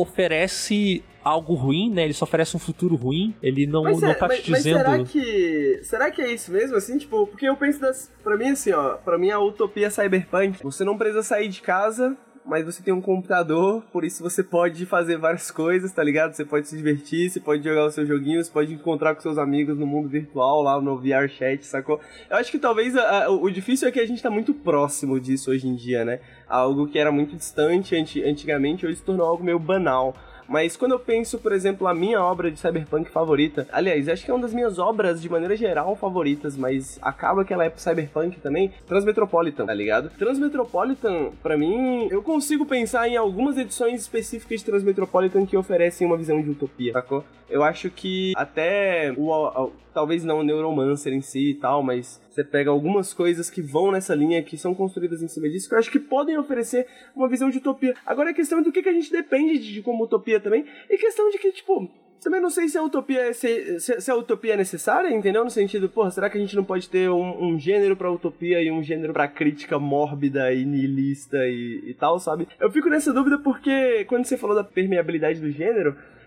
oferece algo ruim, né? Ele só oferece um futuro ruim. Ele não, mas, não é, tá mas, te dizendo... Mas será que... Será que é isso mesmo, assim? Tipo, porque eu penso das... Pra mim, assim, ó... Pra mim, a utopia cyberpunk... Você não precisa sair de casa, mas você tem um computador, por isso você pode fazer várias coisas, tá ligado? Você pode se divertir, você pode jogar os seus joguinhos, você pode encontrar com seus amigos no mundo virtual, lá no V R Chat, sacou? Eu acho que talvez a, a, o difícil é que a gente tá muito próximo disso hoje em dia, né? Algo que era muito distante anti, antigamente, hoje se tornou algo meio banal. Mas quando eu penso, por exemplo, a minha obra de cyberpunk favorita, aliás, acho que é uma das minhas obras, de maneira geral, favoritas, mas acaba que ela é cyberpunk também, Transmetropolitan, tá ligado? Transmetropolitan, pra mim, eu consigo pensar em algumas edições específicas de Transmetropolitan que oferecem uma visão de utopia, sacou? Eu acho que até o, o talvez não o Neuromancer em si e tal, mas você pega algumas coisas que vão nessa linha, que são construídas em cima disso, que eu acho que podem oferecer uma visão de utopia. Agora a questão é do que, que a gente depende de, de como utopia também, e questão de que, tipo, também não sei se a utopia, se, se, se a utopia é necessária, entendeu? No sentido, porra, será que a gente não pode ter um, um gênero pra utopia e um gênero pra crítica mórbida e nihilista e, e tal, sabe? Eu fico nessa dúvida porque, quando você falou da permeabilidade do gênero,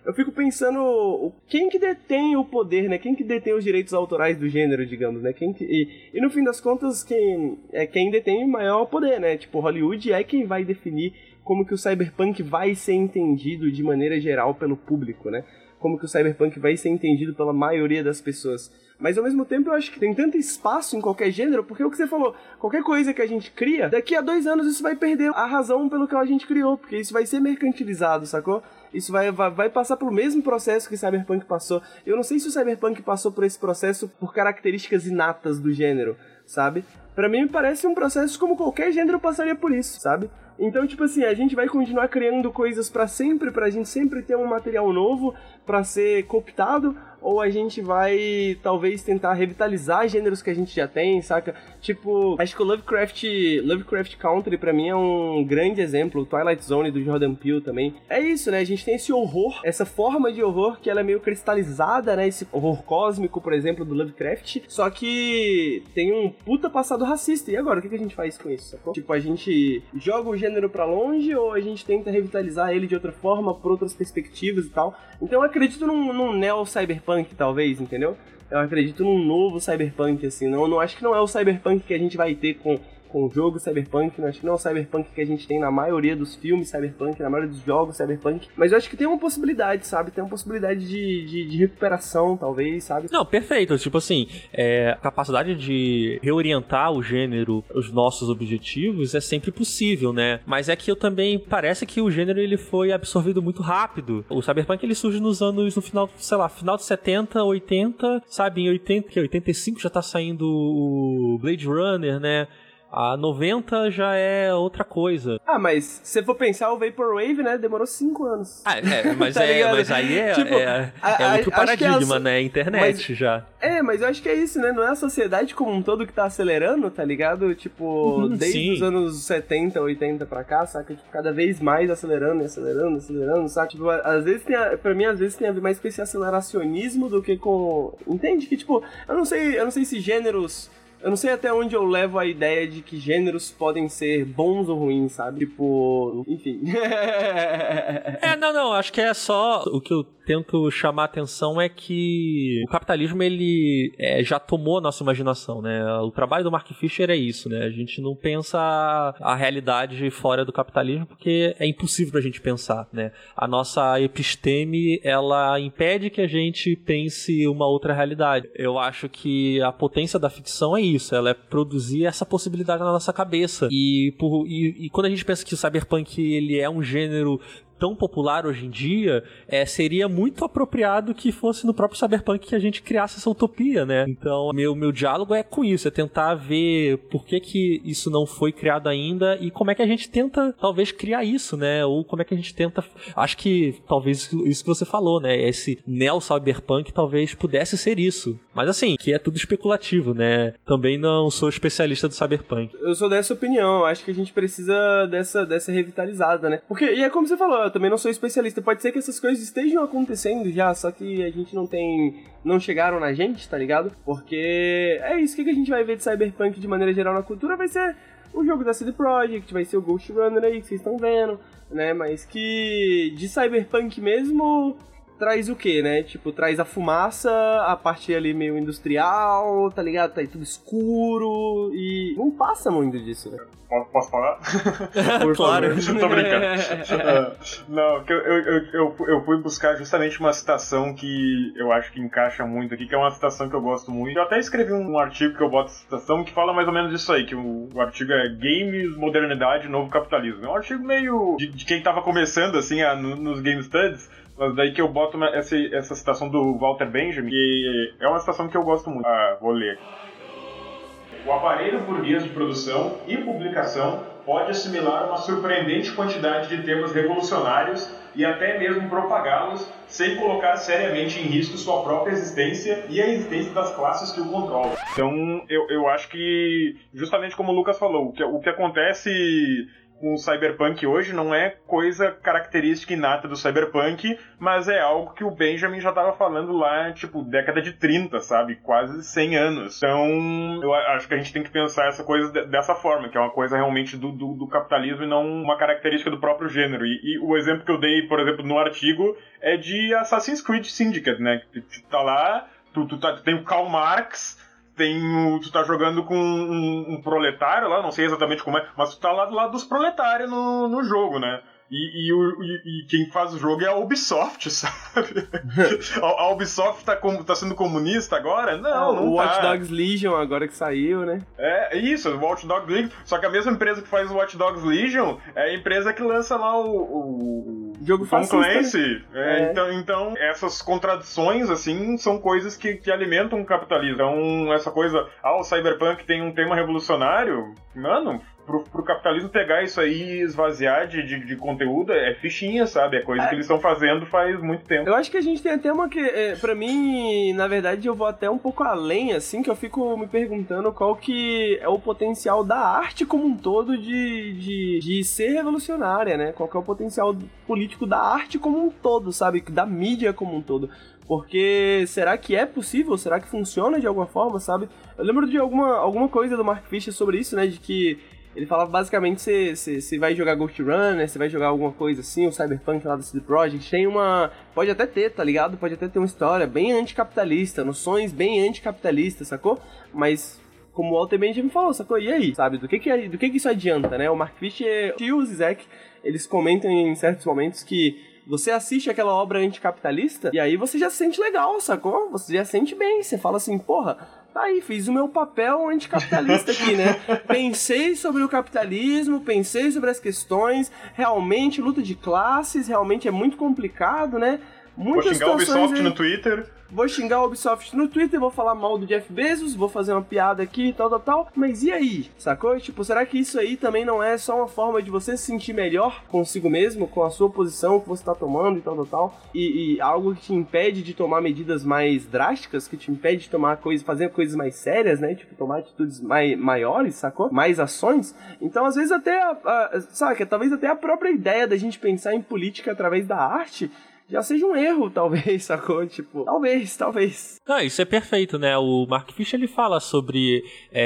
eu fico pensando quem que detém o poder, né? Quem que detém os direitos autorais do gênero, digamos, né? Quem que, e, e no fim das contas, quem, é quem detém o maior poder, né? Tipo, Hollywood é quem vai definir como que o cyberpunk vai ser entendido de maneira geral pelo público, né? Como que o cyberpunk vai ser entendido pela maioria das pessoas. Mas ao mesmo tempo eu acho que tem tanto espaço em qualquer gênero, porque é o que você falou, qualquer coisa que a gente cria, daqui a dois anos isso vai perder a razão pelo que a gente criou, porque isso vai ser mercantilizado, sacou? Isso vai, vai, vai passar pelo mesmo processo que o cyberpunk passou. Eu não sei se o cyberpunk passou por esse processo por características inatas do gênero, sabe? Pra mim me parece um processo como qualquer gênero passaria por isso, sabe? Então, tipo assim, a gente vai continuar criando coisas pra sempre, pra gente sempre ter um material novo pra ser cooptado, ou a gente vai, talvez, tentar revitalizar gêneros que a gente já tem, saca? Tipo, acho que o Lovecraft, Lovecraft Country, pra mim, é um grande exemplo. O Twilight Zone, do Jordan Peele, também. É isso, né? A gente tem esse horror, essa forma de horror que ela é meio cristalizada, né? Esse horror cósmico, por exemplo, do Lovecraft. Só que tem um puta passado racista. E agora, o que a gente faz com isso, sacou? Tipo, a gente joga o gênero pra longe, ou a gente tenta revitalizar ele de outra forma, por outras perspectivas e tal. Então eu acredito num, num neo-cyberpunk, talvez, entendeu? Eu acredito num novo cyberpunk, assim. Não, não acho que não é o cyberpunk que a gente vai ter com, com o jogo cyberpunk. Não acho que não é o cyberpunk que a gente tem na maioria dos filmes cyberpunk, na maioria dos jogos cyberpunk. Mas eu acho que tem uma possibilidade, sabe? Tem uma possibilidade de, de, de recuperação, talvez, sabe? Não, perfeito. Tipo assim, é, a capacidade de reorientar o gênero, os nossos objetivos, é sempre possível, né? Mas é que eu também, parece que o gênero ele foi absorvido muito rápido. O cyberpunk ele surge nos anos, no final, sei lá, final de setenta, oitenta, sabe? Em oitenta, que oitenta e cinco já tá saindo o Blade Runner, né? A noventa já é outra coisa. Ah, mas se você for pensar, o Vaporwave, né, demorou cinco anos. Ah, é, mas, tá é, mas aí é, tipo, é, a, é outro a, paradigma, é a, né? Internet mas, já. É, mas eu acho que é isso, né? Não é a sociedade como um todo que tá acelerando, tá ligado? Tipo, uhum, desde sim. os anos setenta, oitenta pra cá, saca? Tipo, cada vez mais acelerando, acelerando, acelerando, saca? Tipo, às vezes tem a, pra mim, às vezes tem a ver mais com esse aceleracionismo do que com... Entende? Que, tipo, eu não sei, eu não sei se gêneros... Eu não sei até onde eu levo a ideia de que gêneros podem ser bons ou ruins, sabe? Tipo, enfim. É, não, não, acho que é só o que eu tento chamar a atenção é que o capitalismo, ele é, já tomou a nossa imaginação, né? O trabalho do Mark Fisher é isso, né? A gente não pensa a realidade fora do capitalismo porque é impossível pra gente pensar, né? A nossa episteme, ela impede que a gente pense uma outra realidade. Eu acho que a potência da ficção é isso, ela é produzir essa possibilidade na nossa cabeça. E, por, e, e quando a gente pensa que o cyberpunk ele é um gênero tão popular hoje em dia, é, seria muito apropriado que fosse no próprio cyberpunk que a gente criasse essa utopia, né? Então, meu, meu diálogo é com isso, é tentar ver por que que isso não foi criado ainda e como é que a gente tenta, talvez, criar isso, né? Ou como é que a gente tenta... Acho que, talvez, isso que você falou, né? Esse neo-cyberpunk talvez pudesse ser isso. Mas, assim, que é tudo especulativo, né? Também não sou especialista do cyberpunk. Eu sou dessa opinião, acho que a gente precisa dessa, dessa revitalizada, né? Porque, e é como você falou, eu também não sou especialista. Pode ser que essas coisas estejam acontecendo já, só que a gente não tem... Não chegaram na gente, tá ligado? Porque é isso, o que a gente vai ver de cyberpunk de maneira geral na cultura vai ser o jogo da C D Projekt, vai ser o Ghost Runner aí que vocês estão vendo, né? Mas que de cyberpunk mesmo... Traz o quê, né? Tipo, traz a fumaça, a parte ali meio industrial, tá ligado? Tá aí tudo escuro e não passa muito disso, né? Posso falar? Por claro. Favor. Tô brincando. uh, não, eu, eu, eu, eu fui buscar justamente uma citação que eu acho que encaixa muito aqui, que é uma citação que eu gosto muito. Eu até escrevi um artigo que eu boto citação que fala mais ou menos isso aí, que o, o artigo é Games, Modernidade, Novo Capitalismo. É um artigo meio de, de quem tava começando, assim, a, no, nos Game Studies. Mas daí que eu boto uma, essa, essa citação do Walter Benjamin, que é uma citação que eu gosto muito. Ah, vou ler. O aparelho burguês de produção e publicação pode assimilar uma surpreendente quantidade de temas revolucionários e até mesmo propagá-los sem colocar seriamente em risco sua própria existência e a existência das classes que o controlam. Então, eu, eu acho que, justamente como o Lucas falou, o que, o que acontece com o Cyberpunk hoje não é coisa característica inata do Cyberpunk, mas é algo que o Benjamin já tava falando lá, tipo, década de trinta, sabe? Quase cem anos. Então, eu acho que a gente tem que pensar essa coisa de, dessa forma, que é uma coisa realmente do, do, do capitalismo e não uma característica do próprio gênero. E, e o exemplo que eu dei, por exemplo, no artigo é de Assassin's Creed Syndicate, né? Que tu tá lá, tu, tu, tá, tu tem o Karl Marx, tem o, tu tá jogando com um, um proletário lá, não sei exatamente como é, mas tu tá lá do lado dos proletários no, no jogo, né? E, e, o, e, e quem faz o jogo é a Ubisoft, sabe? a, a Ubisoft tá, com, tá sendo comunista agora? Não, ah, não o tá. Watch Dogs Legion agora que saiu, né? É, isso, o Watch Dogs Legion. Só que a mesma empresa que faz o Watch Dogs Legion é a empresa que lança lá o... o jogo Tom fascista, Clancy. né? É, é. então, então, essas contradições, assim, são coisas que, que alimentam o capitalismo. Então, essa coisa, ah, o Cyberpunk tem um tema revolucionário, mano... Pro, pro capitalismo pegar isso aí e esvaziar de, de, de conteúdo é fichinha, sabe? É coisa é. que eles estão fazendo faz muito tempo. Eu acho que a gente tem até uma que, é, pra mim, na verdade, eu vou até um pouco além, assim, que eu fico me perguntando qual que é o potencial da arte como um todo de, de, de ser revolucionária, né? Qual que é o potencial político da arte como um todo, sabe? Da mídia como um todo. Porque será que é possível? Será que funciona de alguma forma, sabe? Eu lembro de alguma, alguma coisa do Mark Fisher sobre isso, né? De que ele falava basicamente se você vai jogar Ghost Runner, você vai jogar alguma coisa assim, o Cyberpunk lá do C D Projekt, tem uma... Pode até ter, tá ligado? Pode até ter uma história bem anticapitalista, noções bem anticapitalistas, sacou? Mas... como o Walter Benjamin falou, sacou? E aí, sabe? Do que que, do que que isso adianta, né? O Mark Fisher e o Zizek, eles comentam em certos momentos que você assiste aquela obra anticapitalista e aí você já se sente legal, sacou? Você já se sente bem, você fala assim, porra, tá aí, fiz o meu papel anticapitalista aqui, né? Pensei sobre o capitalismo, pensei sobre as questões, realmente luta de classes, realmente é muito complicado, né? Muitas Vou xingar o Ubisoft aí... no Twitter. Vou xingar o Ubisoft no Twitter, vou falar mal do Jeff Bezos, vou fazer uma piada aqui e tal, tal, tal. Mas e aí, sacou? Tipo, será que isso aí também não é só uma forma de você se sentir melhor consigo mesmo, com a sua posição que você tá tomando e tal, tal, tal? E, e algo que te impede de tomar medidas mais drásticas, que te impede de tomar coisas, fazer coisas mais sérias, né? Tipo, tomar atitudes mai, maiores, sacou? Mais ações. Então, às vezes até, a, a, sabe, talvez até a própria ideia da gente pensar em política através da arte já seja um erro, talvez, sacou? Tipo, talvez, talvez. Ah, isso é perfeito, né? O Mark Fisher, ele fala sobre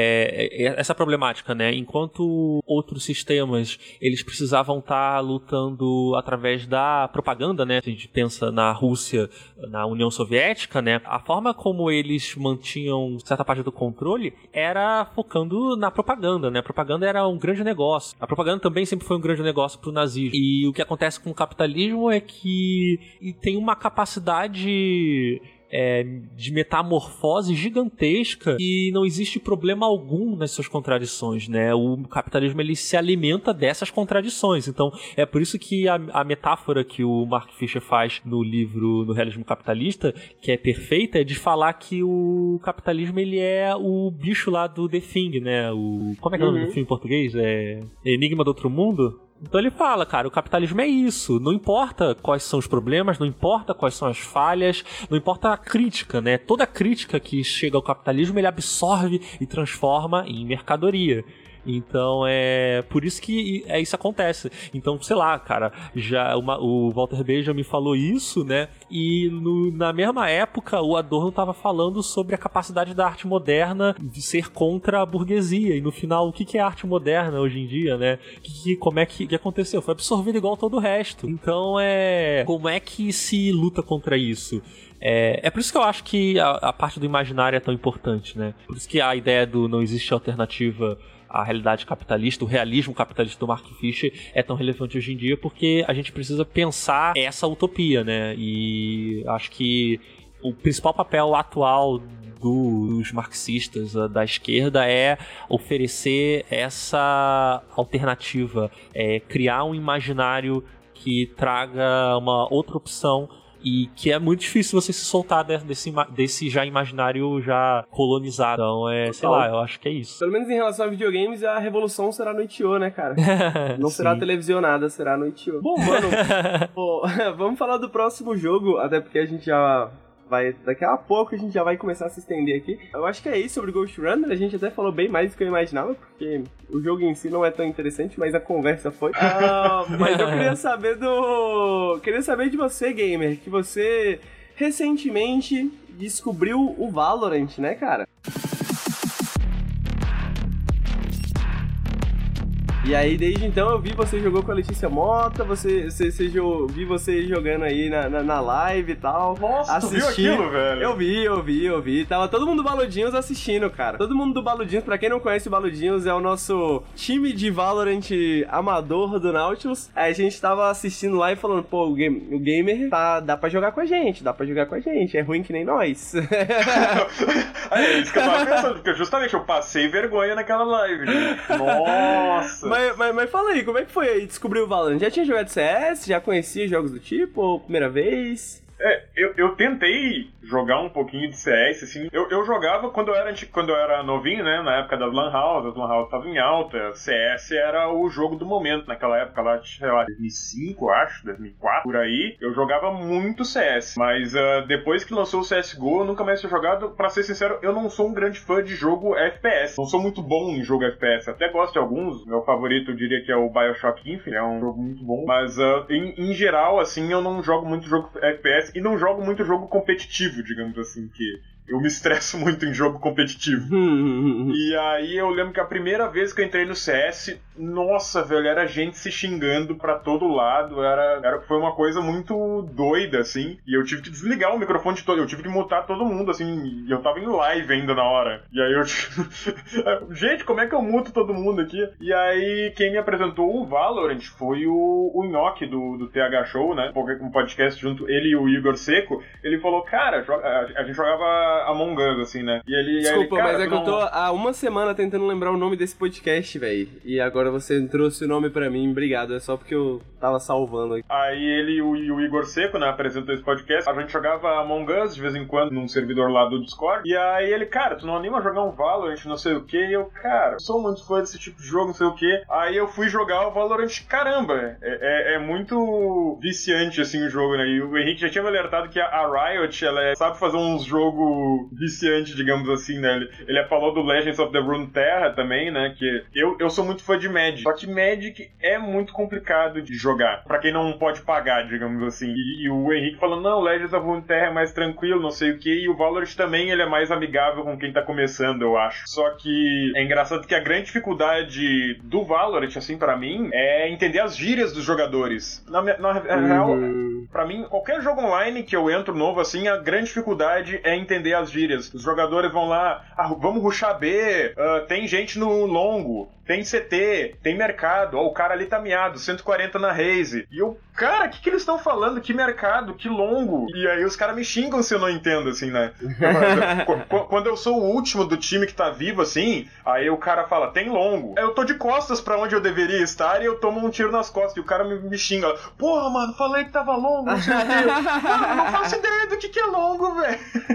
é, essa problemática, né? Enquanto outros sistemas, eles precisavam estar lutando através da propaganda, né? A gente pensa na Rússia, na União Soviética, né? A forma como eles mantinham certa parte do controle era focando na propaganda, né? A propaganda era um grande negócio. A propaganda também sempre foi um grande negócio pro nazismo. E o que acontece com o capitalismo é que e tem uma capacidade é, de metamorfose gigantesca e não existe problema algum nas suas contradições, né? O capitalismo, ele se alimenta dessas contradições. Então, é por isso que a, a metáfora que o Mark Fisher faz no livro No Realismo Capitalista, que é perfeita, é de falar que o capitalismo, ele é o bicho lá do The Thing, né? O, como é que é o nome do filme em português? É Enigma do Outro Mundo? Então ele fala, cara, o capitalismo é isso, não importa quais são os problemas, não importa quais são as falhas, não importa a crítica, né? Toda crítica que chega ao capitalismo, ele absorve e transforma em mercadoria. Então é por isso que é, isso acontece. Então, sei lá, cara, já uma, o Walter Benjamin falou isso, né? E no, na mesma época o Adorno estava falando sobre a capacidade da arte moderna de ser contra a burguesia. E no final, o que, que é arte moderna hoje em dia, né? Que, que, como é que, que aconteceu? Foi absorvido igual todo o resto. Então é... como é que se luta contra isso? É, é por isso que eu acho que a, a parte do imaginário é tão importante, né? Por isso que a ideia do não existe alternativa à realidade capitalista, o realismo capitalista do Mark Fisher é tão relevante hoje em dia, porque a gente precisa pensar essa utopia, né? E acho que o principal papel atual dos marxistas da esquerda é oferecer essa alternativa, é criar um imaginário que traga uma outra opção e que é muito difícil você se soltar desse, desse já imaginário já colonizado. Então, é, sei lá, eu acho que é isso. Pelo menos em relação a videogames, a revolução será no itch ponto io, né, cara? Não será televisionada, será no itch ponto io. Bom, mano, pô, vamos falar do próximo jogo, até porque a gente já vai, daqui a pouco a gente já vai começar a se estender aqui. Eu acho que é isso sobre Ghost Runner, a gente até falou bem mais do que eu imaginava, porque o jogo em si não é tão interessante, mas a conversa foi. Ah, mas eu queria saber do... Queria saber de você, gamer, que você recentemente descobriu o Valorant, né, cara? E aí, desde então, eu vi você jogou com a Letícia Mota, você, você, você jo, vi você jogando aí na, na, na live e tal. Nossa, assisti. Tu viu aquilo, velho? Eu vi, eu vi, eu vi. Tava todo mundo do Baludinhos assistindo, cara. Todo mundo do Baludinhos, pra quem não conhece o Baludinhos, é o nosso time de Valorant amador do Nautilus. Aí a gente tava assistindo lá e falando, pô, o, game, o gamer tá, dá pra jogar com a gente, dá pra jogar com a gente, é ruim que nem nós. É isso que eu tava pensando, porque justamente eu passei vergonha naquela live, gente. Nossa! Mas, mas, mas fala aí, como é que foi aí descobrir o Valorant? Já tinha jogado C S? Já conhecia jogos do tipo? Ou primeira vez? É, eu, eu tentei jogar um pouquinho de C S, assim. Eu, eu jogava quando eu, era, quando eu era novinho, né? Na época das Lan House, as Lan House estavam em alta. C S era o jogo do momento naquela época, lá, sei lá, dois mil e cinco, acho, dois mil e quatro, por aí. Eu jogava muito C S. Mas uh, depois que lançou o C S G O, eu nunca mais tinha jogado. Pra ser sincero, eu não sou um grande fã de jogo F P S. Não sou muito bom em jogo F P S. Até gosto de alguns. Meu favorito, eu diria que é o BioShock Infinite. É um jogo muito bom. Mas, uh, em, em geral, assim, eu não jogo muito jogo F P S. E não jogo muito jogo competitivo, digamos assim, que eu me estresso muito em jogo competitivo. E aí eu lembro que a primeira vez que eu entrei no C S, nossa, velho, era gente se xingando pra todo lado, era, era, foi uma coisa muito doida, assim, e eu tive que desligar o microfone de todo, eu tive que mutar todo mundo, assim, e eu tava em live ainda na hora. E aí eu tive... gente, como é que eu muto todo mundo aqui? E aí quem me apresentou o Valorant foi o, o Nhoque do, do T H Show, né, um podcast junto, ele e o Igor Seco. Ele falou, cara, a, a gente jogava Among Us, assim, né? E ele, Desculpa, ele, cara, mas é que não... eu tô há uma semana tentando lembrar o nome desse podcast, velho. E agora você trouxe o nome pra mim, obrigado. É só porque eu tava salvando aqui. Aí ele e o, o Igor Seco, né, apresentou esse podcast. A gente jogava Among Us de vez em quando num servidor lá do Discord. E aí ele, cara, tu não anima a jogar um Valorant, não sei o que. E eu, cara, eu sou muito fã desse tipo de jogo, não sei o que. Aí eu fui jogar o Valorant, caramba, é, é, é muito viciante, assim, o jogo, né? E o Henrique já tinha me alertado que a Riot, ela é, sabe fazer uns jogos viciantes, digamos assim, né? Ele, ele falou do Legends of the Runeterra também, né? Que eu, eu sou muito fã de Magic. Só que Magic é muito complicado de jogar, pra quem não pode pagar, digamos assim. E, e o Henrique falando, não, Legends of Runeterra é mais tranquilo, não sei o que. E o Valorant também, ele é mais amigável com quem tá começando, eu acho. Só que é engraçado que a grande dificuldade do Valorant, assim, pra mim, é entender as gírias dos jogadores. Na, na uhum. real, pra mim, qualquer jogo online que eu entro novo, assim, a grande dificuldade é entender as gírias. Os jogadores vão lá, ah, vamos rushar B, uh, tem gente no longo, tem C T, tem mercado, ó, o cara ali tá miado, cento e quarenta na raise. E eu, cara, o que, que eles estão falando? Que mercado? Que longo? E aí os caras me xingam se eu não entendo, assim, né? Quando eu sou o último do time que tá vivo, assim, aí o cara fala, tem longo. Eu tô de costas pra onde eu deveria estar e eu tomo um tiro nas costas. E o cara me, me xinga. Porra, mano, falei que tava longo, não sei o quê. Mano, eu não faço ideia do que, que é longo, velho.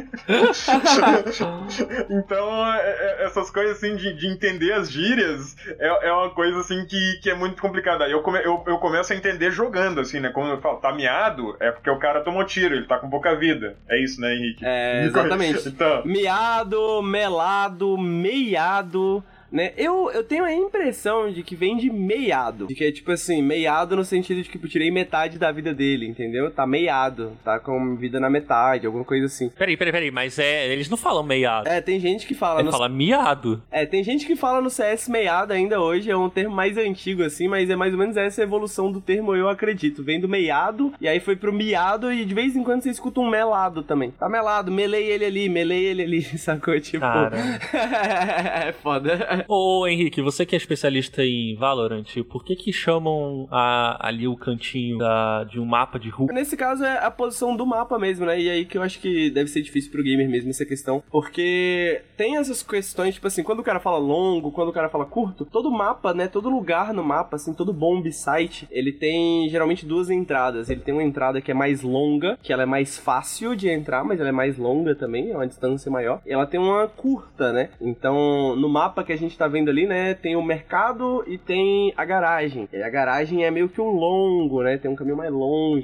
Então, é, é, essas coisas, assim, de, de entender as gírias é, é uma coisa, assim, que, que é muito complicada. Aí eu, come, eu, eu começo a entender jogando, assim, né? Quando eu falo, tá miado, é porque o cara tomou tiro, ele tá com pouca vida. É isso, né, Henrique? É, exatamente. Então... Miado, melado, meiado... Né? Eu, eu tenho a impressão de que vem de meiado. De que é tipo assim, meiado no sentido de que tipo, tirei metade da vida dele, entendeu? Tá meiado, tá com vida na metade, alguma coisa assim. Peraí, peraí, peraí, mas é, eles não falam meiado. É, tem gente que fala... Ele no... fala miado. É, tem gente que fala no C S meiado ainda hoje, é um termo mais antigo assim, mas é mais ou menos essa evolução do termo, eu acredito. Vem do meiado, e aí foi pro miado, e de vez em quando você escuta um melado também. Tá melado, melei ele ali, melei ele ali, sacou? Tipo... é foda. Ô, Henrique, você que é especialista em Valorant, por que que chamam a, ali o cantinho da, de um mapa de rua? Nesse caso é a posição do mapa mesmo, né? E aí que eu acho que deve ser difícil pro gamer mesmo essa questão, porque tem essas questões, tipo assim, quando o cara fala longo, quando o cara fala curto, todo mapa, né, todo lugar no mapa, assim, todo bomb site, ele tem geralmente duas entradas. Ele tem uma entrada que é mais longa, que ela é mais fácil de entrar, mas ela é mais longa também, é uma distância maior. E ela tem uma curta, né? Então, no mapa que a gente tá vendo ali, né, tem o mercado e tem a garagem. E a garagem é meio que um longo, né, tem um caminho mais longe.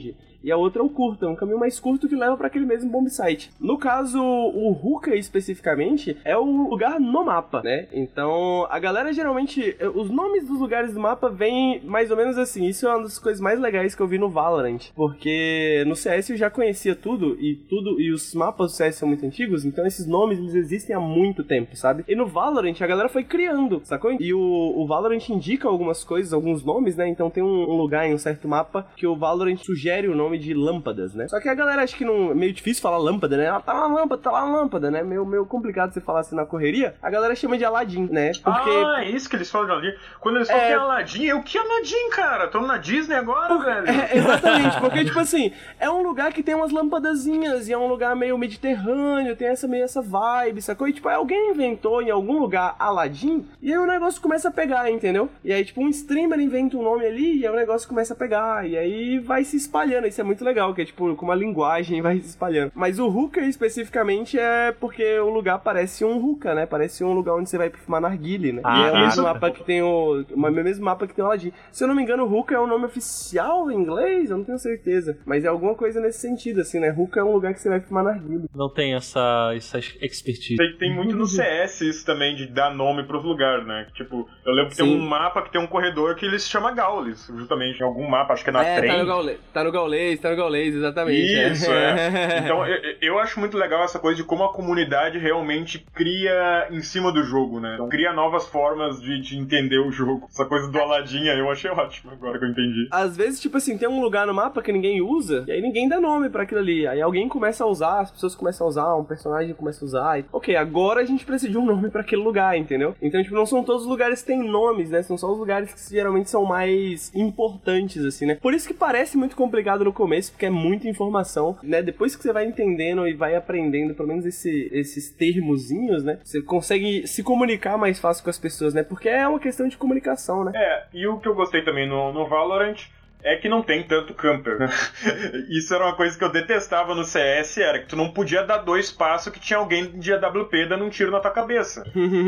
e a outra é o curto, é um caminho mais curto que leva para aquele mesmo bombsite. No caso, o Hookah especificamente é o lugar no mapa, né? Então, a galera geralmente, os nomes dos lugares do mapa vêm mais ou menos assim. Isso é uma das coisas mais legais que eu vi no Valorant, porque no C S eu já conhecia tudo e tudo e os mapas do C S são muito antigos, então esses nomes eles existem há muito tempo, sabe? E no Valorant a galera foi criando, sacou? E o, o Valorant indica algumas coisas, alguns nomes, né? Então tem um, um lugar em um certo mapa que o Valorant sugere o nome de lâmpadas, né? Só que a galera acha que não é meio difícil falar lâmpada, né? Ela tá lá lâmpada, tá lá lâmpada, né? Meio, meio complicado você falar assim na correria. A galera chama de Aladdin, né? Porque... Ah, é isso que eles falam de Aladdin. Quando eles falam é... que é Aladdin, eu que Aladdin, cara? Tô na Disney agora, Por... velho. É, exatamente, porque tipo assim, é um lugar que tem umas lampadazinhas e é um lugar meio mediterrâneo, tem essa meio essa vibe, sacou? E tipo, alguém inventou em algum lugar Aladdin e aí o negócio começa a pegar, entendeu? E aí tipo, um streamer inventa um nome ali e aí o negócio começa a pegar e aí vai se espalhando. Isso é muito legal, que é tipo, com uma linguagem vai se espalhando. Mas o hookah especificamente é porque o lugar parece um hookah, né? Parece um lugar onde você vai fumar narguile, né? Ah, e é o mesmo mapa que tem o... o mesmo mapa que tem o Aladdin. Se eu não me engano, o hookah é o nome oficial em inglês? Eu não tenho certeza. Mas é alguma coisa nesse sentido, assim, né? Hookah é um lugar que você vai fumar narguile. Não tem essa, essa expertise. Tem, tem muito no C S isso também, de dar nome pros lugares, né? Tipo, eu lembro que Sim. tem um mapa que tem um corredor que ele se chama Gaules, justamente. Em algum mapa, acho que é na é, trem. Tá no Gaulês, tá no Gaulês, tá no Gaulês, exatamente. Isso, é. é. Então, eu, eu acho muito legal essa coisa de como a comunidade realmente cria em cima do jogo, né? Então, cria novas formas de, de entender o jogo. Essa coisa do Aladdin aí eu achei ótimo, agora que eu entendi. Às vezes, tipo assim, tem um lugar no mapa que ninguém usa, e aí ninguém dá nome pra aquilo ali. Aí alguém começa a usar, as pessoas começam a usar, um personagem começa a usar. E... Ok, agora a gente precisa de um nome pra aquele lugar, entendeu? Então, tipo, não são todos os lugares que têm nomes, né? São só os lugares que geralmente são mais importantes, assim, né? Por isso que parece muito complicado no começo, porque é muita informação, né? Depois que você vai entendendo e vai aprendendo, pelo menos esse, esses termozinhos, né? Você consegue se comunicar mais fácil com as pessoas, né? Porque é uma questão de comunicação, né? É, e o que eu gostei também no, no Valorant é que não tem tanto camper. Isso era uma coisa que eu detestava no C S, era que tu não podia dar dois passos que tinha alguém de A W P dando um tiro na tua cabeça.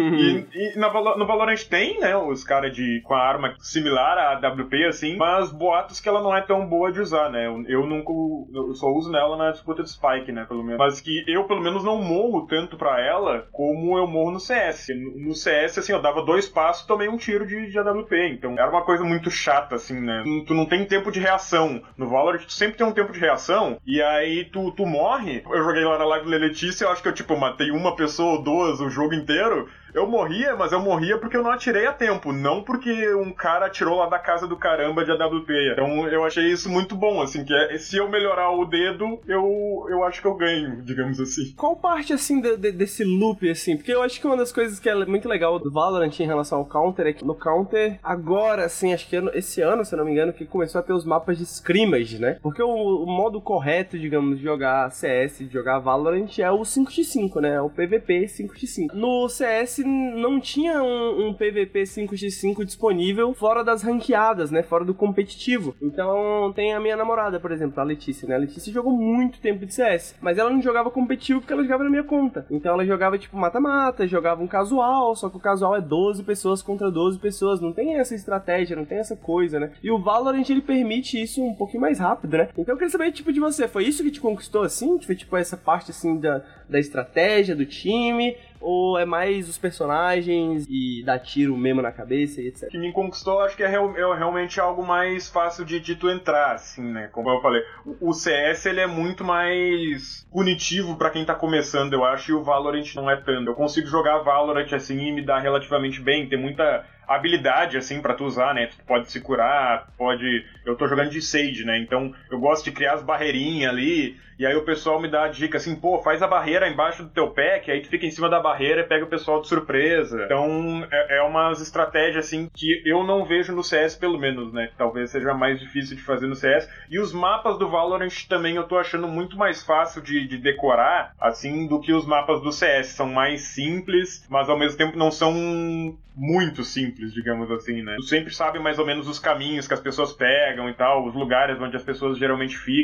e e na, no Valorant tem, né, os caras de com a arma similar à A W P, assim, mas boatos que ela não é tão boa de usar, né. Eu, eu nunca, eu só uso nela na disputa de Spike, né, pelo menos. Mas que eu, pelo menos, não morro tanto pra ela como eu morro no C S. No, no C S, assim, eu dava dois passos e tomei um tiro de, de A W P, então era uma coisa muito chata, assim, né. Tu não tem tempo de reação. No Valorant, tu sempre tem um tempo de reação, e aí tu, tu morre. Eu joguei lá na live da Letícia, eu acho que eu, tipo, matei uma pessoa ou duas o jogo inteiro. Eu morria, mas eu morria porque eu não atirei a tempo, não porque um cara atirou lá da casa do caramba de A W P. Então eu achei isso muito bom, assim, que é, se eu melhorar o dedo, eu, eu acho que eu ganho, digamos assim. Qual parte, assim, de, de, desse loop, assim? Porque eu acho que uma das coisas que é muito legal do Valorant em relação ao Counter é que no Counter, agora, assim, acho que esse ano, se eu não me engano, que começou a ter os mapas de scrimmage, né? Porque o, o modo correto, digamos, de jogar C S, de jogar Valorant é o cinco contra cinco, né? É o P V P cinco contra cinco. No C S não tinha um, um P V P cinco contra cinco disponível fora das ranqueadas, né? Fora do competitivo. Então tem a minha namorada, por exemplo, a Letícia, né? A Letícia jogou muito tempo de C S, mas ela não jogava competitivo porque ela jogava na minha conta. Então ela jogava tipo mata-mata, jogava um casual, só que o casual é doze pessoas contra doze pessoas. Não tem essa estratégia, não tem essa coisa, né? E o Valorant, ele permite isso um pouquinho mais rápido, né? Então eu queria saber, tipo, de você, foi isso que te conquistou, assim? Foi, tipo, essa parte, assim, da, da estratégia, do time? Ou é mais os personagens e dar tiro mesmo na cabeça e etcétera? O que me conquistou, acho que é, real, é realmente algo mais fácil de, de tu entrar, assim, né? Como eu falei, o, o C S, ele é muito mais punitivo pra quem tá começando, eu acho, e o Valorant não é tanto. Eu consigo jogar Valorant, assim, e me dar relativamente bem, tem muita habilidade, assim, pra tu usar, né? Tu pode se curar, pode... Eu tô jogando de Sage, né? Então, eu gosto de criar as barreirinhas ali, e aí o pessoal me dá a dica, assim, pô, faz a barreira embaixo do teu pé, que aí tu fica em cima da barreira e pega o pessoal de surpresa. Então, é, é umas estratégias, assim, que eu não vejo no C S, pelo menos, né? Talvez seja mais difícil de fazer no C S. E os mapas do Valorant também eu tô achando muito mais fácil de, de decorar, assim, do que os mapas do C S. São mais simples, mas ao mesmo tempo não são muito simples, digamos assim, né? Tu sempre sabe mais ou menos os caminhos que as pessoas pegam e tal, os lugares onde as pessoas geralmente ficam.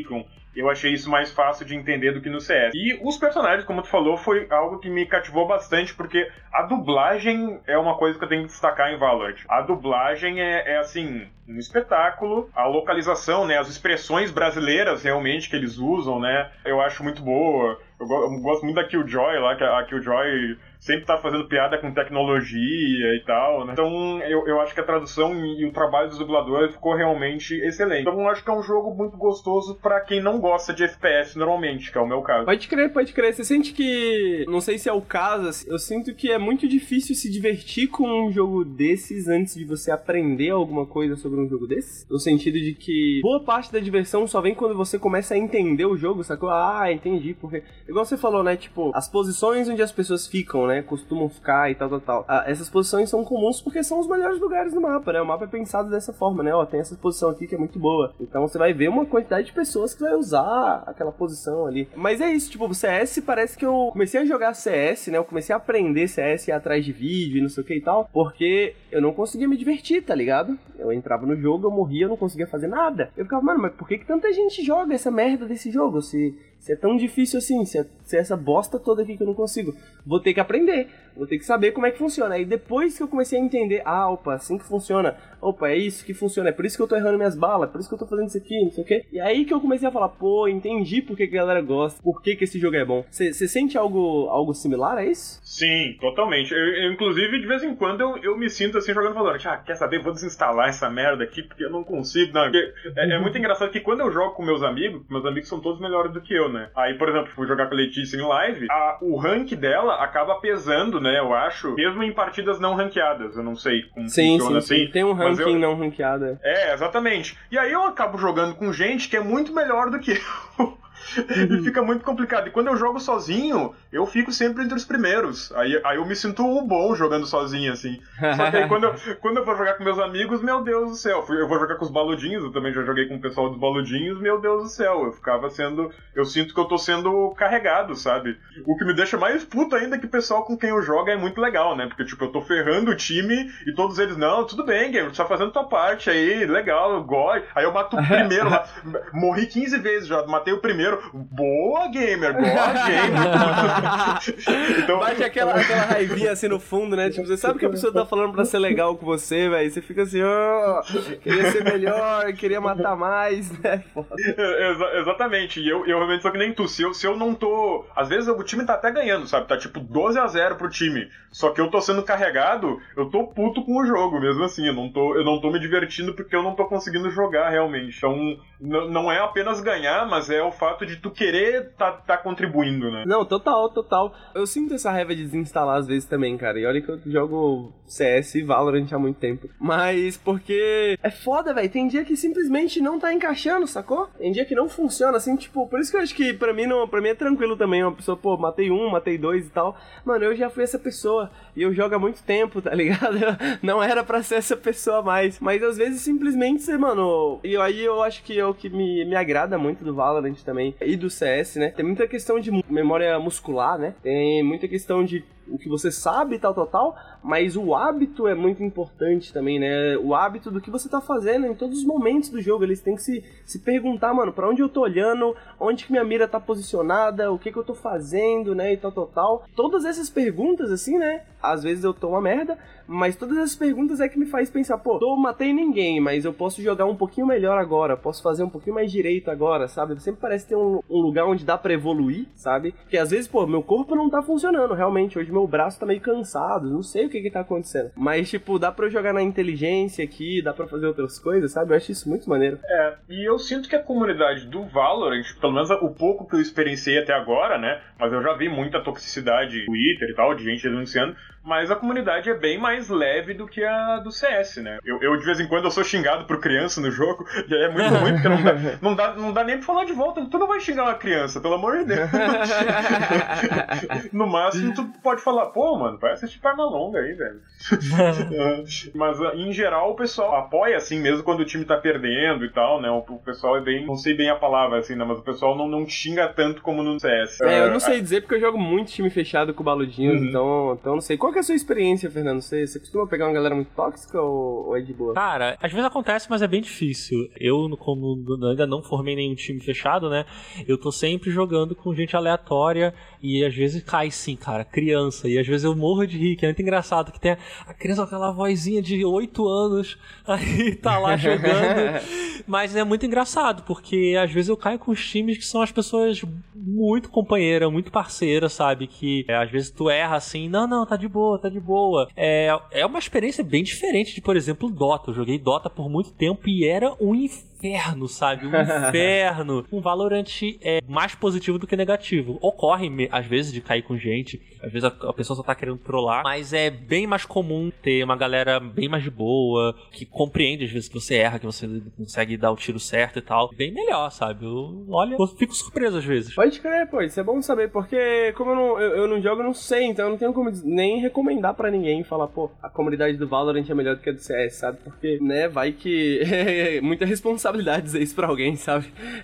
Eu achei isso mais fácil de entender do que no C S. E os personagens, como tu falou, foi algo que me cativou bastante, porque a dublagem é uma coisa que eu tenho que destacar em Valorant. A dublagem é, é assim, um espetáculo. A localização, né, as expressões brasileiras realmente que eles usam, né, eu acho muito boa. Eu, go- eu gosto muito da Killjoy lá, que a, a Killjoy sempre tá fazendo piada com tecnologia e tal, né? Então eu, eu acho que a tradução e, e o trabalho dos dubladores ficou realmente excelente. Então eu acho que é um jogo muito gostoso pra quem não gosta de F P S normalmente, que é o meu caso. Pode crer, pode crer. Você sente que... Não sei se é o caso, assim, eu sinto que é muito difícil se divertir com um jogo desses antes de você aprender alguma coisa sobre um jogo desse. No sentido de que boa parte da diversão só vem quando você começa a entender o jogo, sacou? Ah, entendi, porque... Igual você falou, né? Tipo, as posições onde as pessoas ficam, né? Costumam ficar e tal, tal, tal. Ah, essas posições são comuns porque são os melhores lugares do mapa, né? O mapa é pensado dessa forma, né? Ó, tem essa posição aqui que é muito boa. Então você vai ver uma quantidade de pessoas que vai usar aquela posição ali. Mas é isso, tipo, o C S parece que eu comecei a jogar C S, né? Eu comecei a aprender C S e ir atrás de vídeo e não sei o que e tal, porque eu não conseguia me divertir, tá ligado? Eu entrava no jogo, eu morria, eu não conseguia fazer nada. Eu ficava, mano, mas por que que tanta gente joga essa merda desse jogo? Se, se é tão difícil assim, se é, se é essa bosta toda aqui que eu não consigo. Vou ter que aprender, vou ter que saber como é que funciona. Aí depois que eu comecei a entender, ah, opa, assim que funciona. Opa, é isso que funciona, é por isso que eu tô errando minhas balas, é por isso que eu tô fazendo isso aqui, não sei o quê. E aí que eu comecei a falar, pô, entendi por que que a galera gosta, por que que esse jogo é bom. Você sente algo, algo similar a isso? Sim, totalmente. Eu, eu, inclusive, de vez em quando eu, eu me sinto assim jogando Valorant. Ah, quer saber? Vou desinstalar essa merda aqui porque eu não consigo. Não, porque é, é muito engraçado que quando eu jogo com meus amigos, meus amigos são todos melhores do que eu, né? Aí, por exemplo, fui jogar com a Letícia em live, a, o rank dela acaba pesando, né? Eu acho, mesmo em partidas não ranqueadas. Eu não sei como sim, funciona sim, assim. Sim. Tem um ranking eu... não ranqueado. É, exatamente. E aí eu acabo jogando com gente que é muito melhor do que eu. E fica muito complicado. E quando eu jogo sozinho, eu fico sempre entre os primeiros. Aí, aí eu me sinto o bom jogando sozinho, assim. Só que aí quando eu, quando eu vou jogar com meus amigos, meu Deus do céu. Eu vou jogar com os baludinhos, eu também já joguei com o pessoal dos baludinhos, meu Deus do céu. Eu ficava sendo... Eu sinto que eu tô sendo carregado, sabe? O que me deixa mais puto ainda é que o pessoal com quem eu jogo é muito legal, né? Porque, tipo, eu tô ferrando o time e todos eles, não, tudo bem, gamer, tu tá fazendo tua parte aí, legal, eu gosto. Aí eu mato o primeiro lá. Morri quinze vezes já, matei o primeiro. Boa, gamer, boa, gamer. Então... Bate aquela, aquela raivinha assim no fundo, né? Tipo, você sabe que a pessoa tá falando pra ser legal com você, velho. Você fica assim, ó, oh, queria ser melhor, queria matar mais, né? Exa- exatamente. E eu, eu realmente sou que nem tu. Se eu, se eu não tô... Às vezes o time tá até ganhando, sabe? Tá tipo doze a zero pro time. Só que eu tô sendo carregado, eu tô puto com o jogo mesmo assim. Eu não tô, eu não tô me divertindo porque eu não tô conseguindo jogar realmente. Então, n- não é apenas ganhar, mas é o fato de tu querer tá, tá contribuindo, né? Não, total, total. Eu sinto essa raiva de desinstalar às vezes também, cara. E olha que eu jogo C S e Valorant há muito tempo. Mas porque é foda, velho. Tem dia que simplesmente não tá encaixando, sacou? Tem dia que não funciona, assim, tipo... Por isso que eu acho que pra mim, não, pra mim é tranquilo também. Uma pessoa, pô, matei um, matei dois e tal. Mano, eu já fui essa pessoa. E eu jogo há muito tempo, tá ligado? Eu não era pra ser essa pessoa mais. Mas às vezes simplesmente você, mano... E aí eu acho que é o que me, me agrada muito do Valorant também. E do C S, né? Tem muita questão de memória muscular, né? Tem muita questão de o que você sabe, tal, tal, tal, mas o hábito é muito importante também, né? O hábito do que você tá fazendo em todos os momentos do jogo. Eles têm que se, se perguntar, mano, pra onde eu tô olhando, onde que minha mira tá posicionada, o que que eu tô fazendo, né? E tal, tal, tal. Todas essas perguntas, assim, né? Às vezes eu tô uma merda, mas todas essas perguntas é que me faz pensar, pô, eu matei ninguém, mas eu posso jogar um pouquinho melhor agora, posso fazer um pouquinho mais direito agora, sabe? Sempre parece ter um, um lugar onde dá pra evoluir, sabe? Que às vezes, pô, meu corpo não tá funcionando, realmente. Hoje meu braço tá meio cansado, não sei o que que tá acontecendo. Mas, tipo, dá pra eu jogar na inteligência aqui, dá pra fazer outras coisas, sabe? Eu acho isso muito maneiro. É, e eu sinto que a comunidade do Valorant, pelo menos o pouco que eu experienciei até agora, né? Mas eu já vi muita toxicidade no Twitter e tal, de gente denunciando. Mas a comunidade é bem mais leve do que a do C S, né? Eu, eu de vez em quando, eu sou xingado por criança no jogo, e aí é muito ruim, porque não dá, não, dá, não dá nem pra falar de volta. Tu não vai xingar uma criança, pelo amor de Deus. No máximo, tu pode falar, pô, mano, vai assistir Pernalonga aí, velho. Mas, em geral, o pessoal apoia, assim, mesmo quando o time tá perdendo e tal, né? O, o pessoal é bem... Não sei bem a palavra, assim, né? Mas o pessoal não, não xinga tanto como no C S. É, eu não sei dizer, porque eu jogo muito time fechado com baludinhos, uhum. então, então não sei. Qual que é a sua experiência, Fernando? Você, você costuma pegar uma galera muito tóxica ou, ou é de boa? Cara, às vezes acontece, mas é bem difícil. Eu, como ainda não formei nenhum time fechado, né? eu tô sempre jogando com gente aleatória e às vezes cai sim, cara, criança, e às vezes eu morro de rir, que é muito engraçado, que tem a criança com aquela vozinha de oito anos, aí tá lá jogando, mas é muito engraçado, porque às vezes eu caio com os times que são as pessoas muito companheiras, muito parceiras, sabe, que é, às vezes tu erra assim, não, não, tá de boa, tá de boa, é, é uma experiência bem diferente de, por exemplo, Dota. Eu joguei Dota por muito tempo e era um inferno, sabe? Um inferno. Um Valorant é mais positivo do que negativo. Ocorre, às vezes, de cair com gente. Às vezes a, a pessoa só tá querendo trollar. Mas é bem mais comum ter uma galera bem mais de boa, que compreende, às vezes, que você erra, que você consegue dar o tiro certo e tal. Bem melhor, sabe? Eu, olha, eu fico surpreso às vezes. Pode crer, pô. Isso é bom saber, porque como eu não, eu, eu não jogo, eu não sei. Então eu não tenho como nem recomendar pra ninguém falar, pô, a comunidade do Valorant é melhor do que a do C S, sabe? Porque, né, vai que é muita responsabilidade dizer isso pra alguém, sabe?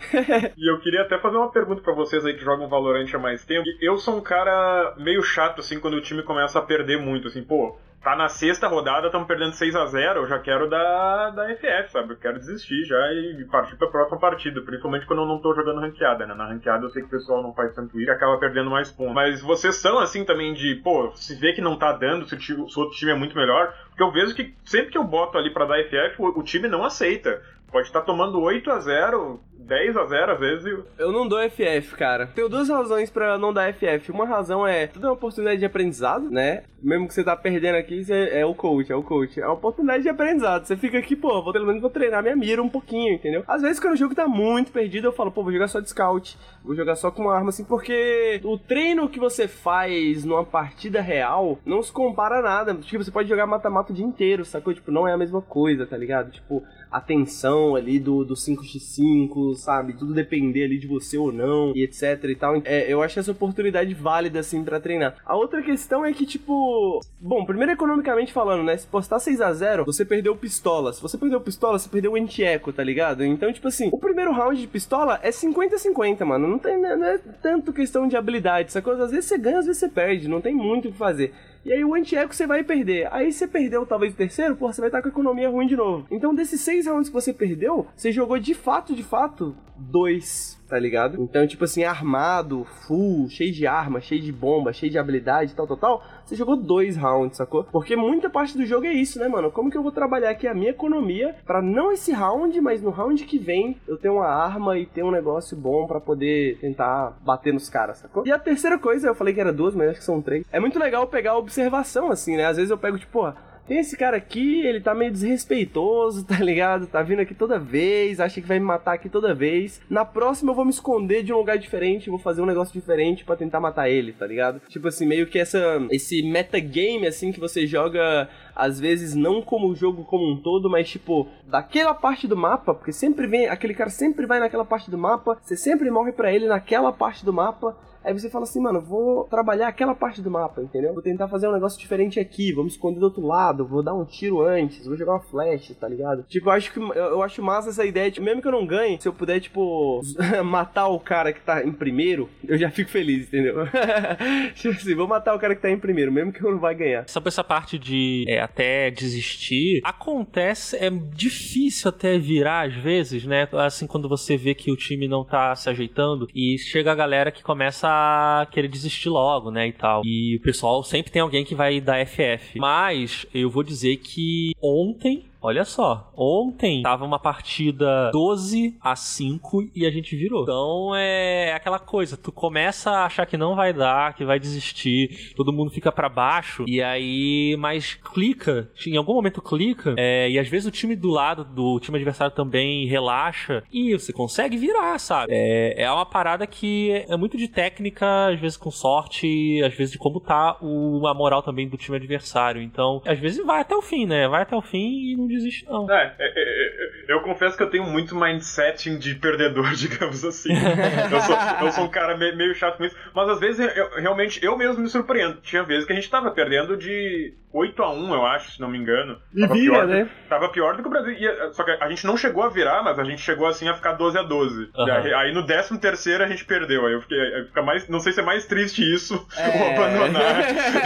E eu queria até fazer uma pergunta pra vocês aí que jogam Valorant há mais tempo. Eu sou um cara meio chato, assim, quando o time começa a perder muito, assim, pô, tá na sexta rodada, estamos perdendo seis a zero, eu já quero da, da F F, sabe? Eu quero desistir já e partir pra próxima partida, principalmente quando eu não tô jogando ranqueada, né? Na ranqueada eu sei que o pessoal não faz tanto isso e acaba perdendo mais pontos. Mas vocês são assim também de, pô, se vê que não tá dando, se o, time, se o outro time é muito melhor, porque eu vejo que sempre que eu boto ali pra dar F F, o, o time não aceita. Pode estar tomando oito a zero, dez a zero às vezes. Eu não dou F F, cara. Tenho duas razões pra não dar F F. Uma razão é, tudo é uma oportunidade de aprendizado, né? Mesmo que você tá perdendo aqui, você é o coach, é o coach. É uma oportunidade de aprendizado. Você fica aqui, pô, vou, pelo menos vou treinar minha mira um pouquinho, entendeu? Às vezes quando o jogo tá muito perdido, eu falo, pô, vou jogar só de scout. Vou jogar só com uma arma, assim, porque o treino que você faz numa partida real não se compara a nada. Tipo, você pode jogar mata-mata o dia inteiro, sacou? Tipo, não é a mesma coisa, tá ligado? Tipo, a tensão ali do, do cinco por cinco, sabe? Tudo depender ali de você ou não, e etc e tal. É, eu acho essa oportunidade válida, assim, pra treinar. A outra questão é que, tipo... Bom, primeiro economicamente falando, né? Se postar seis a zero, você perdeu pistola. Se você perdeu pistola, você perdeu o anti-eco, tá ligado? Então, tipo assim, o primeiro round de pistola é cinquenta a cinquenta, mano. Não, tem, não é tanto questão de habilidade, sacou? Às vezes você ganha, às vezes você perde. Não tem muito o que fazer. E aí o anti-eco você vai perder. Aí você perdeu talvez o terceiro, porra, você vai estar com a economia ruim de novo. Então desses seis rounds que você perdeu, você jogou de fato, de fato, dois, tá ligado? Então, tipo assim, armado, full, cheio de arma, cheio de bomba, cheio de habilidade, tal, tal, tal, você jogou dois rounds, sacou? Porque muita parte do jogo é isso, né, mano? Como que eu vou trabalhar aqui a minha economia pra não esse round, mas no round que vem eu ter uma arma e ter um negócio bom pra poder tentar bater nos caras, sacou? E a terceira coisa, eu falei que era duas, mas acho que são três. É muito legal pegar a observação, assim, né? Às vezes eu pego, tipo, pô, tem esse cara aqui, ele tá meio desrespeitoso, tá ligado? Tá vindo aqui toda vez, acha que vai me matar aqui toda vez. Na próxima eu vou me esconder de um lugar diferente, vou fazer um negócio diferente pra tentar matar ele, tá ligado? Tipo assim, meio que essa, esse metagame, assim, que você joga, às vezes, não como o jogo como um todo, mas, tipo, daquela parte do mapa, porque sempre vem, aquele cara sempre vai naquela parte do mapa, você sempre morre pra ele naquela parte do mapa. Aí você fala assim, mano, vou trabalhar aquela parte do mapa, entendeu? Vou tentar fazer um negócio diferente aqui, vou me esconder do outro lado, vou dar um tiro antes, vou jogar uma flash, tá ligado? Tipo, eu acho que eu, eu acho massa essa ideia, tipo, mesmo que eu não ganhe, se eu puder, tipo, matar o cara que tá em primeiro, eu já fico feliz, entendeu? Tipo assim, vou matar o cara que tá em primeiro, mesmo que eu não vai ganhar. Sobre essa parte de é, até desistir, acontece, é difícil até virar às vezes, né? Assim, quando você vê que o time não tá se ajeitando e chega a galera que começa a querer desistir logo, né, e tal. E o pessoal sempre tem alguém que vai dar F F. Mas eu vou dizer que ontem, olha só, ontem tava uma partida doze a cinco e a gente virou. Então é aquela coisa, tu começa a achar que não vai dar, que vai desistir, todo mundo fica pra baixo, e aí, mas clica, em algum momento clica, é, e às vezes o time do lado do time adversário também relaxa, e você consegue virar, sabe? É, é uma parada que é muito de técnica, às vezes com sorte, às vezes de como tá o, a moral também do time adversário. Então, às vezes vai até o fim, né? Vai até o fim e não desiste, não. É, é, é, eu confesso que eu tenho muito mindset de perdedor, digamos assim. eu, sou, eu sou um cara meio, meio chato com isso, mas às vezes eu, realmente eu mesmo me surpreendo. Tinha vezes que a gente tava perdendo de oito a um, eu acho, se não me engano. E tava vira, pior, né? Tava pior do que o Brasil. E, só que a gente não chegou a virar, mas a gente chegou assim a ficar doze a doze. Uhum. Aí, aí no décimo terceiro a gente perdeu. Aí eu fiquei. Aí fica mais, não sei se é mais triste isso é... ou abandonar.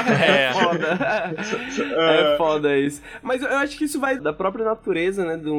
É foda. É foda isso. Mas eu acho que isso vai da própria natureza, né? De um, de um jogo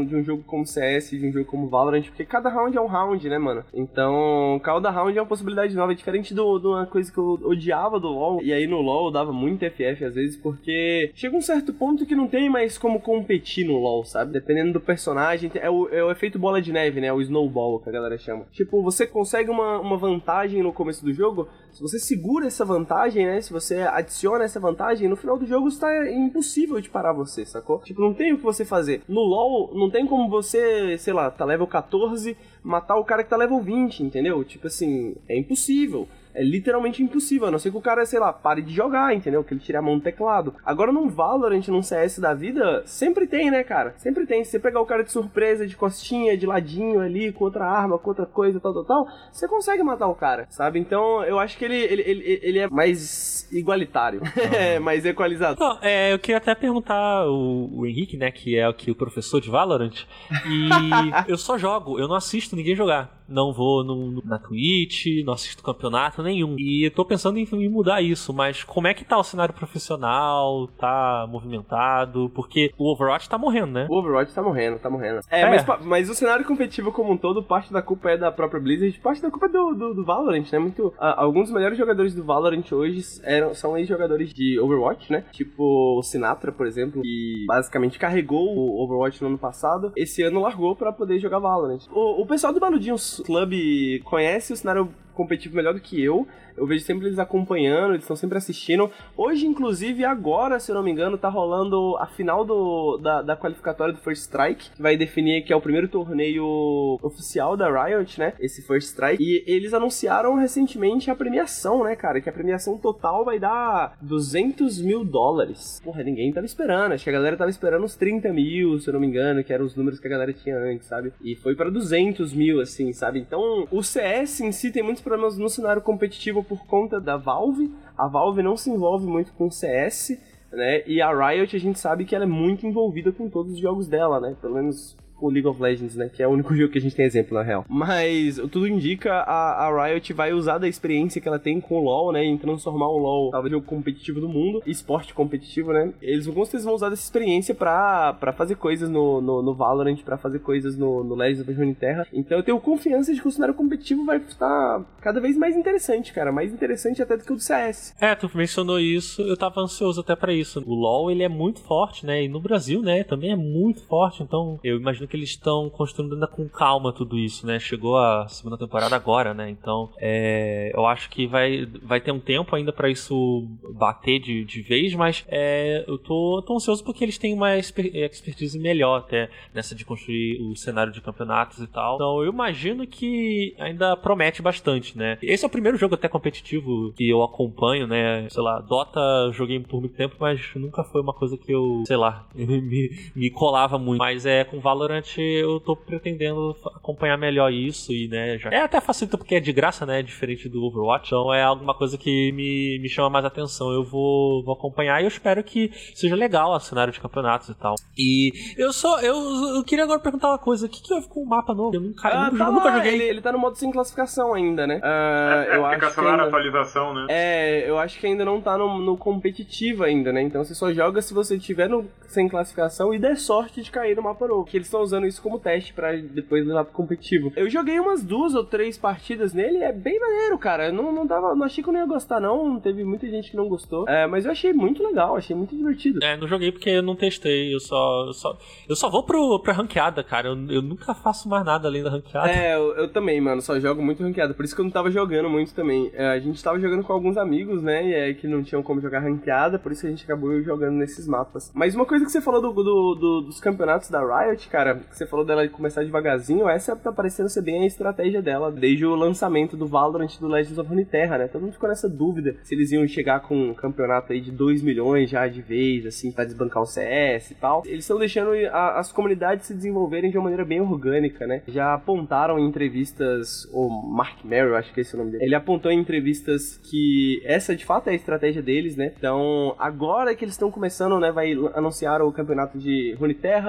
como C S, de um jogo como Valorant, porque cada round é um round, né, mano? Então, cada round é uma possibilidade nova, é diferente de uma coisa que eu odiava do LoL, e aí no LoL eu dava muito F F às vezes, porque chega um certo ponto que não tem mais como competir no LoL, sabe? Dependendo do personagem, é o, é o efeito bola de neve, né? O snowball, que a galera chama. Tipo, você consegue uma, uma vantagem no começo do jogo, se você segura essa vantagem, né? Se você adiciona essa vantagem, no final do jogo está impossível de parar você, sacou? Tipo, não tem o que você fazer. No LoL, não tem como você, sei lá, tá level catorze, matar o cara que tá level vinte, entendeu? Tipo assim, é impossível. É literalmente impossível, a não ser que o cara, sei lá, pare de jogar, entendeu? Que ele tire a mão do teclado. Agora, num Valorant, num C S da vida, sempre tem, né, cara? Sempre tem. Se você pegar o cara de surpresa, de costinha, de ladinho ali, com outra arma, com outra coisa, tal, tal, tal, você consegue matar o cara, sabe? Então, eu acho que ele, ele, ele, ele é mais igualitário, é mais equalizado. Não, é, eu queria até perguntar o, o Henrique, né, que é o, que, o professor de Valorant, e eu só jogo, eu não assisto ninguém jogar. Não vou no, no, na Twitch, não assisto campeonato nenhum. E eu tô pensando em, em mudar isso, mas como é que tá o cenário profissional? Tá movimentado? Porque o Overwatch tá morrendo, né? O Overwatch tá morrendo, tá morrendo. É, é. Mas, mas o cenário competitivo como um todo, parte da culpa é da própria Blizzard, parte da culpa é do, do, do Valorant, né? Muito, uh, alguns dos melhores jogadores do Valorant hoje eram, são ex-jogadores de Overwatch, né? Tipo o Sinatra, por exemplo, que basicamente carregou o Overwatch no ano passado. Esse ano largou pra poder jogar Valorant. O, o pessoal do Baludinhos Club conhece o cenário competitivo melhor do que eu. Eu vejo sempre eles acompanhando, eles estão sempre assistindo. Hoje, inclusive, agora, se eu não me engano, tá rolando a final do, da, da qualificatória do First Strike, que vai definir que é o primeiro torneio oficial da Riot, né? Esse First Strike. E eles anunciaram recentemente a premiação, né, cara? Que a premiação total vai dar duzentos mil dólares. Porra, ninguém tava esperando. Acho que a galera tava esperando uns trinta mil, se eu não me engano, que eram os números que a galera tinha antes, sabe? E foi pra duzentos mil, assim, sabe? Então, o C S em si tem muitos problemas no cenário competitivo por conta da Valve. A Valve não se envolve muito com C S, né? E a Riot, a gente sabe que ela é muito envolvida com todos os jogos dela, né? Pelo menos o League of Legends, né? Que é o único jogo que a gente tem exemplo, na real. Mas, tudo indica, a, a Riot vai usar da experiência que ela tem com o LoL, né? Em transformar o LoL, talvez, jogo competitivo do mundo, esporte competitivo, né? Eles vão, eles vão usar dessa experiência pra, pra fazer coisas no, no, no Valorant, pra fazer coisas no, no Legends of Runeterra. Então eu tenho confiança de que o cenário competitivo vai estar cada vez mais interessante, cara. Mais interessante até do que o do C S. É, tu mencionou isso, eu tava ansioso até pra isso. O LoL, ele é muito forte, né? E no Brasil, né? Também é muito forte, então eu imagino que eles estão construindo ainda com calma tudo isso, né? Chegou a segunda temporada agora, né? Então, é, eu acho que vai, vai ter um tempo ainda pra isso bater de, de vez, mas é, eu tô, tô ansioso porque eles têm uma exper- expertise melhor até nessa de construir o cenário de campeonatos e tal. Então, eu imagino que ainda promete bastante, né? Esse é o primeiro jogo até competitivo que eu acompanho, né? Sei lá, Dota eu joguei por muito tempo, mas nunca foi uma coisa que eu, sei lá, me, me colava muito. Mas é, com Valorant eu tô pretendendo acompanhar melhor isso e, né, já... É até facilita porque é de graça, né, diferente do Overwatch, então é alguma coisa que me, me chama mais atenção. Eu vou, vou acompanhar e eu espero que seja legal o cenário de campeonatos e tal. E eu só, eu, eu queria agora perguntar uma coisa, o que que houve com o mapa novo? Eu nunca, ah, eu tá nunca lá, joguei. Ele, ele tá no modo sem classificação ainda, né? Uh, é, eu é, acho que ainda... a atualização, né? É, eu acho que ainda não tá no, no competitivo ainda, né? Então você só joga se você tiver no sem classificação e der sorte de cair no mapa novo. Que eles estão usando isso como teste pra depois levar pro competitivo. Eu joguei umas duas ou três partidas nele, é bem maneiro, cara. Eu não, não, tava, não achei que eu não ia gostar, não. Teve muita gente que não gostou. É, mas eu achei muito legal, achei muito divertido. É, não joguei porque eu não testei. Eu só, eu só, eu só vou pro, pra ranqueada, cara. Eu, eu nunca faço mais nada além da ranqueada. É, eu, eu também, mano. Só jogo muito ranqueada. Por isso que eu não tava jogando muito também. É, a gente tava jogando com alguns amigos, né? E é, que não tinham como jogar ranqueada. Por isso que a gente acabou jogando nesses mapas. Mas uma coisa que você falou do, do, do, dos campeonatos da Riot, cara, que você falou dela começar devagarzinho, essa tá parecendo ser bem a estratégia dela desde o lançamento do Valorant e do Legends of Runeterra, né? Todo mundo ficou nessa dúvida se eles iam chegar com um campeonato aí de dois milhões já de vez, assim, pra desbancar o C S e tal. Eles estão deixando a, as comunidades se desenvolverem de uma maneira bem orgânica, né? Já apontaram em entrevistas, o Mark Merrill, acho que é esse o nome dele, ele apontou em entrevistas que essa de fato é a estratégia deles, né? Então, agora que eles estão começando, né, vai anunciar o campeonato de Runeterra,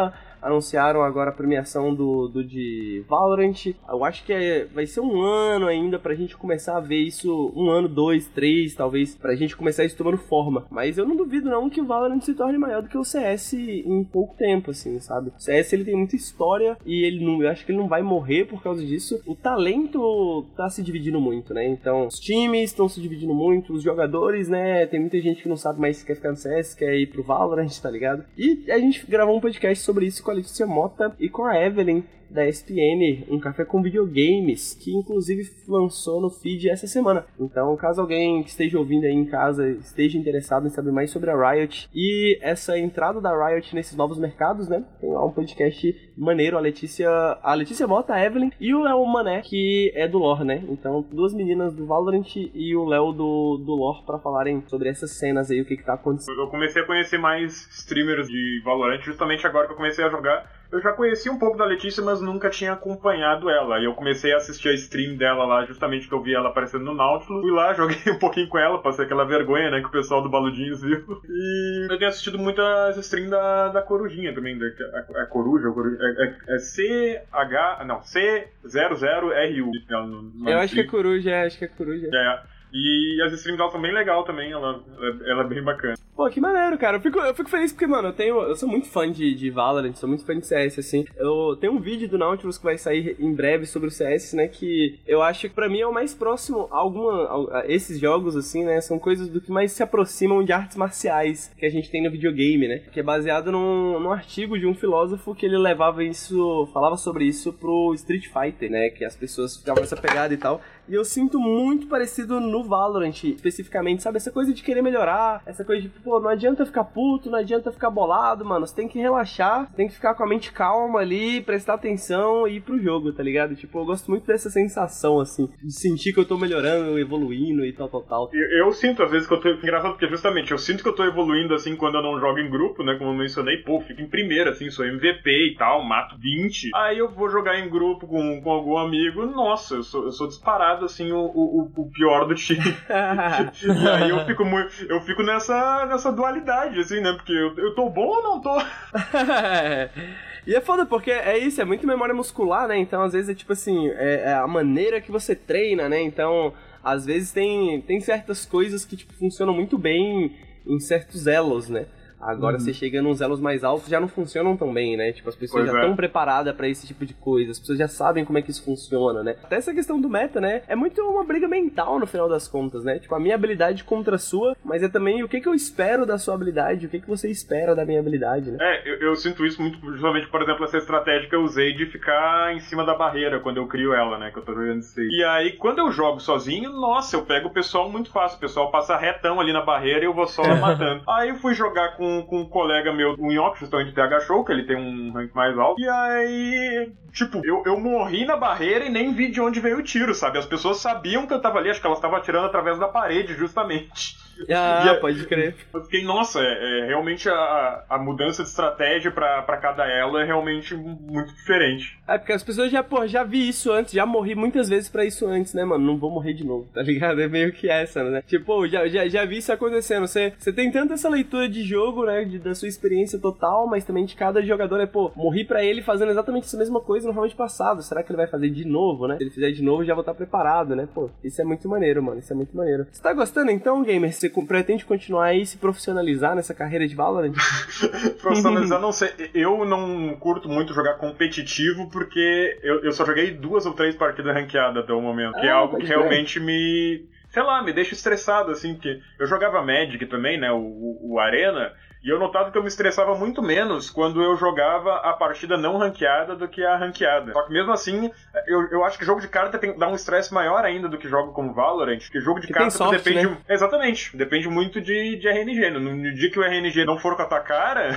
anunciaram agora a premiação do, do de Valorant. Eu acho que é, vai ser um ano ainda pra gente começar a ver isso, um ano, dois, três, talvez, pra gente começar isso tomando forma. Mas eu não duvido não que o Valorant se torne maior do que o C S em pouco tempo, assim, sabe? O C S, ele tem muita história e ele não, eu acho que ele não vai morrer por causa disso. O talento tá se dividindo muito, né? Então, os times estão se dividindo muito, os jogadores, né? Tem muita gente que não sabe mais se quer ficar no C S, quer ir pro Valorant, tá ligado? E a gente gravou um podcast sobre isso com a Letícia Mota e com a Evelyn da E S P N, um café com videogames, que inclusive lançou no feed essa semana. Então, caso alguém que esteja ouvindo aí em casa esteja interessado em saber mais sobre a Riot e essa entrada da Riot nesses novos mercados, né? Tem lá um podcast maneiro, a Letícia, a Letícia Mota, a Evelyn e o Léo Mané, que é do lore, né? Então, duas meninas do Valorant e o Léo do, do lore pra falarem sobre essas cenas aí, o que que tá acontecendo. Eu comecei a conhecer mais streamers de Valorant justamente agora que eu comecei a jogar. Eu já conheci um pouco da Letícia, mas nunca tinha acompanhado ela. E eu comecei a assistir a stream dela lá, justamente que eu vi ela aparecendo no Nautilus. Fui lá, joguei um pouquinho com ela, passei aquela vergonha, né, que o pessoal do Baludinhos viu. E eu tenho assistido muitas streams da, da Corujinha também, da, a, a Coruja, a Coruja é, é, é C H, não, C zero zero R U. Eu acho que é Coruja, acho que é Coruja. É, e as streams dela são bem legal também, ela, ela é bem bacana. Pô, que maneiro, cara. Eu fico, eu fico feliz porque, mano, eu tenho. Eu sou muito fã de, de Valorant, sou muito fã de C S, assim. Eu tenho um vídeo do Nautilus que vai sair em breve sobre o C S, né? Que eu acho que pra mim é o mais próximo a alguma. A, a esses jogos, assim, né? São coisas do que mais se aproximam de artes marciais que a gente tem no videogame, né? Que é baseado num, num artigo de um filósofo que ele levava isso. Falava sobre isso pro Street Fighter, né? Que as pessoas ficavam nessa pegada e tal. E eu sinto muito parecido no Valorant, especificamente, sabe? Essa coisa de querer melhorar, essa coisa de, pô, não adianta ficar puto, não adianta ficar bolado, mano. Você tem que relaxar, tem que ficar com a mente calma ali, prestar atenção e ir pro jogo, tá ligado? Tipo, eu gosto muito dessa sensação, assim, de sentir que eu tô melhorando, evoluindo e tal, tal, tal. Eu, eu sinto, às vezes, que eu tô... Engraçado, porque justamente, eu sinto que eu tô evoluindo, assim, quando eu não jogo em grupo, né? Como eu mencionei, pô, fico em primeiro, assim, sou M V P e tal, mato vinte. Aí eu vou jogar em grupo com, com algum amigo, nossa, eu sou, eu sou disparado, assim, o, o, o pior do time. E aí eu fico muito, eu fico nessa, nessa dualidade, assim, né? Porque eu, eu tô bom ou não tô? E é foda, porque é isso, é muito memória muscular, né? Então, às vezes, é tipo assim, é, é a maneira que você treina, né? Então, às vezes tem, tem certas coisas que, tipo, funcionam muito bem em certos elos, né? Agora, uhum. Você chega nos elos mais altos, já não funcionam tão bem, né? Tipo, as pessoas pois já estão é. preparadas pra esse tipo de coisa, as pessoas já sabem como é que isso funciona, né? Até essa questão do meta, né? É muito uma briga mental, no final das contas, né? Tipo, a minha habilidade contra a sua, mas é também o que que eu espero da sua habilidade, o que que você espera da minha habilidade, né? É, eu, eu sinto isso muito, justamente, por exemplo, essa estratégia que eu usei de ficar em cima da barreira quando eu crio ela, né? Que eu tô jogando isso aí. E aí, quando eu jogo sozinho, nossa, eu pego o pessoal muito fácil. O pessoal passa retão ali na barreira e eu vou só matando. Aí eu fui jogar com, com um colega meu, o Nhoque, justamente T H Show, que ele tem um rank mais alto. E aí, tipo, eu, eu morri na barreira e nem vi de onde veio o tiro, sabe? As pessoas sabiam que eu tava ali, acho que elas estavam atirando através da parede, justamente. Ah, e, pode crer. Eu fiquei, nossa, é, é realmente a, a mudança de estratégia pra, pra cada elo é realmente muito diferente. É, porque as pessoas já, pô, já vi isso antes, já morri muitas vezes pra isso antes, né, mano? Não vou morrer de novo, tá ligado? É meio que essa, né? Tipo, já, já, já vi isso acontecendo. Você, você tem tanto essa leitura de jogo, né, de, da sua experiência total, mas também de cada jogador, é, pô, morri pra ele fazendo exatamente essa mesma coisa no round passado. Será que ele vai fazer de novo, né? Se ele fizer de novo, já vou estar preparado, né? Pô, isso é muito maneiro, mano, isso é muito maneiro. Você tá gostando, então, gamer? Você pretende continuar aí, se profissionalizar nessa carreira de Valorant? Profissionalizar, não sei. Eu não curto muito jogar competitivo, porque eu, eu só joguei duas ou três partidas ranqueadas até o momento, que ah, é algo que realmente ver. me... sei lá, me deixa estressado, assim, porque eu jogava Magic também, né, o, o, o Arena, e eu notava que eu me estressava muito menos quando eu jogava a partida não ranqueada do que a ranqueada. Só que mesmo assim, eu, eu acho que jogo de carta tem, dá um estresse maior ainda do que jogo como Valorant, porque jogo de que carta soft, depende... Né? Exatamente, depende muito de, de R N G. No, no dia que o R N G não for com a tua cara,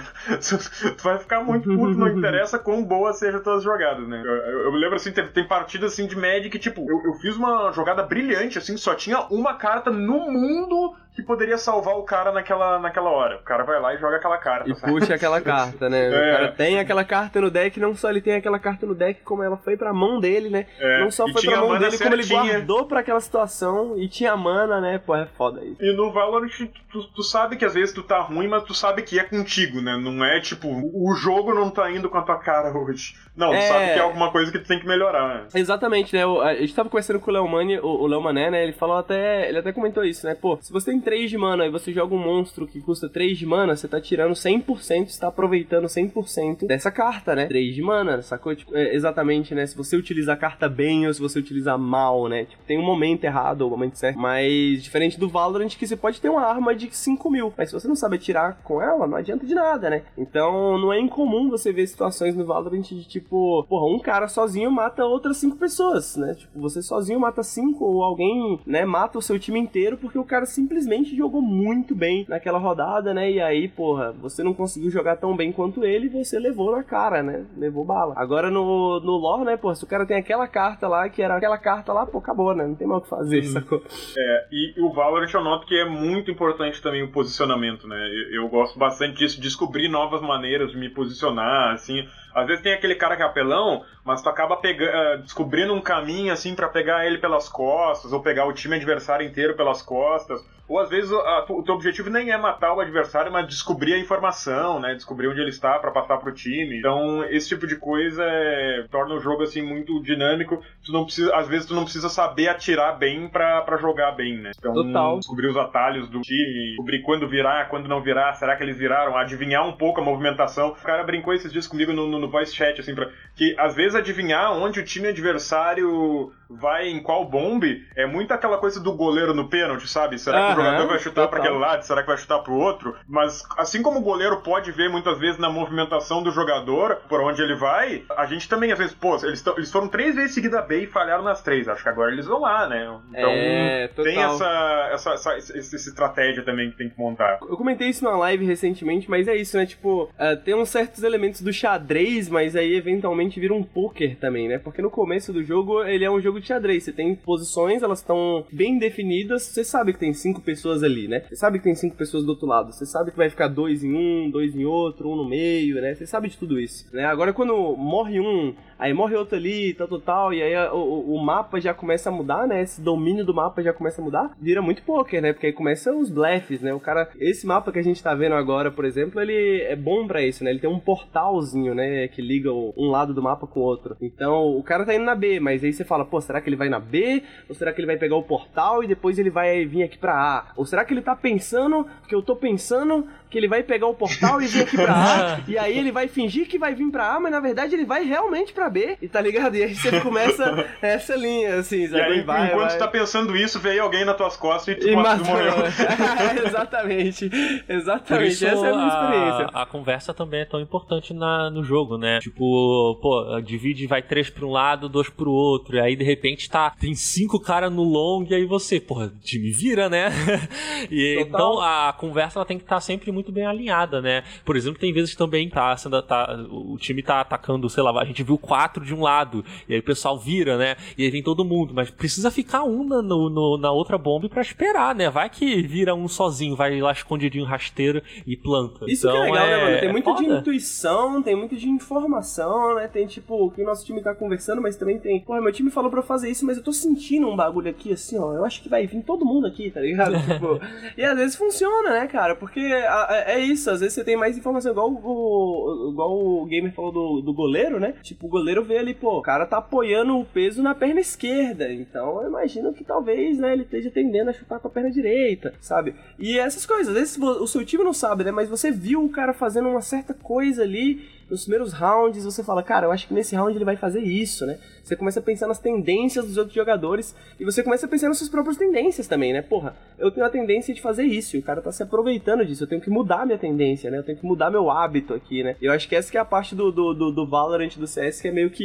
tu vai ficar muito puto, não interessa quão boa seja as tuas jogadas, né? Eu, eu, eu me lembro, assim, tem, tem partidas, assim, de Magic que, tipo, eu, eu fiz uma jogada brilhante, assim, só tinha uma carta no mundo que poderia salvar o cara naquela, naquela hora. O cara vai lá e joga aquela carta. E sabe? Puxa aquela carta, né? É. O cara tem aquela carta no deck, não só ele tem aquela carta no deck, como ela foi pra mão dele, né? É. Não só e foi pra mão dele, certinha. Como ele guardou pra aquela situação e tinha mana, né? Pô, é foda isso. E no Valorant, tu, tu sabe que às vezes tu tá ruim, mas tu sabe que é contigo, né? Não é tipo, o jogo não tá indo com a tua cara hoje. Não, tu é... sabe que é alguma coisa que tu tem que melhorar, né? Exatamente, né? A gente tava conversando com o Léo Mani, o, o Léo Mané, né? Ele falou até, ele até comentou isso, né? Pô, se você tem três de mana e você joga um monstro que custa três de mana, você tá tirando cem por cento, você tá aproveitando cem por cento dessa carta, né? três de mana, sacou? Tipo, é, exatamente, né? Se você utiliza a carta bem ou se você utiliza mal, né? Tipo, tem um momento errado ou um momento certo. Mas, diferente do Valorant, que você pode ter uma arma de cinco mil, mas se você não sabe atirar com ela, não adianta de nada, né? Então, não é incomum você ver situações no Valorant de, tipo, porra, um cara sozinho mata outras cinco pessoas, né? Tipo, você sozinho mata cinco ou alguém, né, mata o seu time inteiro porque o cara simplesmente jogou muito bem naquela rodada, né? E aí, porra, você não conseguiu jogar tão bem quanto ele e você levou na cara, né? Levou bala. Agora no, no lore, né, porra, se o cara tem aquela carta lá, que era aquela carta lá, pô, acabou, né? Não tem mais o que fazer, hum. sacou? É, e o Valorant eu noto que é muito importante também o posicionamento, né? Eu, eu gosto bastante disso, descobrir novas maneiras de me posicionar, assim. Às vezes tem aquele cara que é apelão, mas tu acaba pega, uh, descobrindo um caminho, assim, pra pegar ele pelas costas, ou pegar o time adversário inteiro pelas costas. Ou às vezes a, o teu objetivo nem é matar o adversário, mas descobrir a informação, né? Descobrir onde ele está pra passar pro time. Então, esse tipo de coisa é, torna o jogo, assim, muito dinâmico. Tu não precisa, às vezes tu não precisa saber atirar bem pra, pra jogar bem, né? Então, Total. Descobrir os atalhos do time, descobrir quando virar, quando não virar, será que eles viraram? Adivinhar um pouco a movimentação. O cara brincou esses dias comigo no, no, no voice chat, assim, pra, que às vezes adivinhar onde o time adversário vai em qual bombe é muito aquela coisa do goleiro no pênalti, sabe? Será que uhum, o jogador vai chutar para aquele lado? Será que vai chutar pro outro? Mas assim como o goleiro pode ver muitas vezes na movimentação do jogador por onde ele vai, a gente também às vezes, pô, eles, eles foram três vezes seguida B e falharam nas três. Acho que agora eles vão lá, né? Então é, tem essa, essa, essa, essa, essa estratégia também que tem que montar. Eu comentei isso numa live recentemente, mas é isso, né? Tipo, uh, tem uns certos elementos do xadrez, mas aí eventualmente vira um poker também, né? Porque no começo do jogo, ele é um jogo de xadrez. Você tem posições, elas estão bem definidas. Você sabe que tem cinco pessoas ali, né? Você sabe que tem cinco pessoas do outro lado. Você sabe que vai ficar dois em um, dois em outro, um no meio, né? Você sabe de tudo isso, né? Agora, quando morre um, aí morre outro ali, tal, tal, tal, e aí o, o mapa já começa a mudar, né? Esse domínio do mapa já começa a mudar. Vira muito poker, né? Porque aí começam os blefs, né? O cara... Esse mapa que a gente tá vendo agora, por exemplo, ele é bom pra isso, né? Ele tem um portalzinho, né? Que liga um lado do mapa com o outro. Então, o cara tá indo na B, mas aí você fala, pô, será que ele vai na B? Ou será que ele vai pegar o portal e depois ele vai vir aqui pra A? Ou será que ele tá pensando que eu tô pensando que ele vai pegar o portal e vir aqui pra A, e aí ele vai fingir que vai vir pra A, mas na verdade ele vai realmente pra B, e tá ligado? E aí você começa essa linha, assim, sabe? E aí, vai, enquanto vai. você tá pensando isso, veio alguém nas tuas costas e tu e matou, morreu. Exatamente, exatamente, isso, essa é a minha experiência. A, a conversa também é tão importante na, no jogo, né? Tipo, pô, divide, vai três pra um lado, dois pro outro, e aí de repente tá, tem cinco caras no long, e aí você, porra, time vira, né? E então a conversa ela tem que estar tá sempre muito bem alinhada, né? Por exemplo, tem vezes que também tá, sendo, tá, o time tá atacando, sei lá, a gente viu quatro de um lado, e aí o pessoal vira, né? E aí vem todo mundo, mas precisa ficar um na, no, no, na outra bomba pra esperar, né? Vai que vira um sozinho, vai lá escondidinho, rasteiro e planta. Isso então, que é legal, é, né, mano? Tem é muito foda. de intuição, tem muito de informação, né? Tem, tipo, que o nosso time tá conversando, mas também tem, pô, meu time falou pra eu fazer isso, mas eu tô sentindo um bagulho aqui, assim, ó, eu acho que vai vir todo mundo aqui, tá ligado? Tipo, e às vezes funciona, né, cara? Porque é isso, às vezes você tem mais informação, igual o, igual o gamer falou do, do goleiro, né? Tipo, o goleiro vê ali, pô, o cara tá apoiando o peso na perna esquerda, então eu imagino que talvez, né, ele esteja tendendo a chutar com a perna direita, sabe? E essas coisas, às vezes o seu time não sabe, né, mas você viu o cara fazendo uma certa coisa ali nos primeiros rounds, você fala, cara, eu acho que nesse round ele vai fazer isso, né? Você começa a pensar nas tendências dos outros jogadores e você começa a pensar nas suas próprias tendências também, né? Porra, eu tenho a tendência de fazer isso e o cara tá se aproveitando disso, eu tenho que mudar a minha tendência, né? Eu tenho que mudar meu hábito aqui, né? Eu acho que essa que é a parte do, do, do, do Valorant, do C S, que é meio que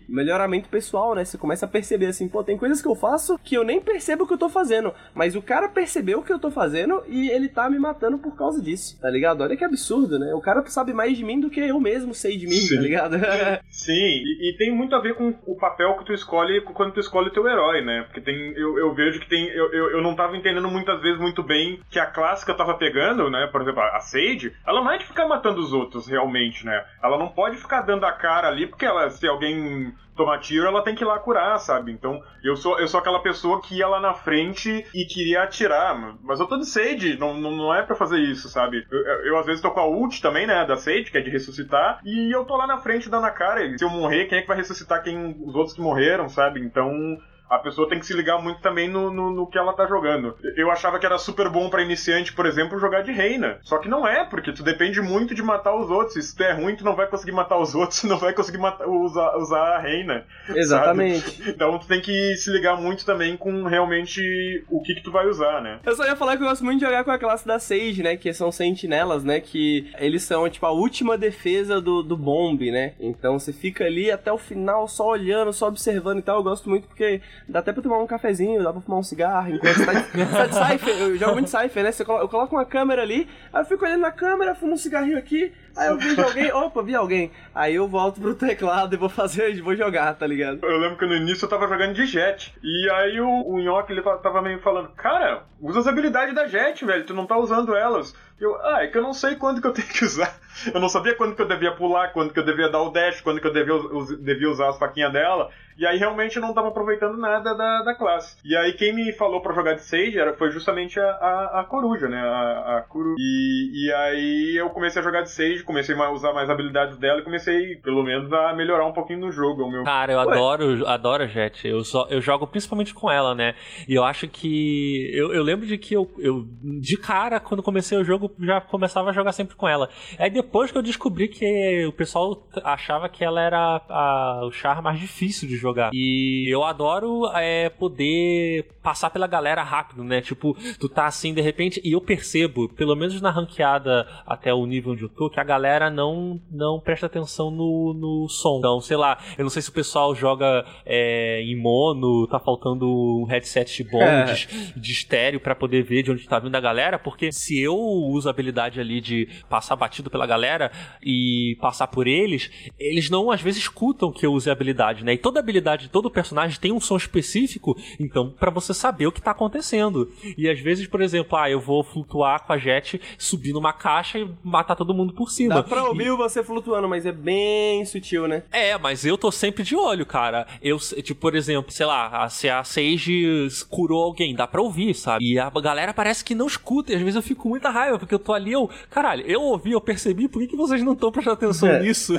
melhoramento pessoal, né? Você começa a perceber assim, pô, tem coisas que eu faço que eu nem percebo que eu tô fazendo, mas o cara percebeu o que eu tô fazendo e ele tá me matando por causa disso, tá ligado? Olha que absurdo, né? O cara sabe mais de mim do que eu mesmo sei de mim, Sim. tá ligado? Sim, e, e tem muito a ver com o papel que tu escolhe quando tu escolhe o teu herói, né? Porque tem, eu, eu vejo que tem, eu, eu, eu não tava entendendo muitas vezes muito bem que a classe que eu tava pegando, né? Por exemplo, a Sage, ela não é de ficar matando os outros realmente, né? Ela não pode ficar dando a cara ali, porque ela, se alguém tomar tiro, ela tem que ir lá curar, sabe? Então, eu sou, eu sou aquela pessoa que ia lá na frente e queria atirar, mas eu tô de Sage, não, não, não é pra fazer isso, sabe? Eu, eu, eu às vezes tô com a ult também, né, da Sage, que é de ressuscitar, e eu tô lá na frente dando a cara, e se eu morrer, quem é que vai ressuscitar quem, os outros que morreram, sabe? Então... a pessoa tem que se ligar muito também no, no, no que ela tá jogando. Eu achava que era super bom pra iniciante, por exemplo, jogar de reina. Só que não é, porque tu depende muito de matar os outros. Se tu é ruim, tu não vai conseguir matar os outros, tu não vai conseguir matar, usar, usar a reina. Exatamente. Sabe? Então tu tem que se ligar muito também com realmente o que que tu vai usar, né? Eu só ia falar que eu gosto muito de jogar com a classe da Sage, né? Que são sentinelas, né? Que eles são, tipo, a última defesa do, do bomb, né? Então você fica ali até o final só olhando, só observando e tal. Eu gosto muito porque dá até pra tomar um cafezinho, dá pra fumar um cigarro, enquanto você tá de, você tá de Cypher, eu jogo muito Cypher, né? Você colo- eu coloco uma câmera ali, aí eu fico olhando na câmera, fumo um cigarrinho aqui, aí eu vejo alguém, opa, vi alguém. Aí eu volto pro teclado e vou fazer, vou jogar, tá ligado? Eu lembro que no início eu tava jogando de Jet, e aí o, o Nhoque, ele tava meio falando, cara, usa as habilidades da Jet, velho, tu não tá usando elas. Eu, ah, é que eu não sei quando que eu tenho que usar. Eu não sabia quando que eu devia pular, quando que eu devia dar o dash, quando que eu devia, us, devia usar as faquinhas dela. E aí realmente eu não tava aproveitando nada da, da classe. E aí quem me falou pra jogar de Sage era, foi justamente a, a, a Coruja, né? A, a Kuru. E, e aí eu comecei a jogar de Sage, comecei a usar mais habilidades dela e comecei, pelo menos, a melhorar um pouquinho no jogo. O meu... Cara, eu Ué. adoro, adoro a Jet. Eu, só, eu jogo principalmente com ela, né? E eu acho que... Eu, eu lembro de que eu, eu, de cara, quando comecei o jogo, já começava a jogar sempre com ela. Aí depois que eu descobri que o pessoal achava que ela era a, o char mais difícil de jogar. E eu adoro é, poder passar pela galera rápido, né? Tipo, tu tá assim, de repente, e eu percebo, pelo menos na ranqueada até o nível onde eu tô, que a galera não, não presta atenção no, no som. Então, sei lá, eu não sei se o pessoal joga é, em mono, tá faltando um headset bom é. de, de estéreo pra poder ver de onde tá vindo a galera, porque se eu uso a habilidade ali de passar batido pela galera e passar por eles, eles não, às vezes, escutam que eu use a habilidade, né? E toda habilidade, todo personagem tem um som específico, então, pra você saber o que tá acontecendo. E às vezes, por exemplo, ah, eu vou flutuar com a Jet, subir numa caixa e matar todo mundo por cima. Dá pra ouvir e... você flutuando, mas é bem sutil, né? É, mas eu tô sempre de olho, cara. Eu, tipo, por exemplo, sei lá, se a Sage curou alguém, dá pra ouvir, sabe? E a galera parece que não escuta, e às vezes eu fico com muita raiva, porque eu tô ali, eu, caralho, eu ouvi, eu percebi, por que, que vocês não estão prestando atenção é. nisso?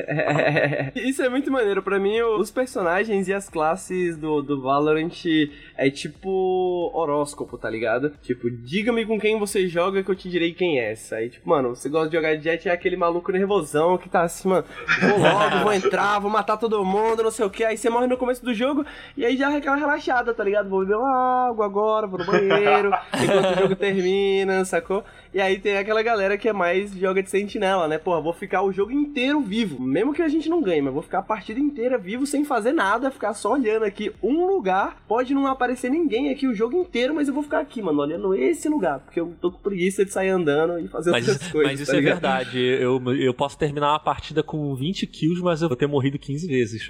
Isso é muito maneiro. Pra mim, os personagens e as classes do, do Valorant é tipo horóscopo, tá ligado? Tipo, diga-me com quem você joga que eu te direi quem é essa. Aí, tipo, mano, você gosta de jogar de Jet, é aquele maluco nervosão que tá assim, mano, vou logo, vou entrar, vou matar todo mundo, não sei o que. Aí você morre no começo do jogo e aí já é aquela relaxada, tá ligado? Vou beber uma água agora, vou no banheiro, enquanto o jogo termina, sacou? E aí tem aquela galera que é mais joga de sentinela, né? Porra, vou ficar o jogo inteiro vivo. Mesmo que a gente não ganhe, mas vou ficar a partida inteira vivo sem fazer nada, ficar só olhando aqui um lugar. Pode não aparecer ninguém aqui o jogo inteiro, mas eu vou ficar aqui, mano, olhando esse lugar. Porque eu tô com preguiça de sair andando e fazer mas, outras coisas. Mas isso tá é verdade. Eu, eu posso terminar uma partida com vinte kills, mas eu vou ter morrido quinze vezes.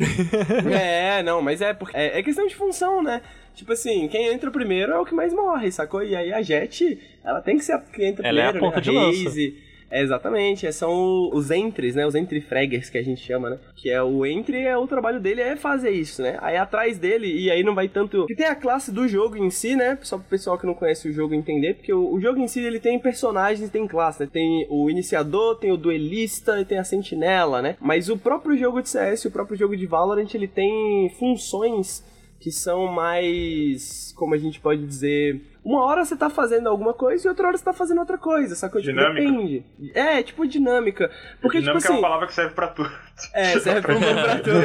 É, não, mas é, porque é, é questão de função, né? Tipo assim, quem entra primeiro é o que mais morre, sacou? E aí a Jet, ela tem que ser a que entra ela primeiro, é a ponta né? de a lança. Raze, é, exatamente, são os entries, né? Os entry fraggers que a gente chama, né? Que é o entry, é o trabalho dele é fazer isso, né? Aí atrás dele, e aí não vai tanto... Que tem a classe do jogo em si, né? Só pro pessoal que não conhece o jogo entender, porque o, o jogo em si, ele tem personagens e tem classe, né? Tem o iniciador, tem o duelista e tem a sentinela, né? Mas o próprio jogo de C S, o próprio jogo de Valorant, ele tem funções que são mais, como a gente pode dizer, uma hora você tá fazendo alguma coisa e outra hora você tá fazendo outra coisa, sacou? Tipo, depende. É, tipo dinâmica. Porque, dinâmica tipo assim, é uma palavra que serve pra tudo. É, serve pra, pra tudo.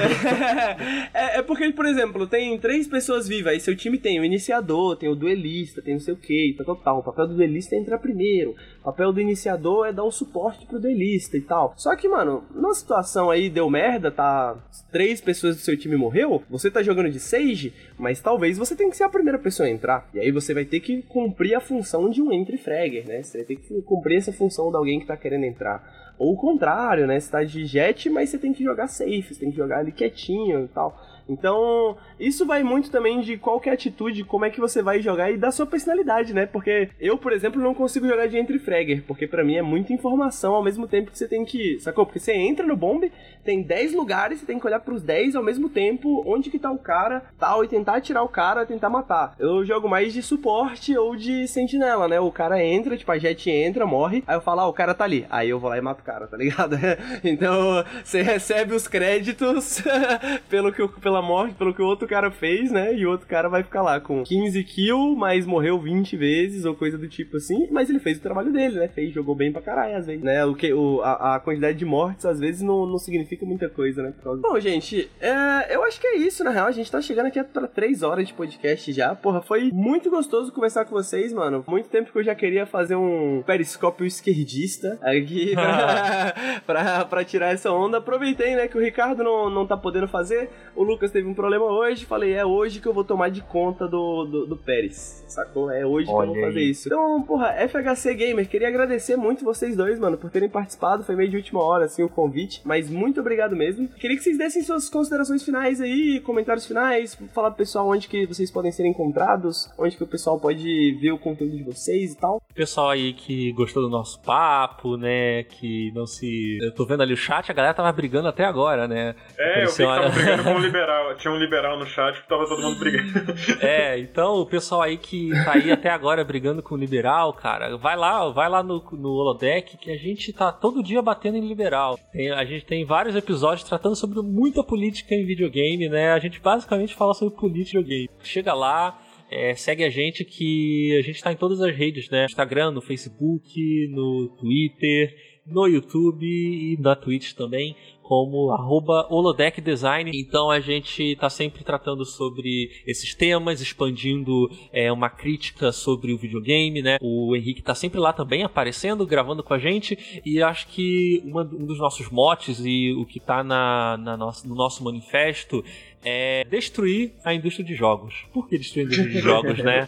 É, é porque, por exemplo, tem três pessoas vivas, aí seu time tem o iniciador, tem o duelista, tem não sei o que, tal, tal, tal. O papel do duelista é entrar primeiro, o papel do iniciador é dar um suporte pro duelista e tal. Só que, mano, numa situação aí deu merda, tá? Três pessoas do seu time morreu, você tá jogando de Sage, mas talvez você tenha que ser a primeira pessoa a entrar. E aí você vai ter que cumprir a função de um entry-fragger, né? Você vai ter que cumprir essa função de alguém que tá querendo entrar. Ou o contrário, né? Você tá de jet, mas você tem que jogar safe, você tem que jogar ali quietinho e tal. Então, isso vai muito também de qual que é a atitude, como é que você vai jogar e da sua personalidade, né? Porque eu, por exemplo, não consigo jogar de entry-fragger, porque pra mim é muita informação ao mesmo tempo que você tem que... Sacou? Porque você entra no bomb, tem dez lugares, você tem que olhar pros dez ao mesmo tempo, onde que tá o cara, tal, e tentar atirar o cara, tentar matar. Eu jogo mais de suporte ou de sentinela, né? O cara entra, tipo, a jet entra, morre, aí eu falo, ah, o cara tá ali. Aí eu vou lá e mato o cara, tá ligado? Então, você recebe os créditos pelo que, pela morte, pelo que o outro cara fez, né? E o outro cara vai ficar lá com quinze kills, mas morreu vinte vezes, ou coisa do tipo assim, mas ele fez o trabalho dele, né? Fez, jogou bem pra caralho, às vezes, né? O que, o, a, a quantidade de mortes, às vezes, não, não significa muita coisa, né? Por causa... Bom, gente, é, eu acho que é isso, na real. A gente tá chegando aqui pra três horas de podcast já. Porra, foi muito gostoso conversar com vocês, mano. Muito tempo que eu já queria fazer um periscópio esquerdista aqui pra, pra, pra tirar essa onda. Aproveitei, né, que o Ricardo não, não tá podendo fazer, o Lucas teve um problema hoje, falei, é hoje que eu vou tomar de conta do, do, do Pérez, sacou? É hoje Olha que eu vou fazer aí. Isso. Então, porra, F H C Gamer, queria agradecer muito vocês dois, mano, por terem participado, foi meio de última hora, assim, o convite, mas muito obrigado mesmo. Queria que vocês dessem suas considerações finais aí, comentários finais, falar pro pessoal onde que vocês podem ser encontrados, onde que o pessoal pode ver o conteúdo de vocês e tal. Pessoal aí que gostou do nosso papo, né, que não se... Eu tô vendo ali o chat, a galera tava brigando até agora, né? É, eu vi que tava brigando com o liberal, tinha um liberal no chat que tava todo mundo brigando. É, então o pessoal aí que tá aí até agora brigando com o liberal, cara, vai lá, vai lá no, no Holodeck que a gente tá todo dia batendo em liberal. Tem, a gente tem vários episódios tratando sobre muita política em videogame, né? A gente basicamente fala sobre política em videogame. Chega lá, É, segue a gente que a gente tá em todas as redes, né? No Instagram, no Facebook, no Twitter, no YouTube e na Twitch também, como arroba Holodeck Design. Então a gente tá sempre tratando sobre esses temas, expandindo é, uma crítica sobre o videogame, né? O Henrique tá sempre lá também aparecendo, gravando com a gente, e acho que uma, um dos nossos motes e o que tá na, na nossa, no nosso manifesto é destruir a indústria de jogos. Por que destruir a indústria de jogos, né?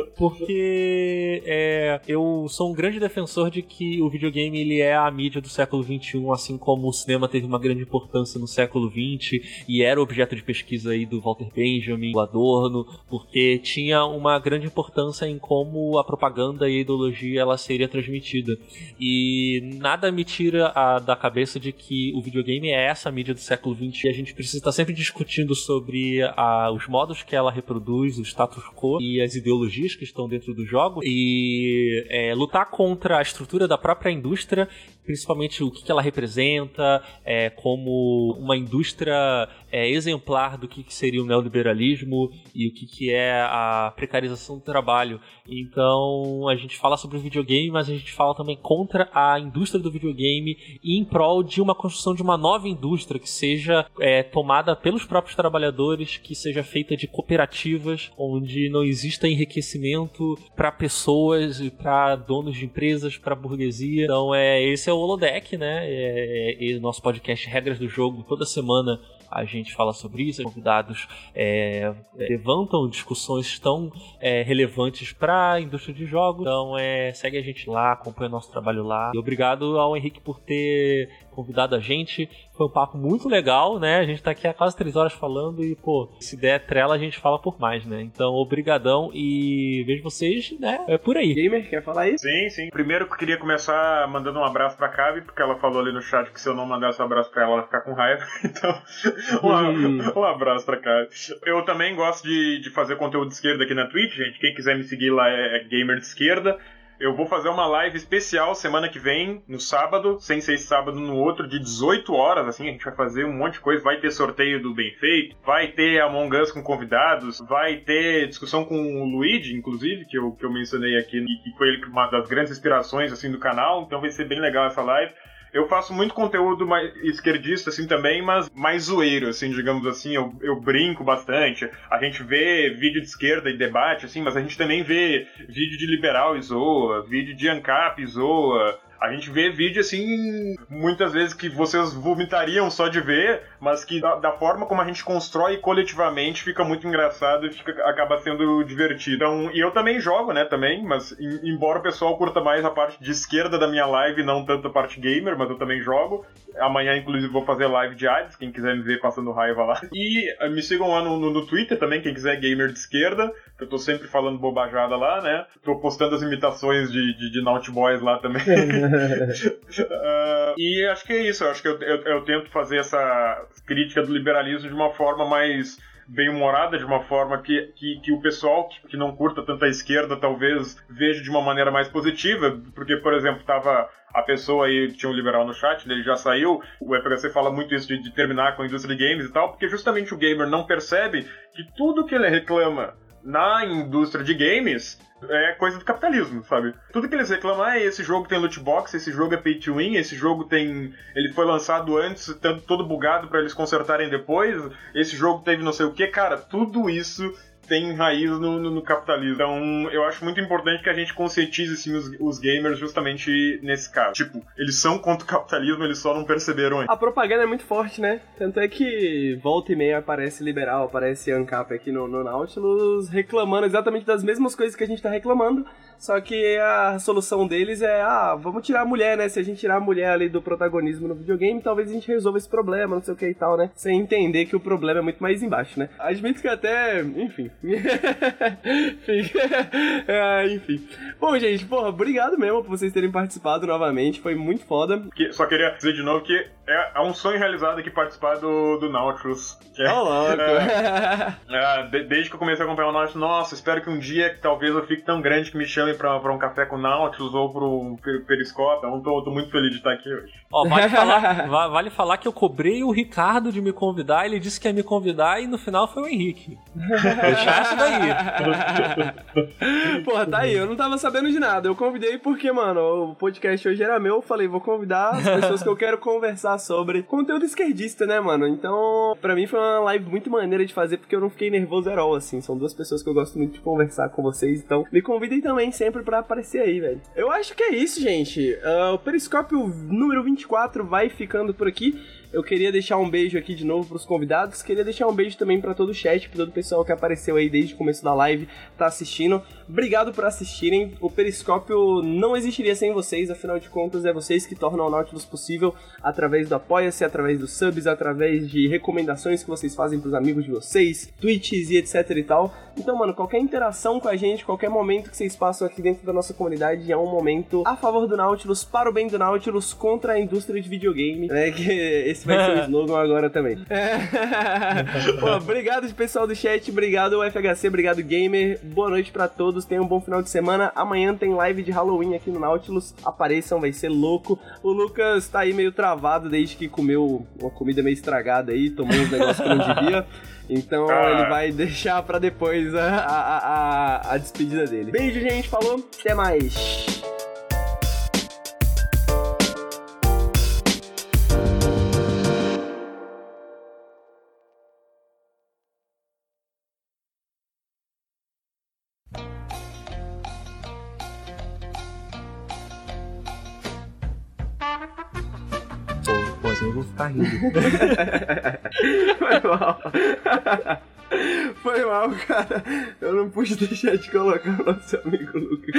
Porque é, eu sou um grande defensor de que o videogame ele é a mídia do século vinte e um, assim como o cinema teve uma grande importância no século vinte e era objeto de pesquisa aí do Walter Benjamin, do Adorno, porque tinha uma grande importância em como a propaganda e a ideologia ela seria transmitida. E nada me tira a, da cabeça de que o videogame é essa mídia do século vinte e a gente precisa estar sempre discutindo sobre a, os modos que ela reproduz, o status quo e as ideologias que estão dentro do jogo e é, lutar contra a estrutura da própria indústria, principalmente o que, que ela representa, é, como uma indústria é, exemplar do que, que seria o neoliberalismo e o que, que é a precarização do trabalho. Então a gente fala sobre o videogame, mas a gente fala também contra a indústria do videogame e em prol de uma construção de uma nova indústria que seja é, tomada pelos próprios trabalhadores, que seja feita de cooperativas, onde não exista enriquecimento para pessoas e para donos de empresas, para burguesia. Então é, esse é o Holodeck, né? É, é, é, nosso podcast Regras do Jogo, toda semana a gente fala sobre isso, os convidados é, levantam discussões tão é, relevantes para a indústria de jogos. Então é, segue a gente lá, acompanha o nosso trabalho lá. E obrigado ao Henrique por ter convidado a gente. Foi um papo muito legal, né? A gente tá aqui há quase três horas falando e, pô, se der trela a gente fala por mais, né? Então, obrigadão e vejo vocês, né? É por aí. Gamer, quer falar isso? Sim, sim. Primeiro eu queria começar mandando um abraço pra Cavi, porque ela falou ali no chat que se eu não mandasse um abraço pra ela, ela ia ficar com raiva. Então, um, um abraço pra Cavi. Eu também gosto de, de fazer conteúdo de esquerda aqui na Twitch, gente. Quem quiser me seguir lá é Gamer de Esquerda. Eu vou fazer uma live especial semana que vem, no sábado, sem ser esse sábado no outro, de dezoito horas, assim, a gente vai fazer um monte de coisa, vai ter sorteio do Bem Feito, vai ter Among Us com convidados, vai ter discussão com o Luigi, inclusive, que eu, que eu mencionei aqui, e que foi ele uma das grandes inspirações, assim, do canal, então vai ser bem legal essa live. Eu faço muito conteúdo mais esquerdista, assim, também, mas mais zoeiro, assim, digamos assim. Eu, eu brinco bastante. A gente vê vídeo de esquerda e debate, assim, mas a gente também vê vídeo de liberal e zoa, vídeo de ANCAP e zoa. A gente vê vídeo, assim, muitas vezes que vocês vomitariam só de ver, mas que da, da forma como a gente constrói coletivamente fica muito engraçado e fica, acaba sendo divertido. Então, e eu também jogo, né, também, mas em, embora o pessoal curta mais a parte de esquerda da minha live, não tanto a parte gamer, mas eu também jogo. Amanhã, inclusive, vou fazer live de Hades, quem quiser me ver passando raiva lá. E uh, me sigam lá no, no, no Twitter também, quem quiser gamer de esquerda, que eu tô sempre falando bobajada lá, né. Tô postando as imitações de, de, de Naughty Boys lá também. uh, e acho que é isso, eu acho que eu, eu, eu tento fazer essa crítica do liberalismo de uma forma mais bem-humorada, de uma forma que, que, que o pessoal que, que não curta tanto a esquerda talvez veja de uma maneira mais positiva, porque, por exemplo, tava a pessoa aí, tinha um liberal no chat, ele já saiu, o F H C fala muito isso de, de terminar com a indústria de games e tal, porque justamente o gamer não percebe que tudo que ele reclama na indústria de games é coisa do capitalismo, sabe? Tudo que eles reclamam é esse jogo tem loot box, esse jogo é pay to win, esse jogo tem... ele foi lançado antes, todo bugado pra eles consertarem depois, esse jogo teve não sei o que, cara, tudo isso tem raiz no, no, no capitalismo. Então, eu acho muito importante que a gente conscientize assim, os, os gamers justamente nesse caso. Tipo, eles são contra o capitalismo, eles só não perceberam ainda. A propaganda é muito forte, né? Tanto é que volta e meia aparece liberal, aparece ANCAP aqui no, no Nautilus reclamando exatamente das mesmas coisas que a gente tá reclamando, só que a solução deles é, ah, vamos tirar a mulher, né? Se a gente tirar a mulher ali do protagonismo no videogame, talvez a gente resolva esse problema, não sei o que e tal, né? Sem entender que o problema é muito mais embaixo, né? Admito que até, enfim... é, enfim. Bom, gente, porra, obrigado mesmo por vocês terem participado novamente, foi muito foda. Que, só queria dizer de novo que é, é um sonho realizado aqui participar do, do Nautilus. Que é, oh, louco. É, é, de, desde que eu comecei a acompanhar o Nautilus, nossa, espero que um dia que talvez eu fique tão grande que me chamem pra, pra um café com o Nautilus ou pro um periscópio. Então tô, tô muito feliz de estar aqui hoje. Ó, vale falar, vale falar que eu cobrei o Ricardo de me convidar, ele disse que ia me convidar e no final foi o Henrique. Deixar isso daí. Porra, tá aí, eu não tava sabendo de nada. Eu convidei porque, mano, o podcast hoje era meu. Eu falei, vou convidar as pessoas que eu quero conversar sobre conteúdo esquerdista, né, mano? Então, pra mim foi uma live muito maneira de fazer porque eu não fiquei nervoso at all, assim. São duas pessoas que eu gosto muito de conversar com vocês. Então, me convidem também sempre pra aparecer aí, velho. Eu acho que é isso, gente. Uh, o Periscópio número vinte e quatro vai ficando por aqui. Eu queria deixar um beijo aqui de novo pros convidados, queria deixar um beijo também pra todo o chat, pra todo o pessoal que apareceu aí desde o começo da live, tá assistindo. Obrigado por assistirem, o Periscópio não existiria sem vocês, afinal de contas é vocês que tornam o Nautilus possível, através do Apoia-se, através dos subs, através de recomendações que vocês fazem pros amigos de vocês, tweets e etc e tal. Então, mano, qualquer interação com a gente, qualquer momento que vocês passam aqui dentro da nossa comunidade é um momento a favor do Nautilus, para o bem do Nautilus, contra a indústria de videogame, né, que esse vai ser o slogan agora também. Pô, obrigado pessoal do chat, obrigado F H C, obrigado gamer, boa noite pra todos, tenham um bom final de semana. Amanhã tem live de Halloween aqui no Nautilus, apareçam, vai ser louco. O Lucas tá aí meio travado desde que comeu uma comida meio estragada aí, tomou uns negócios que não devia. Então ah. ele vai deixar pra depois a, a, a, a despedida dele. Beijo, gente, falou, até mais. Eu vou ficar rindo. Foi mal. Foi mal, cara. Eu não pude deixar de colocar o nosso amigo Lucas.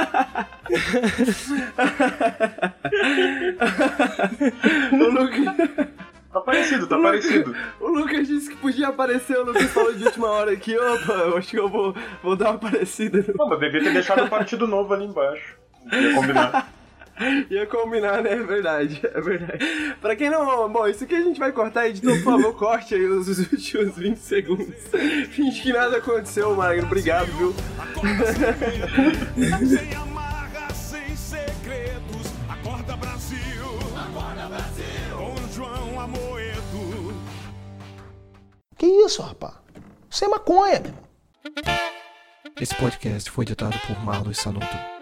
O Lucas... Tá parecido, tá o parecido. Lucas, o Lucas disse que podia aparecer, o Lucas falou de última hora aqui. Opa, eu acho que eu vou, vou dar uma parecida. Não, mas devia ter deixado o Partido Novo ali embaixo. Ia combinar. Ia combinar, né? É verdade, é verdade. Pra quem não... Bom, isso aqui a gente vai cortar, editor, por favor, corte aí os últimos vinte segundos. Finge que nada aconteceu, Magno. Obrigado, viu? isso, rapaz. Isso é maconha, meu irmão. Esse podcast foi editado por Marlos Sanuto.